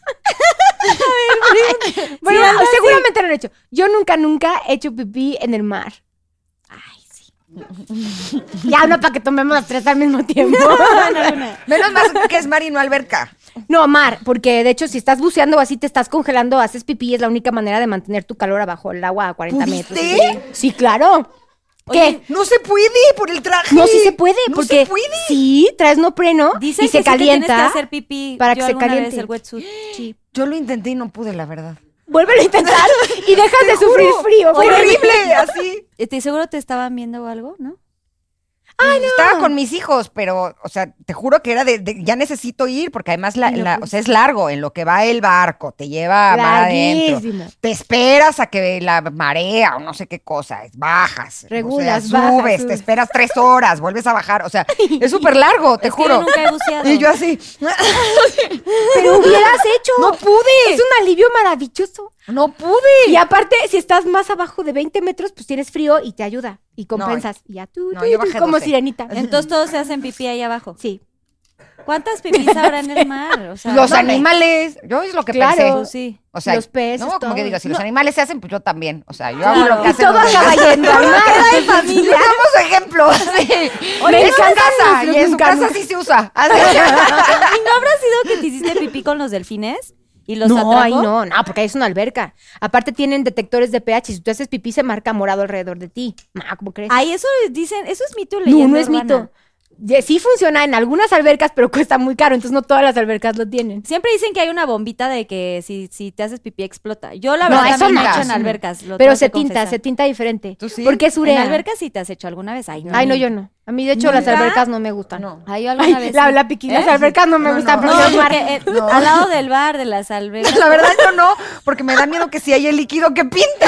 Sí, algo así. seguramente lo he hecho. Yo nunca, nunca he hecho pipí en el mar. Ay, sí. Ya, no para que tomemos las tres al mismo tiempo. Bueno, una. Menos más que es mar y no alberca. No, mar, porque de hecho si estás buceando o así te estás congelando, haces pipí, es la única manera de mantener tu calor abajo el agua a cuarenta metros. ¿Pudiste? Sí, claro. ¿Qué? Oye, No se puede por el traje. No, sí se puede, No porque se puede. sí, traes neopreno Dicen y que se sí te tienes calienta. que hacer pipí. para Yo que se alguna caliente. vez el wetsuit. Sí. Yo lo intenté y no pude, la verdad. Vuélvelo a intentar y dejas de sufrir frío. Fue Oye, horrible, así. ¿Estoy seguro te estaban viendo o algo, no? Ay, no. Estaba con mis hijos, pero, o sea, te juro que era de, de- ya necesito ir, porque además la, Y no la- pudiste. o sea, es largo, en lo que va el barco, te lleva mar adentro. larguísimo. Te esperas a que la marea o no sé qué cosa, es, bajas. Regulas, o sea, bajas, subes, subes. te esperas tres horas, vuelves a bajar, o sea, es súper largo, te Es que juro. yo nunca he buceado. Y yo así, Pero hubieras hecho. no pude, Es un alivio maravilloso. no pude. Y aparte, si estás más abajo de veinte metros, pues tienes frío y te ayuda. Y compensas. y ya tú, no, tú, yo tú, bajé como doce. sirenita. Entonces todos se hacen pipí ahí abajo. Sí. ¿Cuántas pipís habrá en el mar? O sea, Los no, animales, yo es lo que Claro. pensé. pues sí. O sea, Los peces, no, como todo. que digo, si No. los animales se hacen, pues yo también. O sea, yo Claro. hago lo que Y hacen todo los acaba demás. yendo al mar. Queda de familia. Damos ejemplos. Sí. Me Y en su encantan casa, los y en su nunca, casa nunca. sí se usa. Así ¿Y no habrá sido que te hiciste pipí con los delfines? ¿Y los No, atrapó? ahí no, no, porque ahí es una alberca. Aparte tienen detectores de pH. Si tú haces pipí, se marca morado alrededor de ti. No, ¿cómo crees? Ay, eso dicen, eso es mito o leyenda no, no es urbana. mito. Ye- Sí funciona en algunas albercas, pero cuesta muy caro, entonces no todas las albercas lo tienen. Siempre dicen que hay una bombita de que si, si te haces pipí explota. Yo la No, verdad eso también me he no. hecho en albercas. lo Pero tengo se que tinta, confesar. se tinta diferente. ¿Tú sí? Porque es ¿En urea. albercas sí te has hecho alguna vez? Ay, no. Ay, no, yo no. A mí, de hecho, las ¿Nunca? albercas no me gustan. No. Ay, yo alguna Ay, vez la, sí. la piqui, las ¿Eh? albercas no me No, gustan, no. pero No, el mar- porque, eh, No. al lado del bar, de las albercas. La verdad yo no, porque me da miedo que si hay el líquido que pinta.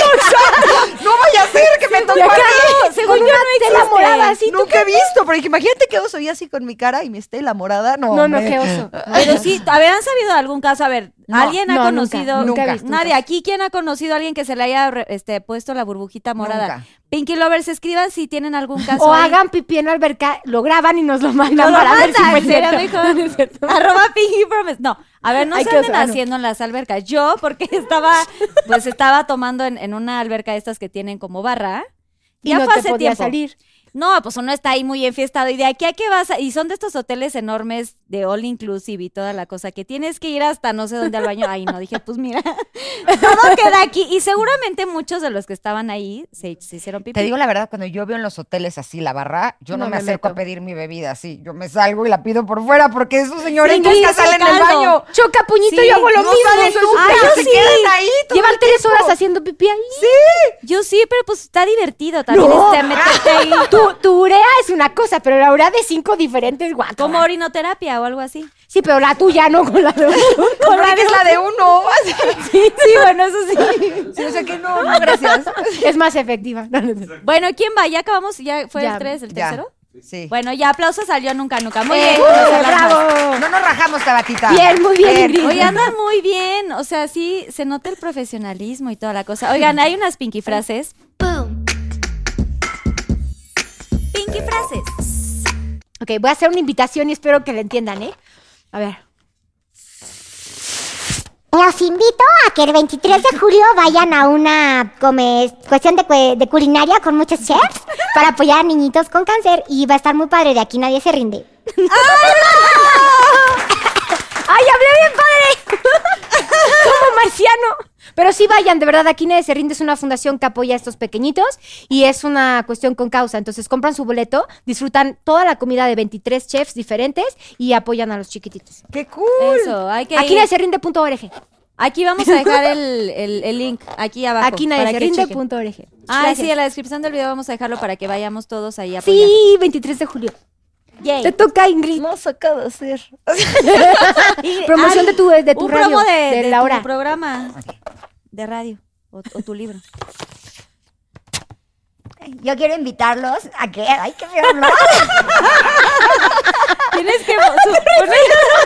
No vaya a ser que me toque. Ya a mí. claro, según yo no tela existe. morada así. ¿tú Nunca he visto, pero dije, imagínate que oso y así con mi cara y mi estela morada. No, No, no, hombre. qué oso. Pero sí, a ver, ¿han sabido de algún caso? A ver, No, ¿alguien ha no, nunca, conocido? nunca he Nunca. visto un Nadie. caso. Aquí, ¿quién ha conocido a alguien que se le haya re- este, puesto la burbujita morada? Nunca. Pinky Lovers, escriban si tienen algún caso. O ahí. hagan pipí en la alberca, lo graban y nos lo mandan No lo para ver si mandan, fue ¿serio, cierto. mijo? No, no es cierto. Arroba Pinky Promise. No, a ver, no Ay, se qué anden oso, ah, no. haciendo en las albercas. Yo, porque estaba, pues estaba tomando en, en una alberca estas que tienen como barra. Y Ya no fue te hace podía tiempo. salir. No, pues uno está ahí muy enfiestado y de aquí a qué vas a- y son de estos hoteles enormes de all inclusive y toda la cosa que tienes que ir hasta no sé dónde al baño. Ay, no, dije, pues mira, todo queda aquí y seguramente muchos de los que estaban ahí se, se hicieron pipí. Te digo la verdad, cuando yo veo en los hoteles así la barra, yo no, No me me acerco meto. a pedir mi bebida así. Yo me salgo y la pido por fuera porque esos señores Sí, nunca sí, salen del caldo. baño. Choca puñito, Sí, yo hago lo No mismo. salen soy nunca, Ay, yo se sí. quedan ahí todo Llevan el tres tiempo. horas haciendo pipí ahí. Yo sí, pero pues está divertido también No. este, meterte ahí. Tu, tu urea es una cosa, pero la urea de cinco diferentes, guaco. Como orinoterapia o algo así. Sí, pero la tuya no con la de uno. Con la que es la de uno. Sí, bueno, eso sí. Sí, o sea que no, no, gracias. Es más efectiva. No, no, no. Bueno, ¿quién va? ¿Ya acabamos? ¿Ya fue Ya, el tres, el ya. tercero? Sí. Bueno, ya aplausos al Yo Nunca Nunca. Muy Eh, bien. conocer las más. ¡Bravo! No nos rajamos, Tabatita. Bien, muy bien, Ingrid. Oye, andan muy bien. O sea, sí, se nota el profesionalismo y toda la cosa. Oigan, hay unas pinky frases. Pinky frases. Ok, voy a hacer una invitación y espero que la entiendan, ¿eh? A ver. Los invito a que el veintitrés de julio vayan a una come, cuestión de, cue- de culinaria con muchos chefs para apoyar a niñitos con cáncer y va a estar muy padre, de aquí nadie se rinde. ¡Ay, hablé bien padre! Como marciano. Pero sí vayan, de verdad, aquí nadie se rinde, es una fundación que apoya a estos pequeñitos y es una cuestión con causa. Entonces compran su boleto, disfrutan toda la comida de veintitrés chefs diferentes y apoyan a los chiquititos. ¡Qué cool! Eso, hay que Aquí ir. nadie se rinde punto org. Aquí vamos a dejar el, el- el link, aquí abajo. Aquí nadie para se que rinde chequen. punto org. Ay, Gracias. sí, en la descripción del video vamos a dejarlo para que vayamos todos ahí a apoyar. Sí, veintitrés de julio. Yay. Te toca, Ingrid. No saca de hacer. Y- Promoción ah, de tu, de tu un radio, promo de, de de la tu hora. programa de radio o, o tu libro. Yo quiero invitarlos a que... ¡Ay, qué feo hablar! Tienes que su- poner-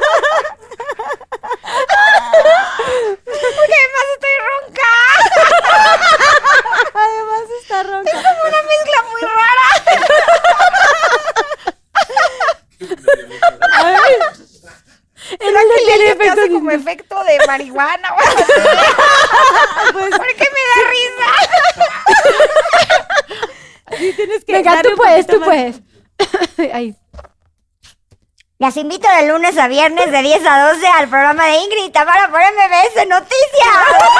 Además estoy ronca. Además está ronca. Una mezcla muy rara. En el ¿Qué tiene le efecto hace de- como efecto de marihuana? o algo así? Pues, ¿Por qué me da risa? sí, tienes que Venga, darle tú un puedes, poquito tú más. puedes. Ahí. Las invito de lunes a viernes de diez a doce al programa de Ingrid y Tamara por M B S Noticias.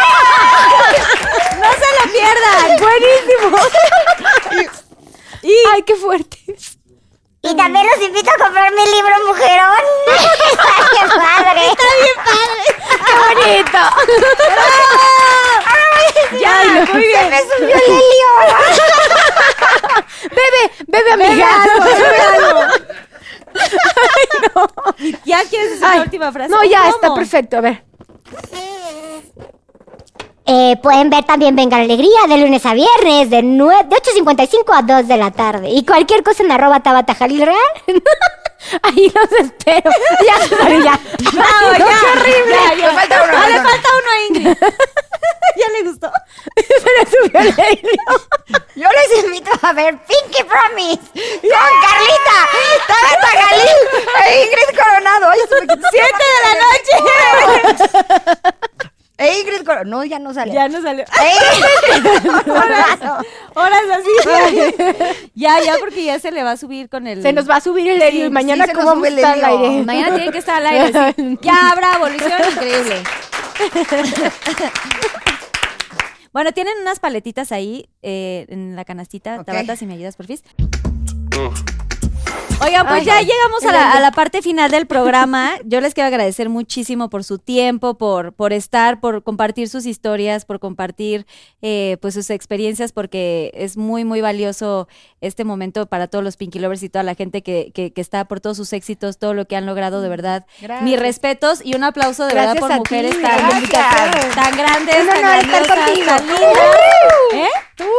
¡No se lo pierdan! ¡Buenísimo! ¡Ay, qué fuerte! Y también los invito a comprar mi libro Mujerón. ¡Está bien padre! ¡Está bien padre! ¡Qué bonito! ¡Ya! muy bien. ¡Se me subió el helio! Bebe, bebe, amiga. ¿Ya quieres decir Ay, la última frase? No, ya ¿Cómo? está perfecto. A ver. Eh, pueden ver también Venga la Alegría de lunes a viernes de, nue- de ocho cincuenta y cinco a dos de la tarde. Y cualquier cosa en arroba Tabata Jalil Real. Ahí los espero. Ya, sorry, ya. ¡Bravo, No, ya! qué horrible. Ya, ya. Me falta uno, Ah, me le falta falta uno a Ingrid. ¿Ya le gustó? Se le subió el helio. Yo les invito a ver Pinky Promise con Carlita, Tabata Jalil e Ingrid Coronado. ¡Siete de la noche! E Ingrid Coronado. No, ya no sale. Ya no salió. E Ingrid Coronado. Horas así. Ya, ya, porque ya se le va a subir con el... Se nos va a subir el aire Sí, y mañana sí, se nos cómo vamos a sube el estar al helio. aire. Mañana tiene que estar al aire. Sí. Ya, bravo, lo hicieron increíble. Bueno, tienen unas paletitas ahí eh, en la canastita. Ok. Tabata, si me ayudas, porfis. Oigan, pues Ay, ya ay, llegamos a el la, aire. a la parte final del programa. Yo les quiero agradecer muchísimo por su tiempo, por, por estar, por compartir sus historias, por compartir eh, pues sus experiencias, porque es muy, muy valioso este momento para todos los Pinky Lovers y toda la gente que, que, que está por todos sus éxitos, todo lo que han logrado, de verdad. Gracias. Mis respetos y un aplauso de Gracias verdad por a mujeres ti, tan, gracias. tan grandes, Un tan honor estar grandiosas, contigo. tan lindas. ¿Eh?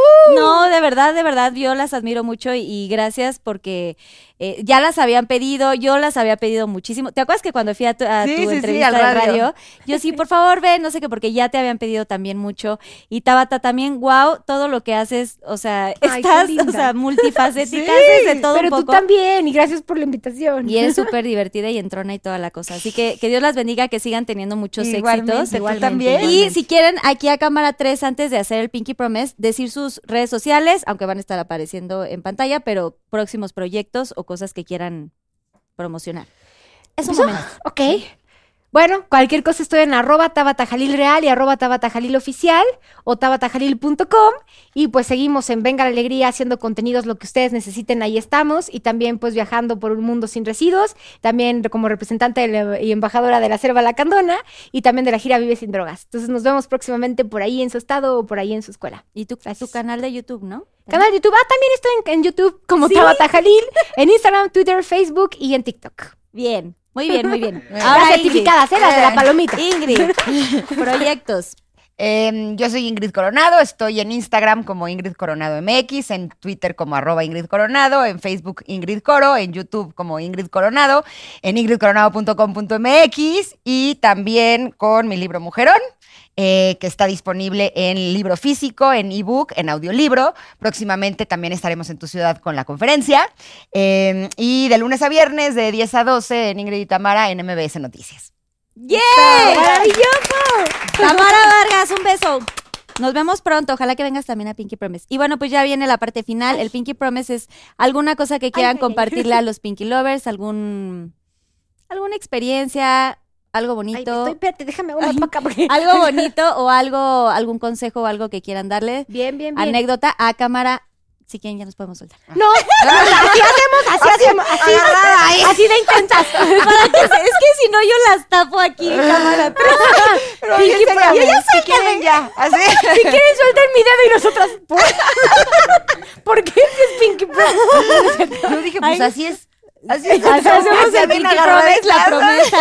No, de verdad, de verdad, yo las admiro mucho y, y gracias porque eh, ya las habían pedido, yo las había pedido muchísimo. ¿Te acuerdas que cuando fui a tu, a Sí, tu sí, sí, entrevista al de radio. radio, yo sí, por favor, ven, no sé qué, porque ya te habían pedido también mucho. Y Tabata también, wow, todo lo que haces, o sea, Ay, qué estás, o linda. sea, multifacética, Sí, haces de todo Pero un tú poco. también, y gracias por la invitación. Y eres súper divertida y entrona y toda la cosa. Así que que Dios las bendiga, que sigan teniendo muchos Igualmente, éxitos. tú también. Y si quieren, aquí a cámara tres, antes de hacer el Pinky Promise, decir sus redes sociales, aunque van a estar apareciendo en pantalla, pero próximos proyectos o cosas que quieran promocionar. Es un momento. Ok. Bueno, cualquier cosa estoy en arroba Tabata Jalil Real y arroba Tabata Jalil Oficial o tabata jalil punto com y pues seguimos en Venga la Alegría haciendo contenidos, lo que ustedes necesiten, ahí estamos y también pues viajando por un mundo sin residuos, también como representante de la- y embajadora de la Selva Lacandona y también de la gira Vive Sin Drogas. Entonces nos vemos próximamente por ahí en su estado o por ahí en su escuela. Y tu, Gracias. tu canal de YouTube, ¿no? Canal de YouTube, ah, también estoy en, en YouTube como ¿Sí? Tabata Jalil, en Instagram, Twitter, Facebook y en TikTok. Bien, muy bien, muy bien. Las Ahora, certificadas, ¿eh? Las de la palomita. Ingrid, Ingrid, proyectos. Eh, yo soy Ingrid Coronado, estoy en Instagram como Ingrid Coronado M X, en Twitter como arroba Ingrid Coronado, en Facebook Ingrid Coro, en YouTube como Ingrid Coronado, en ingrid coronado punto com punto m x y también con mi libro Mujerón, eh, que está disponible en libro físico, en ebook, en audiolibro. Próximamente también estaremos en tu ciudad con la conferencia. Eh, y de lunes a viernes, de diez a doce, en Ingrid y Tamara, en M B S Noticias. ¡Yeah! Tamara Vargas, un beso. Nos vemos pronto. Ojalá que vengas también a Pinky Promise. Y bueno, pues ya viene la parte final. El Pinky Promise es alguna cosa que quieran ay, ay. compartirle a los Pinky Lovers, algún, alguna experiencia, algo Ay, bonito. estoy, espérate, déjame una para acá porque... Algo bonito o algo, algún consejo o algo que quieran darle. Bien, bien, bien. Anécdota a cámara. Si quieren, ya nos podemos soltar. No, no, así hacemos, así hacemos, así, así de intensas. Para que se- es que si no, yo las tapo aquí, cámara. Pero Pinky en serio, Promise. yo ya sé que ven ya. Así. Si quieren, suelten mi dedo y nosotras... ¿Por, ¿Por qué ese es Pinky Promise? Yo dije, pues Ay. así es. Así es. Así hacemos Así el ven Pinky agarradas Promise, la las- promesa.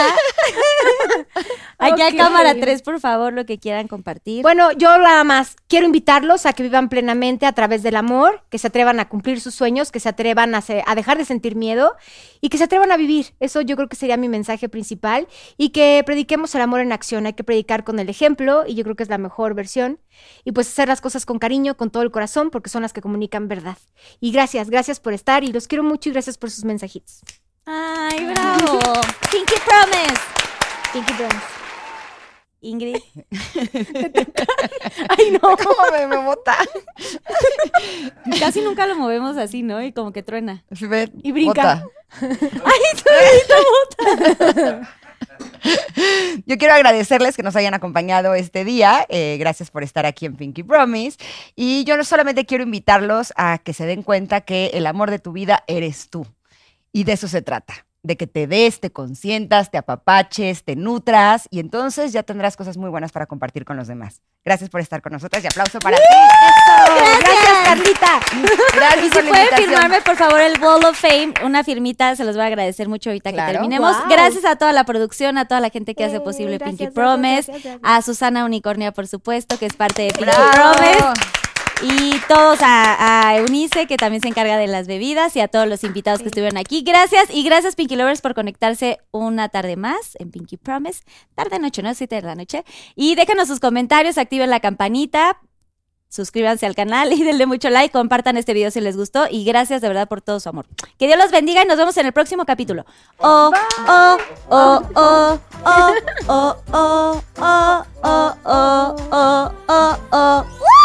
Aquí a Ok. cámara tres, por favor, lo que quieran compartir. Bueno, yo nada más quiero invitarlos a que vivan plenamente a través del amor, que se atrevan a cumplir sus sueños, que se atrevan a, se- a dejar de sentir miedo y que se atrevan a vivir. Eso yo creo que sería mi mensaje principal y que prediquemos el amor en acción. Hay que predicar con el ejemplo y yo creo que es la mejor versión. Y pues hacer las cosas con cariño, con todo el corazón, porque son las que comunican verdad. Y gracias, gracias por estar y los quiero mucho y gracias por sus mensajitos. Ay, bravo. Pinky Promise. Pinky Promise. Ingrid. Ay, no. ¿Cómo me, me bota? Casi nunca lo movemos así, ¿no? Y como que truena. Sí, ven, Y brinca. bota. Yo quiero agradecerles que nos hayan acompañado este día. Eh, gracias por estar aquí en Pinky Promise. Y yo no solamente quiero invitarlos a que se den cuenta que el amor de tu vida eres tú. Y de eso se trata. De que te des, te consientas, te apapaches, te nutras. Y entonces ya tendrás cosas muy buenas para compartir con los demás. Gracias por estar con nosotras y aplauso para ti. Gracias, Carlita. Gracias Y por si la pueden invitación. firmarme, por favor, el Wall of Fame, una firmita, se los voy a agradecer mucho ahorita Claro. que terminemos. Wow. Gracias a toda la producción, a toda la gente que hace Eh, posible gracias, Pinky gracias, Promise, gracias, gracias. a Susana Unicornia, por supuesto, que es parte de Pinky ¡Bravo! Promise. Y todos a, a Eunice, que también se encarga de las bebidas, y a todos los invitados que estuvieron aquí. Gracias, y gracias Pinky Lovers por conectarse una tarde más en Pinky Promise. Tarde noche, ¿no? Siete de la noche. Y déjanos sus comentarios, activen la campanita. suscríbanse al canal y denle mucho like, compartan este video si les gustó y gracias de verdad por todo su amor. Que Dios los bendiga y nos vemos en el próximo capítulo. Oh, oh, oh, oh, oh, oh, oh, oh, oh, oh, oh, oh, oh.